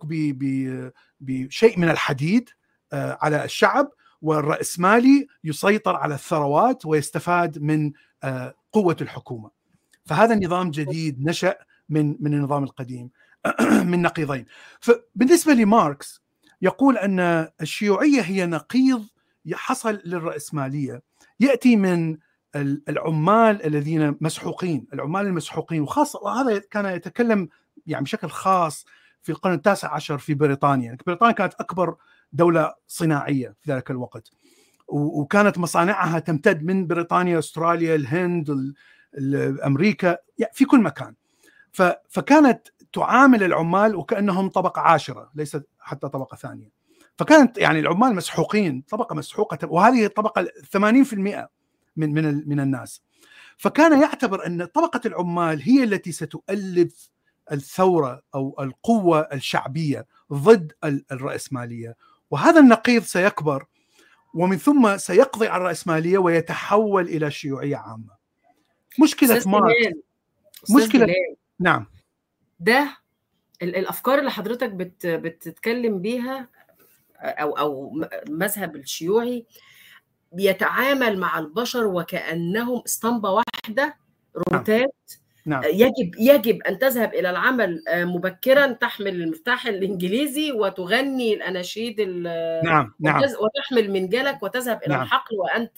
بشيء من الحديد على الشعب، والرأسمالي يسيطر على الثروات ويستفاد من قوة الحكومة. فهذا نظام جديد نشأ من من النظام القديم من نقيضين. فبالنسبة لماركس يقول أن الشيوعية هي نقيض حصل للرأسمالية، يأتي من العمال الذين مسحوقين، العمال المسحوقين، وخاصة وهذا كان يتكلم يعني بشكل خاص في القرن التاسع عشر في بريطانيا. يعني بريطانيا كانت أكبر دولة صناعية في ذلك الوقت، وكانت مصانعها تمتد من بريطانيا، أستراليا، الهند، أمريكا، في كل مكان. فكانت تعامل العمال وكأنهم طبقة عاشرة ليست حتى طبقة ثانية. فكانت يعني العمال مسحوقين، طبقة مسحوقة، وهذه الطبقة ثمانين بالمئة من من من الناس. فكان يعتبر أن طبقة العمال هي التي ستؤلف الثورة أو القوة الشعبية ضد الرأسمالية، وهذا النقيض سيكبر ومن ثم سيقضي على الرأسمالية ويتحول إلى شيوعية عامة. مشكلة ماركس مشكلة بلال. نعم، ده الأفكار اللي حضرتك بت بتتكلم بيها أو أو مذهب الشيوعي بيتعامل مع البشر وكأنهم اسطمبة واحدة، روبوتات. نعم. يجب يجب أن تذهب إلى العمل مبكرا، تحمل المفتاح الإنجليزي وتغني الأناشيد، نعم نعم، وتحمل منجلك وتذهب إلى نعم. الحقل وأنت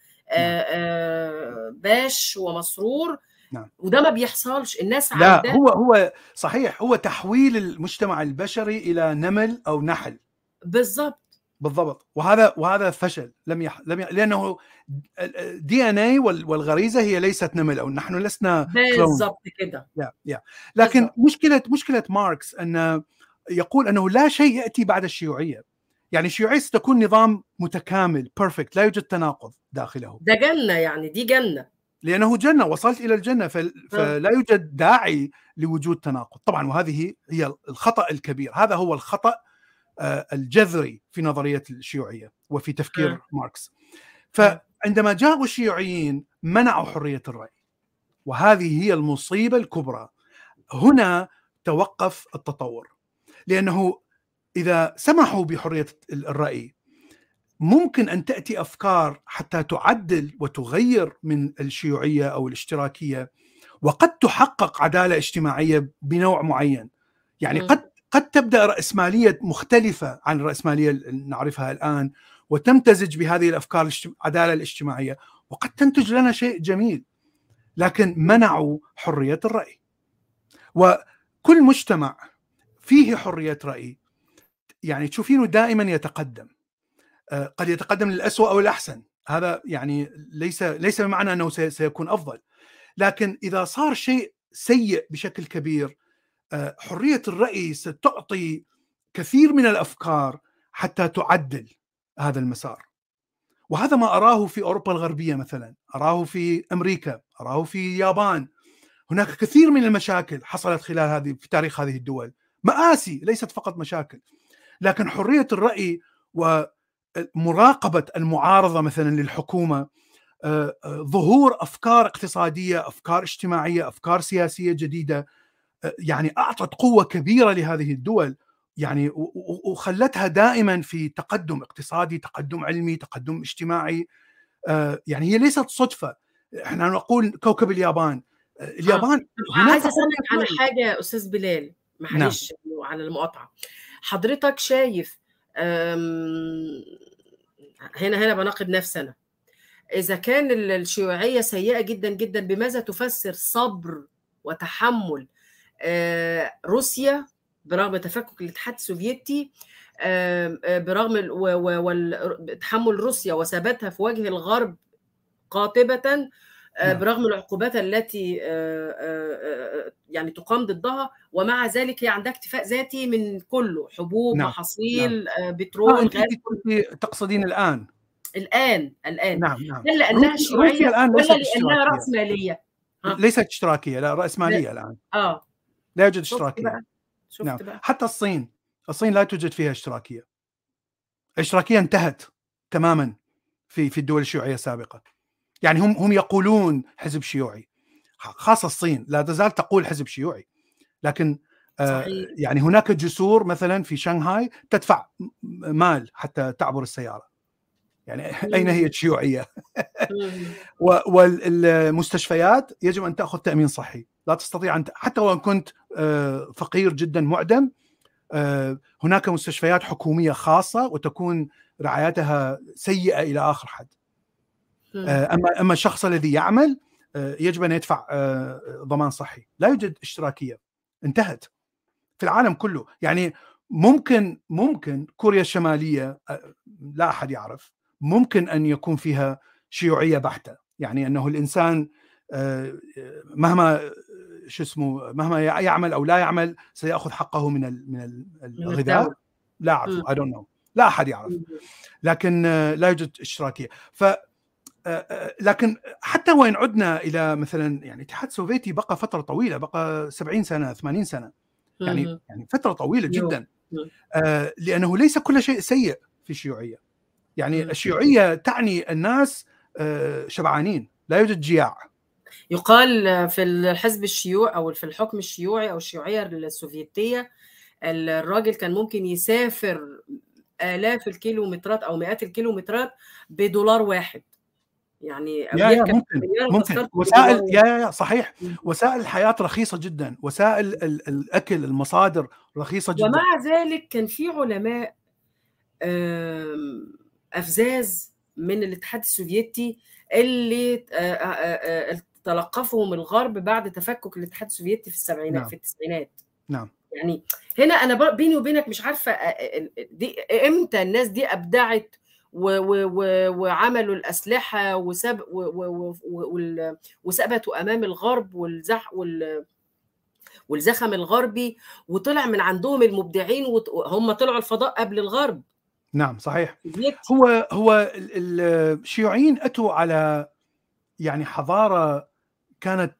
نعم. باش ومسرور. نعم. وده ما بيحصلش. الناس لا عندها هو هو صحيح، هو تحويل المجتمع البشري إلى نمل أو نحل. بالضبط بالضبط. وهذا وهذا فشل. لم يح... لم ي... لانه دي ان اي والغريزه هي ليست نمل، او نحن لسنا بالضبط كده. يا يا لكن بالزبط. مشكله مشكله ماركس ان يقول انه لا شيء ياتي بعد الشيوعيه. يعني الشيوعيه ستكون نظام متكامل بيرفكت، لا يوجد تناقض داخله. ده جنه، يعني دي جنه، لانه جنه، وصلت الى الجنه، ف... فلا يوجد داعي لوجود تناقض. طبعا وهذه هي الخطا الكبير، هذا هو الخطا الجذري في نظرية الشيوعية وفي تفكير م. ماركس. فعندما جاءوا الشيوعيين منعوا حرية الرأي، وهذه هي المصيبة الكبرى. هنا توقف التطور، لأنه إذا سمحوا بحرية الرأي ممكن أن تأتي أفكار حتى تعدل وتغير من الشيوعية أو الاشتراكية، وقد تحقق عدالة اجتماعية بنوع معين. يعني م. قد قد تبدأ رأسمالية مختلفة عن الرأسمالية اللي نعرفها الآن وتمتزج بهذه الأفكار العدالة الاجتماعية، وقد تنتج لنا شيء جميل. لكن منعوا حرية الرأي، وكل مجتمع فيه حرية رأي يعني تشوفينه دائما يتقدم، قد يتقدم للأسوأ أو الأحسن. هذا يعني ليس ليس بمعنى أنه سيكون أفضل، لكن إذا صار شيء سيء بشكل كبير، حرية الرأي ستعطي كثير من الأفكار حتى تعدل هذا المسار. وهذا ما أراه في أوروبا الغربية مثلا، أراه في أمريكا، أراه في اليابان. هناك كثير من المشاكل حصلت خلال هذه في تاريخ هذه الدول، مآسي ليست فقط مشاكل. لكن حرية الرأي ومراقبة المعارضة مثلا للحكومة ظهور أفكار اقتصادية، أفكار اجتماعية، أفكار سياسية جديدة، يعني أعطت قوة كبيرة لهذه الدول، يعني وخلتها دائما في تقدم اقتصادي، تقدم علمي، تقدم اجتماعي. يعني هي ليست صدفة. احنا نقول كوكب اليابان. اليابان آه. هناك عايزة أسألك على حاجة يا أستاذ بلال، معلش نعم. على المقاطعة، حضرتك شايف هنا هنا بناقض نفسي أنا، إذا كان الشيوعية سيئة جدا جدا، بماذا تفسر صبر وتحمل روسيا برغم تفكك الاتحاد السوفيتي، برغم تحمل روسيا وثباتها في وجه الغرب قاطبة برغم العقوبات التي يعني تقام ضدها، ومع ذلك هي عندها اكتفاء ذاتي من كله، حبوب، نعم. محاصيل، نعم. بترول، آه غاز. تقصدين الآن الآن الآن نعم نعم. هل لأنها شيوعية الآن ولا ليست لأنها اشتراكية؟ رأسمالية؟ ليست اشتراكية، لا رأسمالية الآن. اه لا يوجد شفت اشتراكية بقى. شفت نعم. بقى. حتى الصين الصين لا توجد فيها اشتراكية. الاشتراكية انتهت تماما في في الدول الشيوعية السابقة. يعني هم هم يقولون حزب شيوعي، خاصة الصين لا تزال تقول حزب شيوعي، لكن آه يعني هناك جسور مثلا في شنغهاي تدفع مال حتى تعبر السيارة. يعني أين هي الشيوعية؟ والمستشفيات يجب أن تأخذ تأمين صحي، لا تستطيع أن حتى وإن كنت فقير جدا معدم، هناك مستشفيات حكومية خاصة وتكون رعايتها سيئة إلى آخر حد. أما أما الشخص الذي يعمل يجب أن يدفع ضمان صحي. لا يوجد اشتراكية، انتهت في العالم كله. يعني ممكن ممكن كوريا الشمالية لا أحد يعرف، ممكن أن يكون فيها شيوعية بحتة، يعني أنه الإنسان مهما شو اسمه مهما يعمل أو لا يعمل سيأخذ حقه من من الغذاء. لا أعرف، I don't know، لا أحد يعرف، لكن لا يوجد اشتراكية. ف لكن حتى وإن عدنا إلى مثلا يعني الاتحاد السوفيتي بقى فترة طويلة، بقى سبعين سنة ثمانين سنة، يعني يعني فترة طويلة جدا، آه لأنه ليس كل شيء سيء في الشيوعية. يعني الشيوعية تعني الناس آه شبعانين، لا يوجد جياع. يقال في الحزب الشيوعي أو في الحكم الشيوعي أو الشيوعية السوفيتية، الراجل كان ممكن يسافر آلاف الكيلومترات أو مئات الكيلومترات بدولار واحد، يعني يا يا ممكن ممكن وسائل يا يا صحيح. م. وسائل الحياة رخيصة جدا، وسائل الأكل المصادر رخيصة جدا. ومع ذلك كان في علماء أفزاز من الاتحاد السوفيتي اللي تلقفهم الغرب بعد تفكك الاتحاد السوفيتي في السبعينات. نعم. في التسعينات. نعم. يعني هنا أنا بيني وبينك مش عارفة دي إمتى الناس دي أبدعت و و و وعملوا الأسلحة وسب و و و وثبتوا أمام الغرب والزح وال والزخم الغربي، وطلع من عندهم المبدعين، وهم طلعوا الفضاء قبل الغرب. نعم صحيح. هو هو الشيوعيين أتوا على يعني حضارة كانت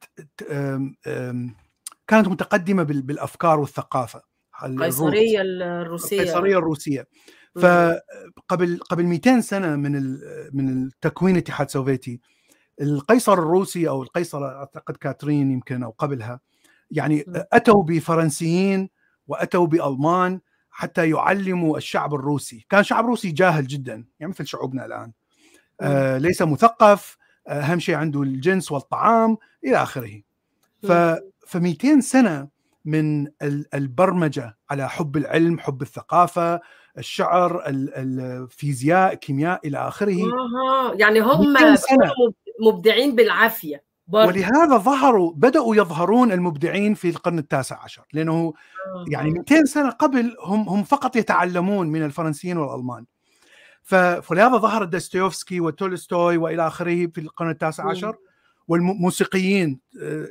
كانت متقدمة بالأفكار والثقافة. القيصرية الروسية. القيصرية الروسية. فقبل قبل مئتين سنة من من التكوين الاتحاد السوفيتي، القيصر الروسي أو القيصر أعتقد كاترين يمكن أو قبلها، يعني أتوا بفرنسيين وأتوا بألمان حتى يعلموا الشعب الروسي. كان شعب روسي جاهل جدا، يعني مثل شعوبنا الآن، آه ليس مثقف، أهم شيء عنده الجنس والطعام إلى آخره. فمئتين سنة من البرمجة على حب العلم، حب الثقافة، الشعر، الفيزياء، الكيمياء إلى آخره. آه يعني هم مبدعين بالعافية برضه. ولهذا ظهروا بدأوا يظهرون المبدعين في القرن التاسع عشر، لأنه آه. يعني مئتين سنة قبل هم هم فقط يتعلمون من الفرنسيين والألمان. فلهذا ظهر داستويفسكي وتولستوي وإلى آخره في القرن التاسع عشر، والموسيقيين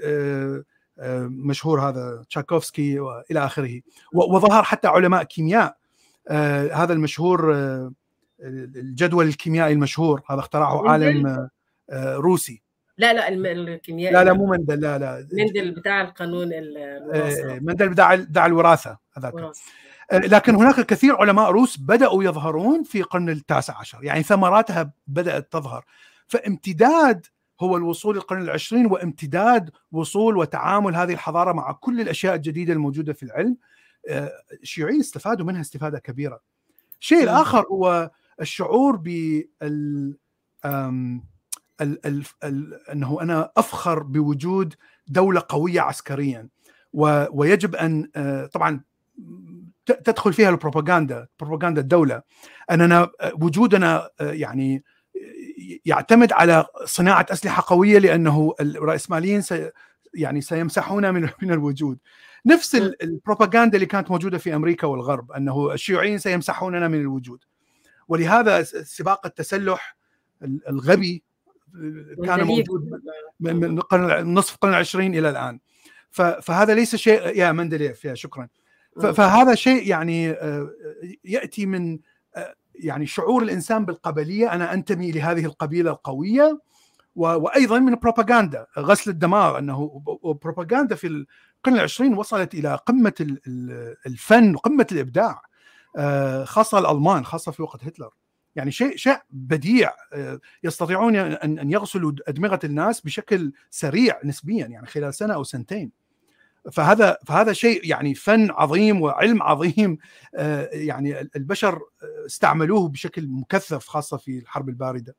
مشهور هذا تشايكوفسكي وإلى آخره، وظهر حتى علماء كيمياء. هذا المشهور الجدول الكيميائي المشهور هذا اخترعه عالم روسي. لا لا الكيميائي لا لا مو مندل، لا لا مندل بتاع القانون الوراثة. مندل بتاع بتاع الوراثة هذاك. لكن هناك كثير علماء روس بدأوا يظهرون في القرن التاسع عشر، يعني ثمراتها بدأت تظهر. فامتداد هو الوصول للقرن العشرين، وامتداد وصول وتعامل هذه الحضارة مع كل الأشياء الجديدة الموجودة في العلم. الشيوعيين استفادوا منها استفادة كبيرة. الشيء الآخر هو الشعور بال ال ال ال أنه أنا أفخر بوجود دولة قوية عسكريا، ويجب أن طبعا تدخل فيها البروباغندا، بروباغندا الدولة، أننا وجودنا يعني يعتمد على صناعة أسلحة قوية لأنه الرأسماليين سي يعني سيمسحونا من من الوجود. نفس البروباغندا اللي كانت موجودة في أمريكا والغرب، أنه الشيوعيين سيمسحوننا من الوجود. ولهذا سباق التسلح الغبي كان موجود من نصف القرن العشرين إلى الآن. فهذا ليس شيء يا مندليف يا شكرا. فهذا شيء يعني يأتي من يعني شعور الإنسان بالقبلية، أنا أنتمي لهذه القبيلة القوية، وأيضا من بروباغندا غسل الدماغ، أنه بروباغندا في القرن العشرين وصلت إلى قمة الفن وقمة الإبداع، خاصة الألمان، خاصة في وقت هتلر. يعني شيء شيء بديع، يستطيعون أن يغسلوا أدمغة الناس بشكل سريع نسبيا، يعني خلال سنة أو سنتين. فهذا فهذا شيء يعني فن عظيم وعلم عظيم، يعني البشر استعملوه بشكل مكثف خاصة في الحرب الباردة.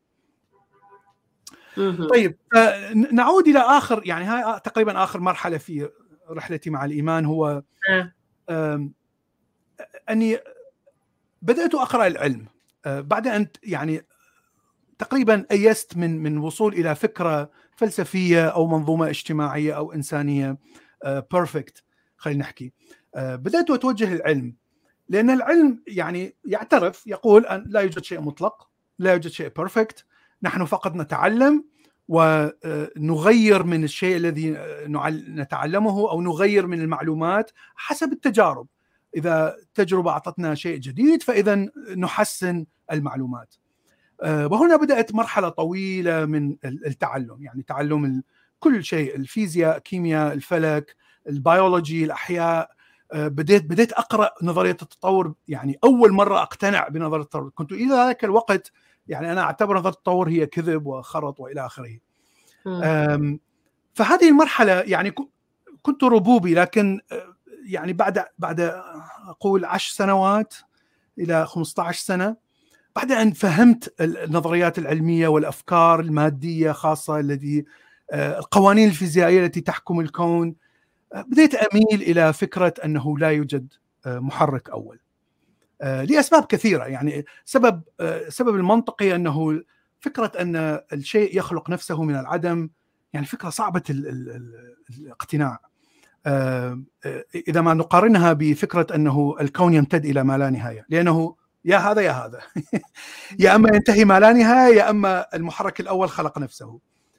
طيب نعود إلى آخر، يعني هاي تقريبا آخر مرحلة في رحلتي مع الإيمان، هو أني بدأت أقرأ العلم بعد أن يعني تقريبا أيست من من وصول إلى فكرة فلسفية أو منظومة اجتماعية أو إنسانية بيرفكت. خلينا نحكي بدأت أتوجه للعلم، لأن العلم يعني يعترف، يقول أن لا يوجد شيء مطلق، لا يوجد شيء بيرفكت، نحن فقط نتعلم ونغير من الشيء الذي نتعلمه أو نغير من المعلومات حسب التجارب. إذا تجربة أعطتنا شيء جديد فإذا نحسن المعلومات. وهنا بدأت مرحلة طويلة من التعلم، يعني تعلم كل شيء، الفيزياء، الكيمياء، الفلك، البيولوجي، الأحياء. بديت بديت أقرأ نظرية التطور، يعني أول مرة أقتنع بنظرية التطور. كنت إلى ذلك الوقت يعني أنا أعتبر نظرية التطور هي كذب وخرط وإلى آخره. فهذه المرحلة يعني كنت ربوبي، لكن يعني بعد بعد أقول عشر سنوات إلى خمسة عشر سنة، بعد أن فهمت النظريات العلمية والأفكار المادية خاصة التي القوانين الفيزيائية التي تحكم الكون، بديت أميل إلى فكرة أنه لا يوجد محرك أول لأسباب كثيرة. يعني سبب سبب المنطقي أنه فكرة أن الشيء يخلق نفسه من العدم، يعني فكرة صعبة الاقتناع إذا ما نقارنها بفكرة أنه الكون يمتد إلى ما لا نهاية، لأنه يا هذا يا هذا يا أما ينتهي ما لا نهاية، يا أما المحرك الأول خلق نفسه.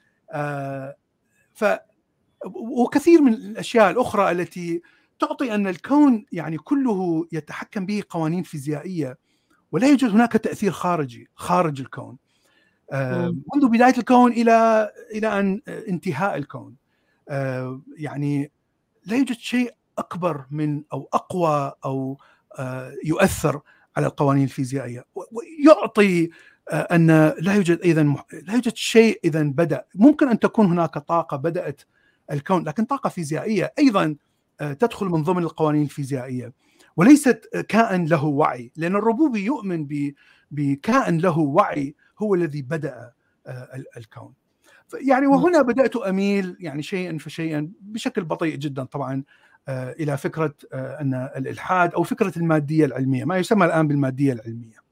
ف وكثير من الأشياء الأخرى التي تعطي أن الكون يعني كله يتحكم به قوانين فيزيائية، ولا يوجد هناك تأثير خارجي خارج الكون منذ بداية الكون إلى إلى أن انتهاء الكون. يعني لا يوجد شيء أكبر من أو أقوى أو يؤثر على القوانين الفيزيائية، ويعطي أن لا يوجد إذن لا يوجد شيء إذن بدأ. ممكن أن تكون هناك طاقة بدأت الكون، لكن طاقة فيزيائية أيضا تدخل من ضمن القوانين الفيزيائية، وليست كائن له وعي، لأن الربوبي يؤمن بكائن له وعي هو الذي بدأ الكون. يعني وهنا بدأت أميل يعني شيئا فشيئا بشكل بطيء جدا طبعا إلى فكرة أن الإلحاد أو فكرة المادية العلمية، ما يسمى الآن بالمادية العلمية.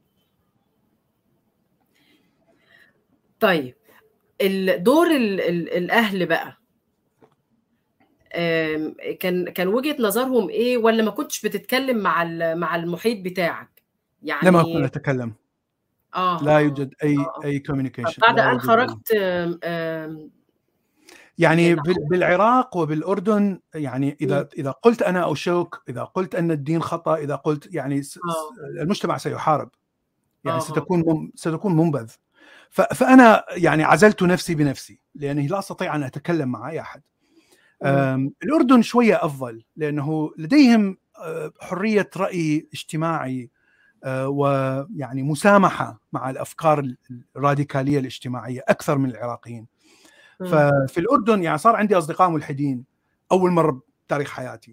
طيب الدور الأهل بقى كان كان وجهة نظرهم إيه، ولا ما كنتش بتتكلم مع مع المحيط بتاعك؟ يعني لما كنا نتكلم آه لا يوجد أي آه. أي communication. بعد أن خرجت آم آم يعني بالعراق وبالأردن، يعني إذا م. إذا قلت أنا أشوك، إذا قلت أن الدين خطأ، إذا قلت يعني آه. المجتمع سيحارب، يعني آه. ستكون ستكون منبذ. فأنا يعني عزلت نفسي بنفسي لأني لا أستطيع أن أتكلم مع أي أحد. الأردن شوية أفضل لأنه لديهم حرية رأي اجتماعي ويعني مسامحة مع الأفكار الراديكالية الاجتماعية أكثر من العراقيين. ففي الأردن يعني صار عندي أصدقاء ملحدين أول مرة بتاريخ حياتي،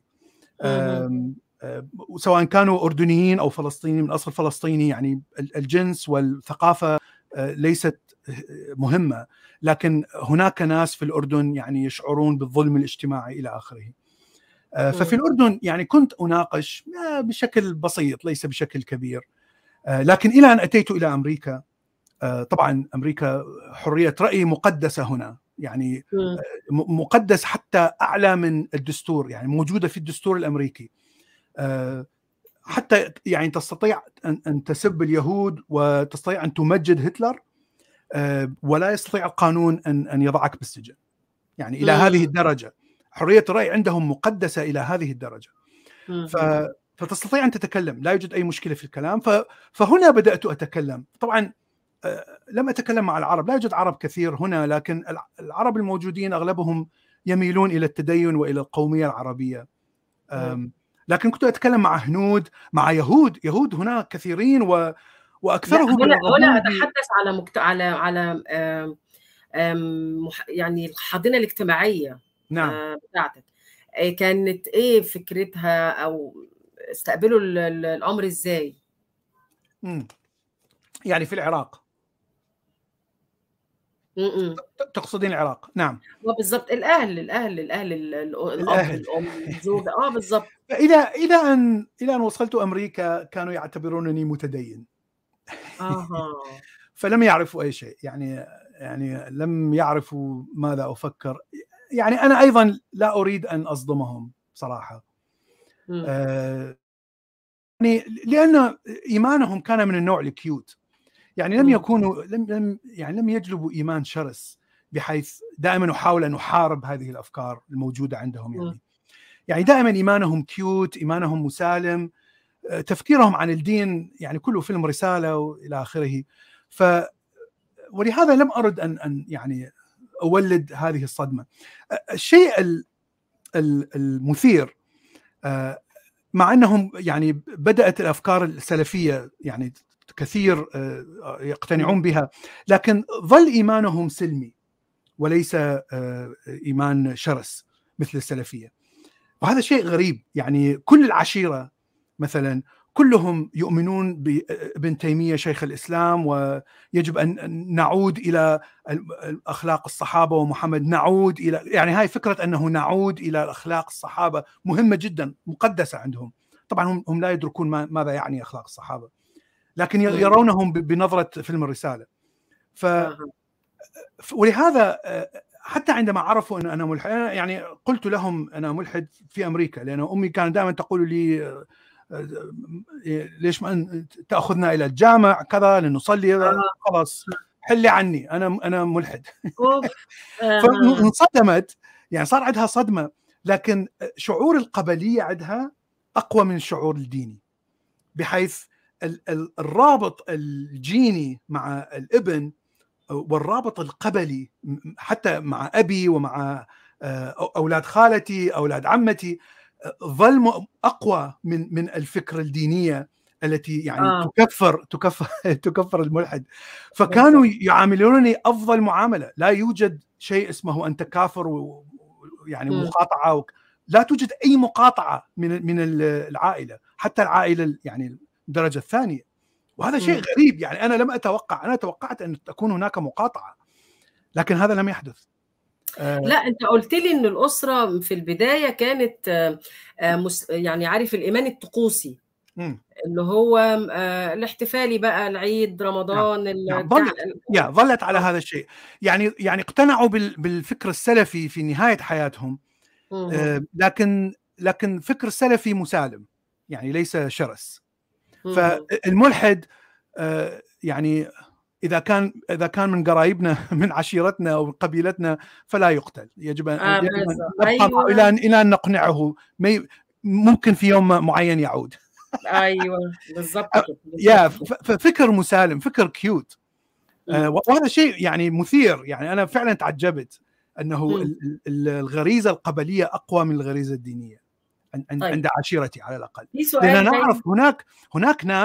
سواء كانوا أردنيين أو فلسطينيين من أصل فلسطيني. يعني الجنس والثقافة ليست مهمة، لكن هناك ناس في الأردن يعني يشعرون بالظلم الاجتماعي إلى آخره. ففي الأردن يعني كنت أناقش بشكل بسيط ليس بشكل كبير، لكن إلى أن أتيت إلى أمريكا. طبعا أمريكا حرية رأي مقدسة هنا، يعني مقدس حتى أعلى من الدستور، يعني موجودة في الدستور الأمريكي. حتى يعني تستطيع أن تسب اليهود وتستطيع أن تمجد هتلر، ولا يستطيع القانون أن أن يضعك بالسجن. يعني إلى هذه الدرجة حرية الرأي عندهم مقدسة إلى هذه الدرجة. فتستطيع أن تتكلم، لا يوجد أي مشكلة في الكلام. فهنا بدأت أتكلم. طبعا لم أتكلم مع العرب، لا يوجد عرب كثير هنا، لكن العرب الموجودين أغلبهم يميلون إلى التدين وإلى القومية العربية. لكن كنت أتكلم مع هنود، مع يهود يهود هنا كثيرين، و وأكثرهم هنا هنا أتحدث على مكت... على على آم... آم... يعني الحاضنة الاجتماعية. نعم. بتاعتك كانت إيه فكرتها، أو استقبلوا الأمر إزاي؟ مم. يعني في العراق. م-م. تقصدين العراق؟ نعم. بالضبط. الأهل الأهل الأهل الأب الأم الزوجة. آه بالضبط. إلى إلى أن إلى أن وصلت أمريكا كانوا يعتبرونني متدين. أها. فلم يعرفوا أي شيء، يعني يعني لم يعرفوا ماذا أفكر. يعني أنا أيضا لا أريد أن أصدمهم صراحة. آه يعني لأن إيمانهم كان من النوع الكيوت، يعني لم يكونوا لم لم يعني لم يجلبوا إيمان شرس بحيث دائما أحاول أن أحارب هذه الأفكار الموجودة عندهم. يعني يعني دائما إيمانهم كيوت، إيمانهم مسالم، تفكيرهم عن الدين يعني كله فيلم رسالة وإلى آخره. ف ولهذا لم أرد أن أن يعني أولد هذه الصدمة. الشيء المثير مع أنهم يعني بدأت الأفكار السلفية يعني كثير يقتنعون بها، لكن ظل إيمانهم سلمي وليس إيمان شرس مثل السلفية. وهذا شيء غريب. يعني كل العشيرة مثلا كلهم يؤمنون بابن تيمية شيخ الإسلام، ويجب أن نعود إلى أخلاق الصحابة ومحمد، نعود إلى يعني هاي فكرة أنه نعود إلى أخلاق الصحابة مهمة جدا مقدسة عندهم. طبعا هم, هم لا يدركون ماذا يعني أخلاق الصحابة، لكن يرونهم بنظرة فيلم الرسالة. ف ولهذا حتى عندما عرفوا أن أنا ملحد، يعني قلت لهم أنا ملحد في أمريكا، لأن أمي كانت دائما تقول لي ليش ما تأخذنا إلى الجامع كذا لنصلي، خلاص حلي عني أنا أنا ملحد. فانصدمت، يعني صار عندها صدمة. لكن شعور القبلية عندها أقوى من الشعور الديني، بحيث الرابط الجيني مع الابن والرابط القبلي حتى مع أبي ومع أولاد خالتي أولاد عمتي ظل أقوى من من الفكرة الدينية التي يعني آه. تكفر تكفر تكفر الملحد. فكانوا يعاملونني أفضل معاملة. لا يوجد شيء اسمه أنت كافر ويعني مقاطعة و... لا توجد أي مقاطعة من من العائلة، حتى العائلة يعني الدرجة الثانية. وهذا شيء غريب. يعني أنا لم أتوقع، أنا توقعت أن تكون هناك مقاطعة، لكن هذا لم يحدث. لا أنت قلت لي أن الأسرة في البداية كانت يعني عارف الإيمان الطقوسي م. اللي هو الاحتفالي بقى العيد رمضان. نعم. نعم. ظلت يا ظلت على هذا الشيء. يعني يعني اقتنعوا بالفكر السلفي في نهاية حياتهم، م. لكن لكن فكر السلفي مسالم، يعني ليس شرس. م. فالملحد يعني إذا كان إذا كان من قرايبنا من عشيرتنا أو قبيلتنا فلا يقتل. يجب أن آه نبقى أيوة. إلى إلى أن نقنعه ممكن في يوم معين يعود. أيوة بالضبط كده. يا ففكر مسالم، فكر كيوت. آه وهذا شيء يعني مثير. يعني أنا فعلا تعجبت أنه م. الغريزة القبلية أقوى من الغريزة الدينية عند طيب. عند عشيرتي على الأقل. لأن نعرف هناك هناك ناس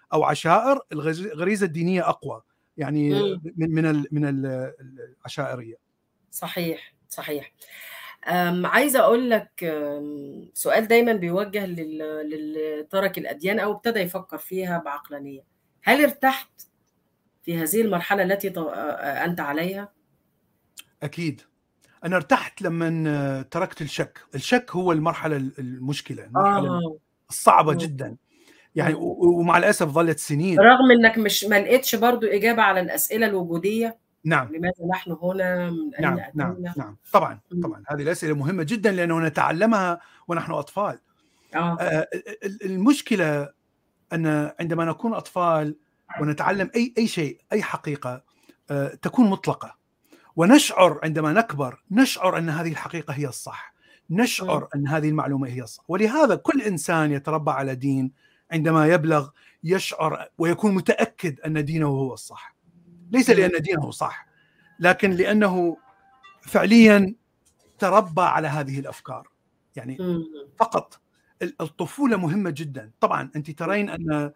أو عشائر، الغريزة الدينية أقوى يعني مم. من من من العشائرية. صحيح صحيح. أم عايزة أقول لك أم، سؤال دايما بيوجه لل- للي ترك الأديان أو ابتدى يفكر فيها بعقلانية. هل ارتحت في هذه المرحلة التي ط- أنت عليها؟ أكيد أنا ارتحت لما تركت الشك. الشك هو المرحلة المشكلة، المرحلة آه. الصعبة مم. جدا يعني، مم. ومع الأسف ظلت سنين. رغم إنك مش ما لقيتش برضو إجابة على الأسئلة الوجودية، نعم لماذا نحن هنا، من أين نعم نعم أتينا؟ نعم طبعا مم. طبعا هذه الأسئلة مهمة جدا لأنه نتعلمها ونحن أطفال. آه. آه، المشكلة أن عندما نكون أطفال ونتعلم أي أي شيء، أي حقيقة آه، تكون مطلقة، ونشعر عندما نكبر نشعر أن هذه الحقيقة هي الصح، مم. نشعر أن هذه المعلومة هي الصح. ولهذا كل إنسان يتربى على دين عندما يبلغ يشعر ويكون متأكد أن دينه هو الصح، ليس مم. لأن دينه صح، لكن لأنه فعليا تربى على هذه الأفكار. يعني مم. فقط الطفولة مهمة جدا. طبعا أنت ترين أن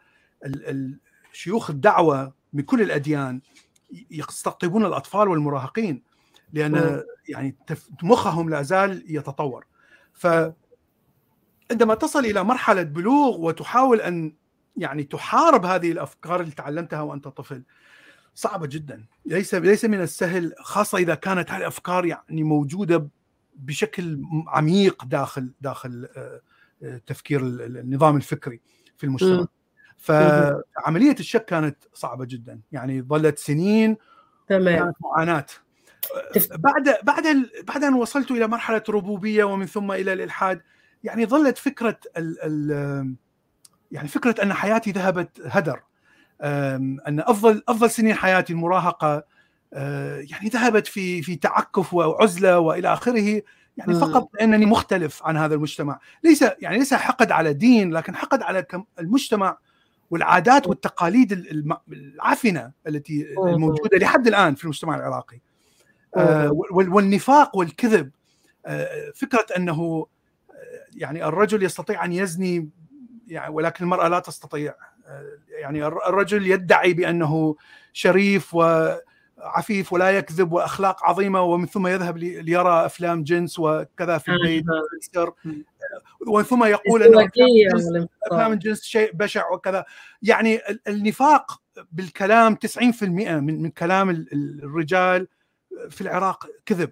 شيوخ الدعوة من كل الأديان يستقطبون الأطفال والمراهقين، مم. لأن يعني تف- مخهم لا زال يتطور. مم. فعندما تصل إلى مرحلة بلوغ وتحاول أن يعني تحارب هذه الأفكار اللي تعلمتها وأنت طفل، صعبة جدا، ليس ليس من السهل، خاصة إذا كانت هذه الأفكار يعني موجودة بشكل عميق داخل داخل آه، آه، تفكير النظام الفكري في المجتمع. مم. مم. فعملية الشك كانت صعبة جدا، يعني ظلت سنين، تمام. كانت معاناة. تف... بعد بعد ال- بعد أن وصلت إلى مرحلة ربوبية ومن ثم إلى الإلحاد، يعني ظلت فكرة ال ال يعني فكرة أن حياتي ذهبت هدر، أم، أن أفضل أفضل سنين حياتي المراهقة أه، يعني ذهبت في في تعكف وعزلة وإلى آخره، يعني فقط مم. لأنني مختلف عن هذا المجتمع. ليس يعني ليس حقد على دين، لكن حقد على كم- المجتمع والعادات والتقاليد الم- العفنة التي مم. الموجودة لحد الآن في المجتمع العراقي. أه، مم. وال- والنفاق والكذب. أه، فكرة أنه يعني الرجل يستطيع أن يزني يعني ولكن المرأة لا تستطيع. يعني الرجل يدعي بأنه شريف وعفيف ولا يكذب وأخلاق عظيمة، ومن ثم يذهب ليرى أفلام جنس وكذا في البيت أيوة. ومن ثم يقول أن أفلام ازدواجية الجنس أفلام والانفصال. الجنس شيء بشع وكذا. يعني النفاق بالكلام تسعين بالمئة من من كلام الرجال في العراق كذب،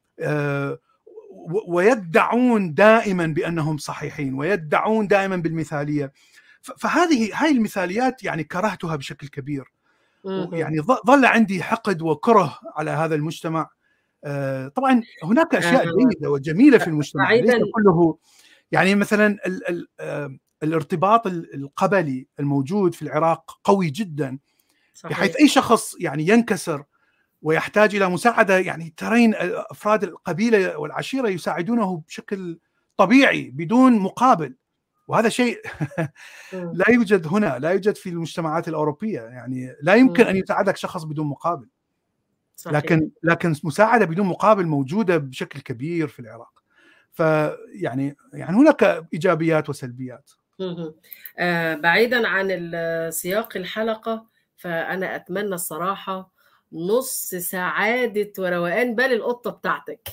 ويدعون دائما بأنهم صحيحين ويدعون دائما بالمثالية. فهذه هاي المثاليات يعني كرهتها بشكل كبير، ويعني ظل عندي حقد وكره على هذا المجتمع. طبعا هناك أشياء جيدة وجميلة في المجتمع، ليس بعيدا. كله يعني مثلا ال ال الارتباط القبلي الموجود في العراق قوي جدا، صحيح. بحيث أي شخص يعني ينكسر ويحتاج إلى مساعدة، يعني ترين أفراد القبيلة والعشيرة يساعدونه بشكل طبيعي بدون مقابل، وهذا شيء لا يوجد هنا، لا يوجد في المجتمعات الأوروبية. يعني لا يمكن أن يساعدك شخص بدون مقابل. صحيح. لكن لكن مساعدة بدون مقابل موجودة بشكل كبير في العراق. فيعني يعني هناك إيجابيات وسلبيات. آه بعيدا عن سياق الحلقة، فأنا أتمنى الصراحة نص سعادة وروقان بال القطة بتاعتك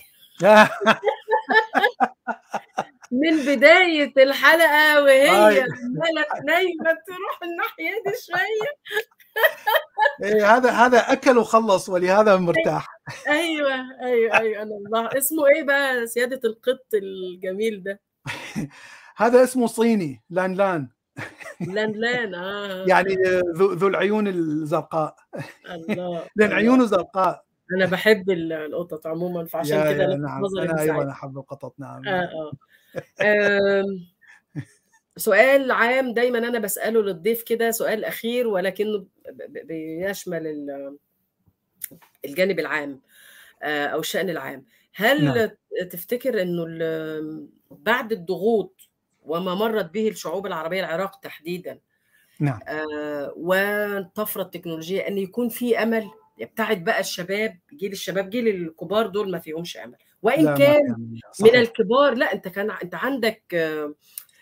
من بداية الحلقة وهي عمالة نايمة تروح الناحية دي شوية. إيه هذا هذا أكل وخلص ولهذا مرتاح. أيوة أيوة أيوة. أنا الله اسمه إيه بقى سيادة القط الجميل ده؟ هذا اسمه صيني، لان لان لان لان آه. يعني ذو ذو العيون الزرقاء. الله لأن عيونه زرقاء. أنا بحب القطط عموما، فعشان كده لفت نعم نظري أنا مساعد. أيضا أحب القطط. نعم. آه آه. سؤال عام دايما أنا بسأله للضيف كده، سؤال أخير ولكنه بيشمل الجانب العام أو الشأن العام. هل نعم. تفتكر أنه بعد الضغوط وما مرت به الشعوب العربية العراق تحديدا نعم آه والطفرة التكنولوجية أن يكون في أمل يبتعد بقى الشباب، جيل الشباب جيل الكبار دول ما فيهمش أمل، وإن كان من الكبار لا أنت كان أنت عندك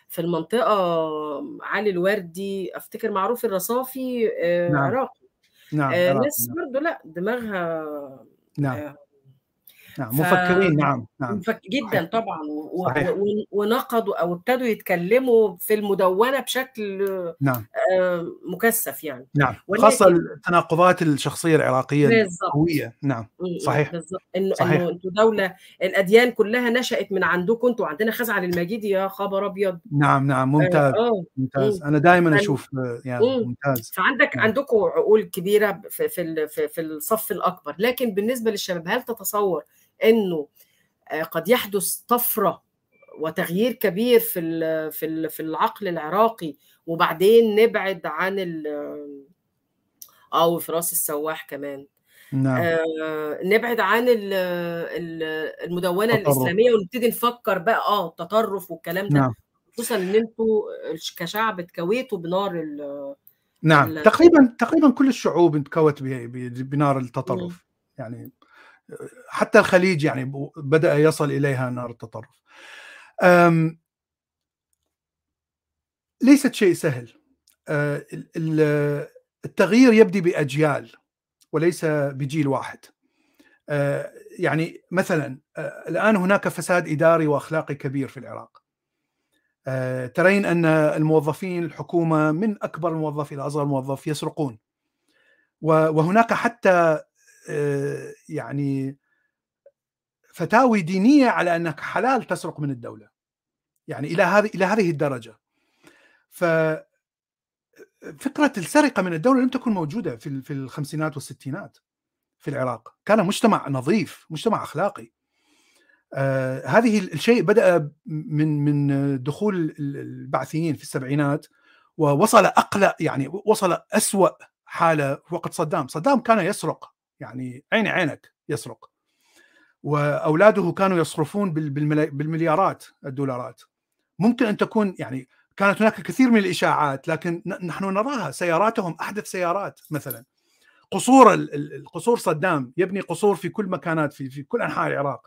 في المنطقة علي الوردي، أفتكر معروف الرصافي آه، نعم عراقي. نعم آه، عراقي ناس نعم برضو لا دماغها نعم آه، نعم ف مفكرين نعم نعم مفك- صحيح جدا طبعا، و- و- صحيح و- ونقدوا او ابتدوا يتكلموا في المدونة بشكل نعم آه، مكثف يعني. نعم خاصة ولكن التناقضات الشخصية العراقية بالظبط. القوية. نعم م- م، صحيح بالظبط، انه انه صحيح انتوا دولة الاديان كلها نشأت من عندكم انتوا، عندنا خزعل المجيد يا خبر ابيض. نعم نعم اه ممتاز آه، ممتاز م. أنا دائما فن- أشوف آه، يعني م. ممتاز. فعندك نعم عندكم عقول كبيرة في في ال- في في الصف الأكبر، لكن بالنسبة للشباب هل تتصور انه آه، قد يحدث طفرة وتغيير كبير في ال- في ال- في العقل العراقي، وبعدين نبعد عن ال او في راس السواح كمان، نعم آه، نبعد عن ال- ال- المدونة تطرف الإسلامية ونبتدي نفكر بقى اه التطرف والكلام ده، نعم خصوصا ان انتوا كشعب اتكويتوا بنار ال نعم ال- تقريبا تقريبا كل الشعوب انتكوت ب- ب- بنار مم. التطرف يعني حتى الخليج يعني ب- بدأ يصل إليها نار التطرف. أم، ليست شيء سهل. أه، ال- ال- التغيير يبدي بأجيال وليس بجيل واحد. أه، يعني مثلا أه، الآن هناك فساد إداري وأخلاقي كبير في العراق. أه، ترين أن الموظفين الحكومة من أكبر الموظف إلى أصغر الموظف يسرقون، وهناك حتى أه، يعني فتاوي دينية على أنك حلال تسرق من الدولة، يعني إلى هذه إلى هذه الدرجة. ففكرة السرقة من الدولة لم تكن موجودة في في الخمسينات والستينات في العراق. كان مجتمع نظيف، مجتمع أخلاقي. آه هذه الشيء بدأ من من دخول البعثيين في السبعينات، ووصل أقلق يعني وصل أسوأ حالة في وقت صدام. صدام كان يسرق، يعني عين عينك يسرق، وأولاده كانوا يصرفون بالمليارات الدولارات. ممكن أن تكون يعني كانت هناك كثير من الإشاعات، لكن نحن نراها. سياراتهم أحدث سيارات مثلا، قصور القصور صدام يبني قصور في كل مكانات في, في كل أنحاء العراق.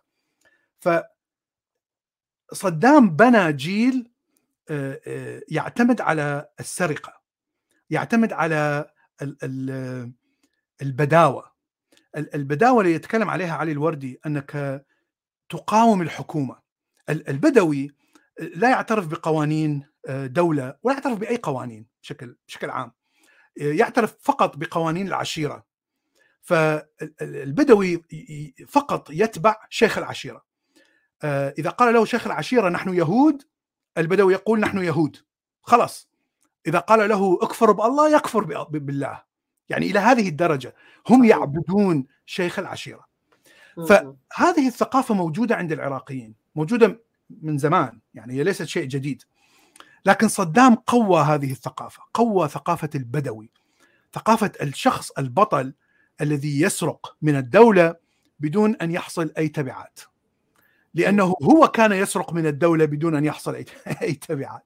فصدام بنى جيل يعتمد على السرقة، يعتمد على البداوة. البداوة اللي يتكلم عليها علي الوردي أنك تقاوم الحكومة. البدوي لا يعترف بقوانين دولة ولا يعترف بأي قوانين بشكل بشكل عام، يعترف فقط بقوانين العشيرة. فالبدوي فقط يتبع شيخ العشيرة. إذا قال له شيخ العشيرة نحن يهود، البدوي يقول نحن يهود، خلاص. إذا قال له اكفر بالله يكفر بالله. يعني إلى هذه الدرجة هم يعبدون شيخ العشيرة. فهذه الثقافة موجودة عند العراقيين، موجودة من زمان، يعني هي ليست شيء جديد. لكن صدام قوى هذه الثقافة، قوى ثقافة البدوي، ثقافة الشخص البطل الذي يسرق من الدولة بدون أن يحصل أي تبعات، لأنه هو كان يسرق من الدولة بدون أن يحصل أي تبعات.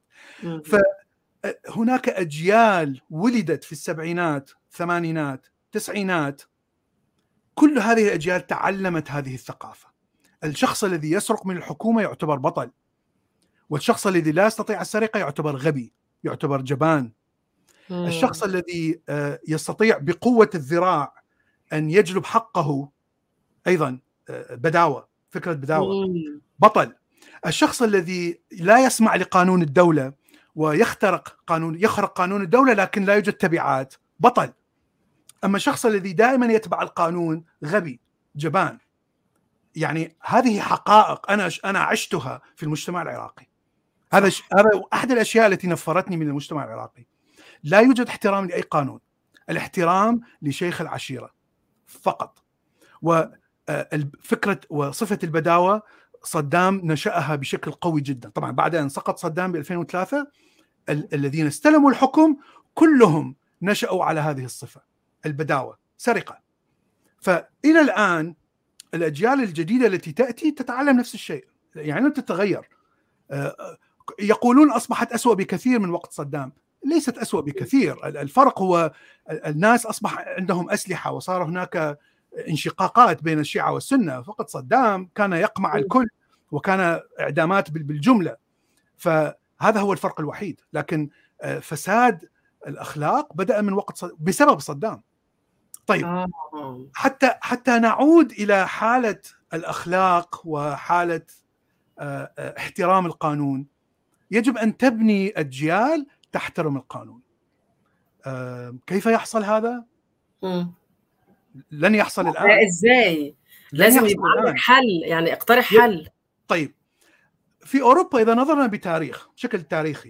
فهناك أجيال ولدت في السبعينات، ثمانينات، تسعينات، كل هذه الأجيال تعلمت هذه الثقافة. الشخص الذي يسرق من الحكومة يعتبر بطل، والشخص الذي لا يستطيع السرقة يعتبر غبي، يعتبر جبان. الشخص الذي يستطيع بقوة الذراع أن يجلب حقه أيضا بداوة، فكرة بداوة، بطل. الشخص الذي لا يسمع لقانون الدولة ويخترق قانون يخرق قانون الدولة لكن لا يوجد تبعات، بطل. أما الشخص الذي دائما يتبع القانون غبي، جبان. يعني هذه حقائق أنا أنا عشتها في المجتمع العراقي. هذا هذا أحد الأشياء التي نفرتني من المجتمع العراقي. لا يوجد احترام لأي قانون، الاحترام لشيخ العشيرة فقط. وفكرة وصفة البداوة صدام نشأها بشكل قوي جدا. طبعا بعد أن سقط صدام ب ألفين وثلاثة ال- الذين استلموا الحكم كلهم نشأوا على هذه الصفة، البداوة، سرقة. فإلى الآن الأجيال الجديدة التي تأتي تتعلم نفس الشيء، يعني لم تتغير. يقولون أصبحت أسوأ بكثير من وقت صدام. ليست أسوأ بكثير، الفرق هو الناس أصبح عندهم أسلحة وصار هناك انشقاقات بين الشيعة والسنة. فقط صدام كان يقمع الكل وكان إعدامات بالجملة. ف هذا هو الفرق الوحيد. لكن فساد الأخلاق بدأ من وقت صد... بسبب صدام. طيب حتى حتى نعود إلى حالة الأخلاق وحالة احترام القانون، يجب أن تبني أجيال تحترم القانون. كيف يحصل هذا؟ مم. لن يحصل الآن. إزاي؟ لازم يبقى عندك حل، يعني اقترح حل. طيب في أوروبا إذا نظرنا بتاريخ بشكل تاريخي،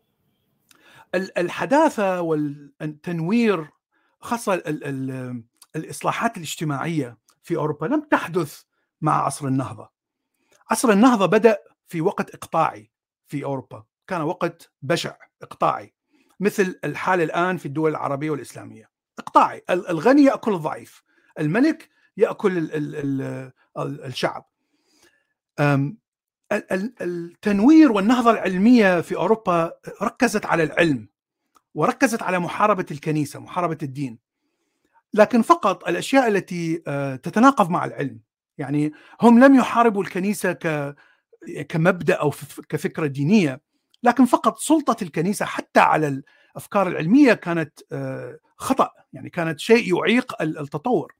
الحداثة والتنوير خاصة ال ال الإصلاحات الاجتماعية في أوروبا لم تحدث مع عصر النهضة. عصر النهضة بدأ في وقت إقطاعي في أوروبا، كان وقت بشع إقطاعي، مثل الحال الآن في الدول العربية والإسلامية. إقطاعي، الغني يأكل الضعيف، الملك يأكل ال ال ال الشعب. التنوير والنهضة العلمية في أوروبا ركزت على العلم وركزت على محاربة الكنيسة، محاربة الدين، لكن فقط الأشياء التي تتناقض مع العلم. يعني هم لم يحاربوا الكنيسة كمبدأ أو كفكرة دينية، لكن فقط سلطة الكنيسة حتى على الأفكار العلمية كانت خطأ، يعني كانت شيء يعيق التطور.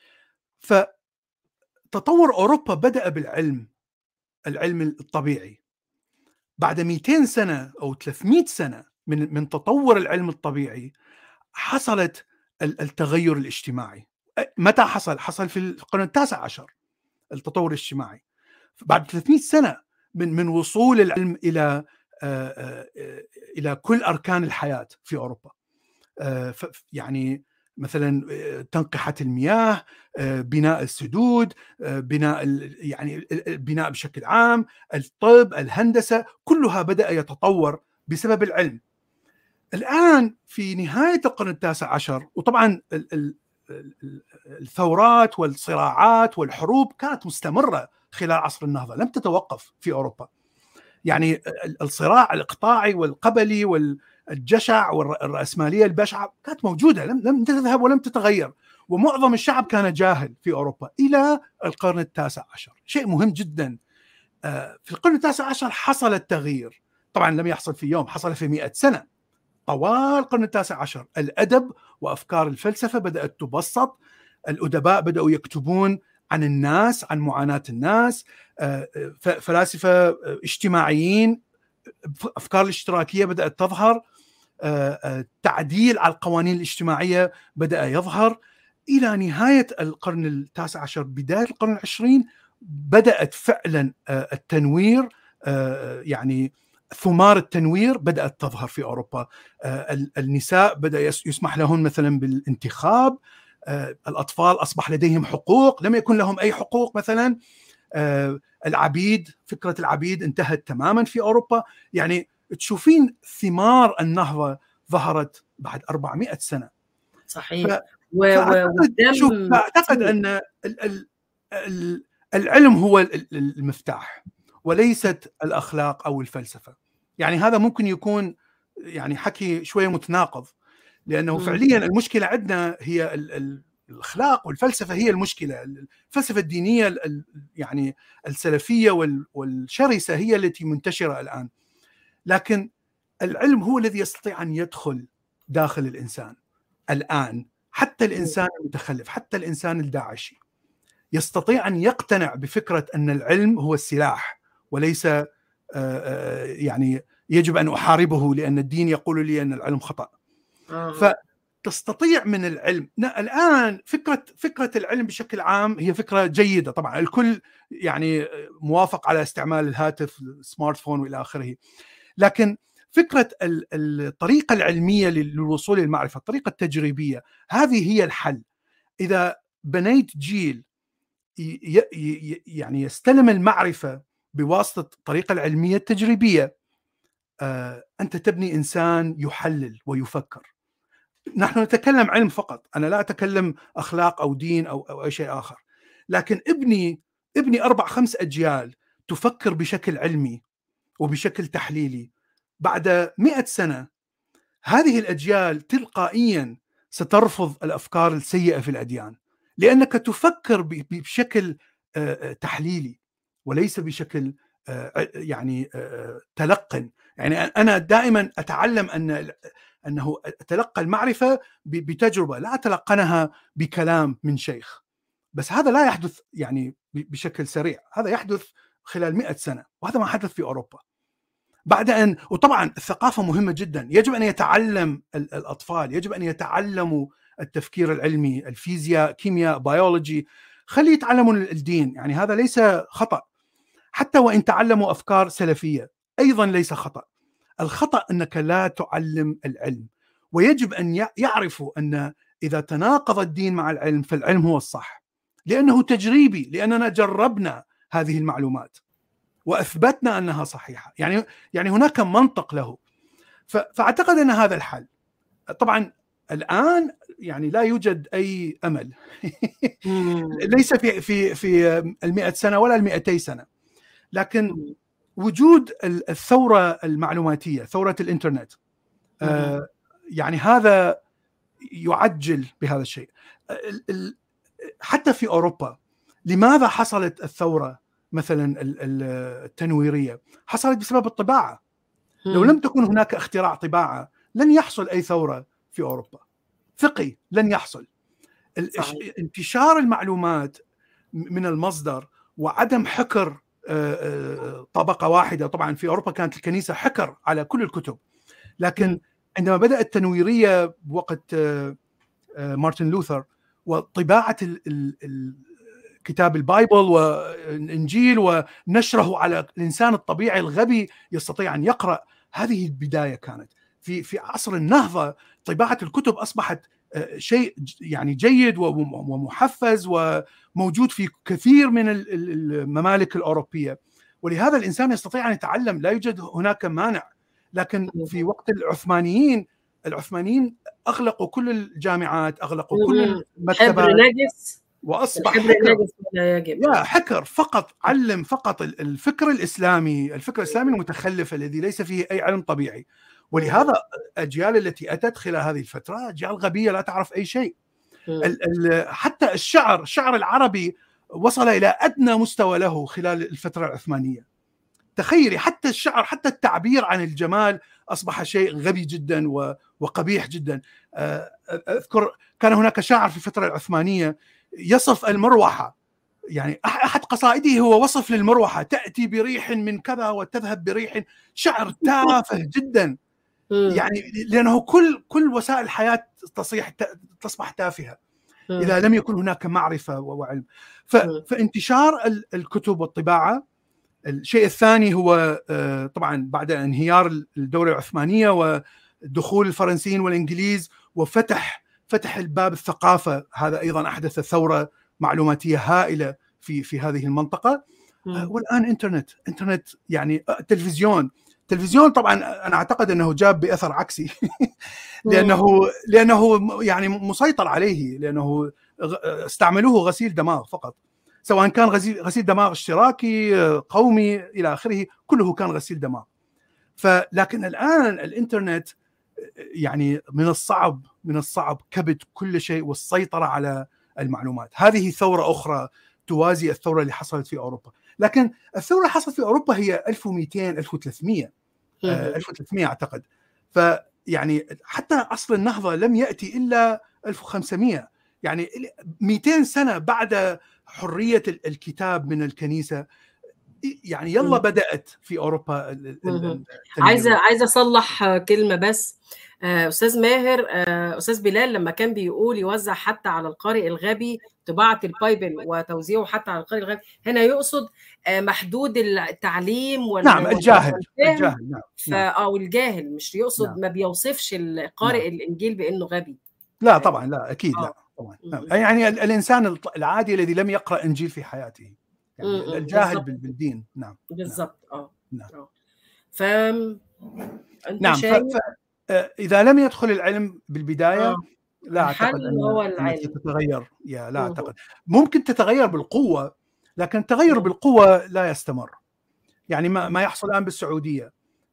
فتطور أوروبا بدأ بالعلم، العلم الطبيعي. بعد مئتين سنة أو ثلاثمئة سنة من من تطور العلم الطبيعي حصلت التغير الاجتماعي. متى حصل؟ حصل في القرن التاسع عشر التطور الاجتماعي، بعد ثلاثمئة سنة من من وصول العلم إلى إلى كل أركان الحياة في أوروبا. يعني مثلا تنقية المياه، بناء السدود، بناء يعني البناء بشكل عام، الطب، الهندسة، كلها بدأ يتطور بسبب العلم. الآن في نهاية القرن التاسع عشر، وطبعا الثورات والصراعات والحروب كانت مستمرة خلال عصر النهضة، لم تتوقف في أوروبا. يعني الصراع الإقطاعي والقبلي والجشع والرأسمالية البشعة كانت موجودة، لم لم تذهب ولم تتغير، ومعظم الشعب كان جاهل في أوروبا إلى القرن التاسع عشر. شيء مهم جدا، في القرن التاسع عشر حصل التغيير، طبعا لم يحصل في يوم، حصل في مئة سنة. طوال القرن التاسع عشر الأدب وأفكار الفلسفة بدأت تبسط، الأدباء بدأوا يكتبون عن الناس، عن معاناة الناس، فلاسفة اجتماعيين، أفكار الاشتراكية بدأت تظهر، تعديل على القوانين الاجتماعية بدأ يظهر. إلى نهاية القرن التاسع عشر بداية القرن العشرين بدأت فعلا التنوير، يعني ثمار التنوير بدأت تظهر في أوروبا. النساء بدأ يسمح لهن مثلا بالانتخاب، الأطفال أصبح لديهم حقوق لم يكن لهم أي حقوق مثلا، العبيد، فكرة العبيد انتهت تماما في أوروبا. يعني تشوفين ثمار النهضة ظهرت بعد أربعمئة سنة. صحيح. ف... و... فأعتقد, شوف فأعتقد أن ال... ال... ال... العلم هو المفتاح وليست الأخلاق أو الفلسفة. يعني هذا ممكن يكون يعني حكي شوية متناقض، لأنه م. فعليا المشكلة عندنا هي ال... ال... الأخلاق والفلسفة هي المشكلة. الفلسفة الدينية يعني السلفية والشرسة هي التي منتشرة الآن، لكن العلم هو الذي يستطيع أن يدخل داخل الإنسان الآن. حتى الإنسان المتخلف، حتى الإنسان الداعشي يستطيع أن يقتنع بفكرة أن العلم هو السلاح وليس يعني يجب أن أحاربه لأن الدين يقول لي أن العلم خطأ. ف تستطيع من العلم الآن، فكرة فكرة العلم بشكل عام هي فكرة جيدة، طبعا الكل يعني موافق على استعمال الهاتف، السمارت فون وإلى آخره، لكن فكرة الطريقة العلمية للوصول للمعرفة، الطريقة التجريبية، هذه هي الحل. إذا بنيت جيل يعني يستلم المعرفة بواسطة الطريقة العلمية التجريبية، أنت تبني إنسان يحلل ويفكر. نحن نتكلم علم فقط، أنا لا أتكلم أخلاق أو دين أو, أو أي شيء آخر، لكن ابني ابني أربع خمس أجيال تفكر بشكل علمي وبشكل تحليلي. بعد مئة سنة هذه الأجيال تلقائيا سترفض الأفكار السيئة في الأديان، لأنك تفكر بشكل تحليلي وليس بشكل يعني تلقن. يعني أنا دائما أتعلم أن أنه أتلقى المعرفة بتجربة، لا أتلقنها بكلام من شيخ. بس هذا لا يحدث يعني بشكل سريع، هذا يحدث خلال مئة سنة، وهذا ما حدث في أوروبا. بعد أن وطبعا الثقافة مهمة جدا، يجب أن يتعلم الأطفال، يجب أن يتعلموا التفكير العلمي، الفيزياء، كيمياء، بيولوجي، خلي يتعلموا الدين، يعني هذا ليس خطأ. حتى وإن تعلموا أفكار سلفية أيضا ليس خطأ. الخطأ أنك لا تعلم العلم، ويجب أن يعرفوا أن إذا تناقض الدين مع العلم فالعلم هو الصح، لأنه تجريبي، لأننا جربنا هذه المعلومات وأثبتنا أنها صحيحة. يعني يعني هناك منطق له. فأعتقد أن هذا الحل. طبعا الآن يعني لا يوجد أي أمل ليس في في في المئة سنة ولا المئتي سنة، لكن وجود الثورة المعلوماتية، ثورة الإنترنت، آه يعني هذا يعجل بهذا الشيء. حتى في أوروبا لماذا حصلت الثورة مثلا التنويرية؟ حصلت بسبب الطباعة. لو لم تكن هناك اختراع طباعة لن يحصل أي ثورة في أوروبا، ثقي لن يحصل. صحيح. انتشار المعلومات من المصدر وعدم حكر طبقة واحدة. طبعا في أوروبا كانت الكنيسة حكر على كل الكتب، لكن عندما بدأت التنويرية بوقت مارتن لوثر وطباعة كتاب البايبل والإنجيل ونشره على الإنسان الطبيعي الغبي يستطيع أن يقرأ، هذه البداية كانت. في في عصر النهضة طباعة الكتب أصبحت شيء يعني جيد ومحفز وموجود في كثير من الممالك الأوروبية، ولهذا الإنسان يستطيع أن يتعلم، لا يوجد هناك مانع. لكن في وقت العثمانيين العثمانيين أغلقوا كل الجامعات، أغلقوا كل المكتبات، وأصبح حكر. لا حكر فقط، علم فقط الفكر الإسلامي، الفكر الإسلامي المتخلف الذي ليس فيه أي علم طبيعي. ولهذا الأجيال التي أتت خلال هذه الفترة أجيال غبية لا تعرف أي شيء. حتى الشعر الشعر العربي وصل إلى أدنى مستوى له خلال الفترة العثمانية. تخيلي، حتى الشعر، حتى التعبير عن الجمال أصبح شيء غبي جدا وقبيح جدا. أذكر كان هناك شاعر في الفترة العثمانية يصف المروحة، يعني أحد قصائده هو وصف للمروحة، تأتي بريح من كذا وتذهب بريح. شعر تافه جدا، يعني لأنه كل كل وسائل الحياة تصيح تصبح تافهة إذا لم يكن هناك معرفة وعلم. فانتشار الكتب والطباعة. الشيء الثاني هو طبعا بعد انهيار الدولة العثمانية ودخول الفرنسيين والإنجليز وفتح فتح الباب الثقافة، هذا أيضا أحدث ثورة معلوماتية هائلة في في هذه المنطقة. والآن إنترنت إنترنت يعني تلفزيون تلفزيون طبعا أنا أعتقد أنه جاب بأثر عكسي لأنه لأنه يعني مسيطر عليه، لأنه استعملوه غسيل دماغ فقط، سواء كان غسيل غسيل دماغ اشتراكي قومي إلى آخره، كله كان غسيل دماغ. فلكن الآن الإنترنت يعني من الصعب من الصعب كبت كل شيء والسيطرة على المعلومات. هذه ثورة أخرى توازي الثورة اللي حصلت في أوروبا. لكن الثورة اللي حصلت في أوروبا هي ألف ومئتين ألف وثلاثمئة ألف وثلاثمئة أعتقد. فيعني حتى عصر النهضة لم يأتي إلا ألف وخمسمئة، يعني مئتين سنة بعد حرية الكتاب من الكنيسة. يعني يلا بدأت في أوروبا. عايزة عايزة أصلح كلمة بس. أستاذ ماهر، أستاذ بلال لما كان بيقول يوزع حتى على القارئ الغبي طباعة البايبل وتوزيعه حتى على القارئ الغبي، هنا يقصد محدود التعليم وال نعم الجاهل الجاهل نعم اه والجاهل، مش يقصد نعم. ما بيوصفش القارئ نعم. الإنجيل بأنه غبي. لا طبعا لا أكيد لا طبعا. يعني الإنسان العادي الذي لم يقرأ إنجيل في حياته، يعني الجاهل بالدين. نعم بالضبط. اه نعم ف نعم ف... ف... إذا لم يدخل العلم بالبداية آه. لا أعتقد أن تتغير. يا لا أعتقد ممكن تتغير بالقوة، لكن التغير بالقوة لا يستمر. يعني ما, ما يحصل الآن بالسعودية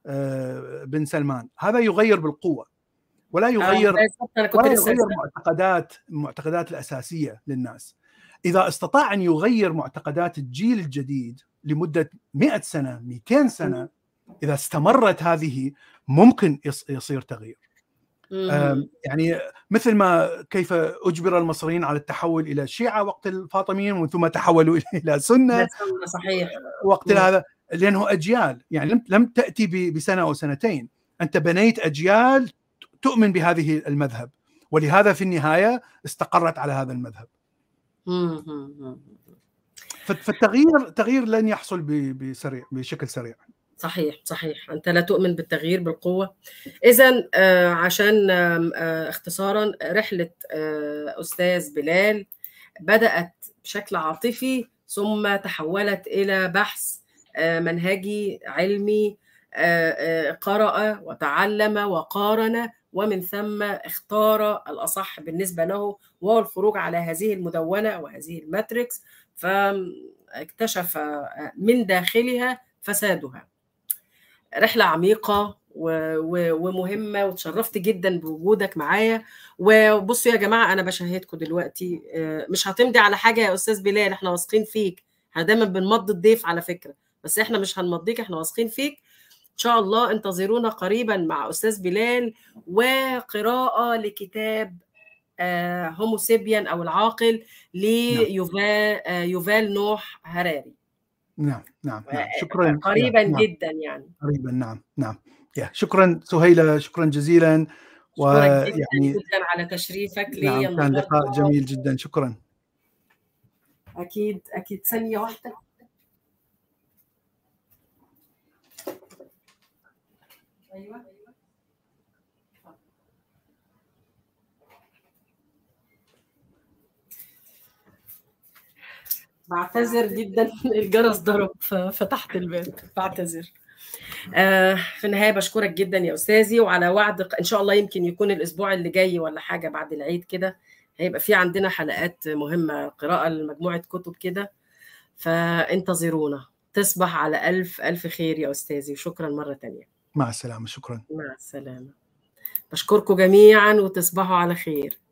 بن سلمان، هذا يغير بالقوة ولا يغير آه. ولا يغير معتقدات المعتقدات الأساسية للناس. إذا استطاع أن يغير معتقدات الجيل الجديد لمدة مئة سنة مئتين سنة إذا استمرت هذه ممكن يصير تغيير. يعني مثل ما كيف أجبر المصريين على التحول إلى الشيعة وقت الفاطميين ومن ثم تحولوا إلى سنة صحيح وقت هذا، لأنه أجيال يعني لم تأتي بسنة أو سنتين، أنت بنيت أجيال تؤمن بهذه المذهب، ولهذا في النهاية استقرت على هذا المذهب. فالتغيير تغيير لن يحصل بسريع بشكل سريع. صحيح صحيح، أنت لا تؤمن بالتغيير بالقوة. إذن آه عشان آه اختصارا، رحلة آه أستاذ بلال بدأت بشكل عاطفي ثم تحولت إلى بحث آه منهجي علمي، آه آه قرأ وتعلم وقارن، ومن ثم اختار الأصح بالنسبة له وهو الخروج على هذه المدونة وهذه الماتريكس، فاكتشف من داخلها فسادها. رحلة عميقة ومهمة، وتشرفت جدا بوجودك معايا. وبصوا يا جماعة، أنا بشهدكم دلوقتي مش هتمضي على حاجة يا أستاذ بلال، احنا واثقين فيك. احنا دايما بنمضي الضيف على فكرة، بس احنا مش هنمضيك، احنا واثقين فيك. إن شاء الله انتظرونا قريبا مع أستاذ بلال وقراءة لكتاب هومو سيبيان أو العاقل ليوفال يوفال نوح هراري. نعم نعم نعم شكرا قريبا نعم. جدا يعني قريبا نعم نعم يا شكرا سهيلة، شكرا جزيلا، ويعني جدا, جدا على تشريفك لي. نعم كان لقاء جميل جدا، شكرا. أكيد أكيد. ثانية واحدة. أيوة بعتذر جدا، الجرس ضرب ففتحت الباب، بعتذر. آه في النهاية بشكرك جدا يا أستاذي، وعلى وعد إن شاء الله يمكن يكون الأسبوع اللي جاي ولا حاجة بعد العيد كده هيبقى في عندنا حلقات مهمة، قراءة لمجموعة كتب كده، فانتظرونا. تصبح على ألف ألف خير يا أستاذي، وشكرا مرة تانية. مع السلامة. شكرا. مع السلامة. بشكركم جميعا وتصبحوا على خير.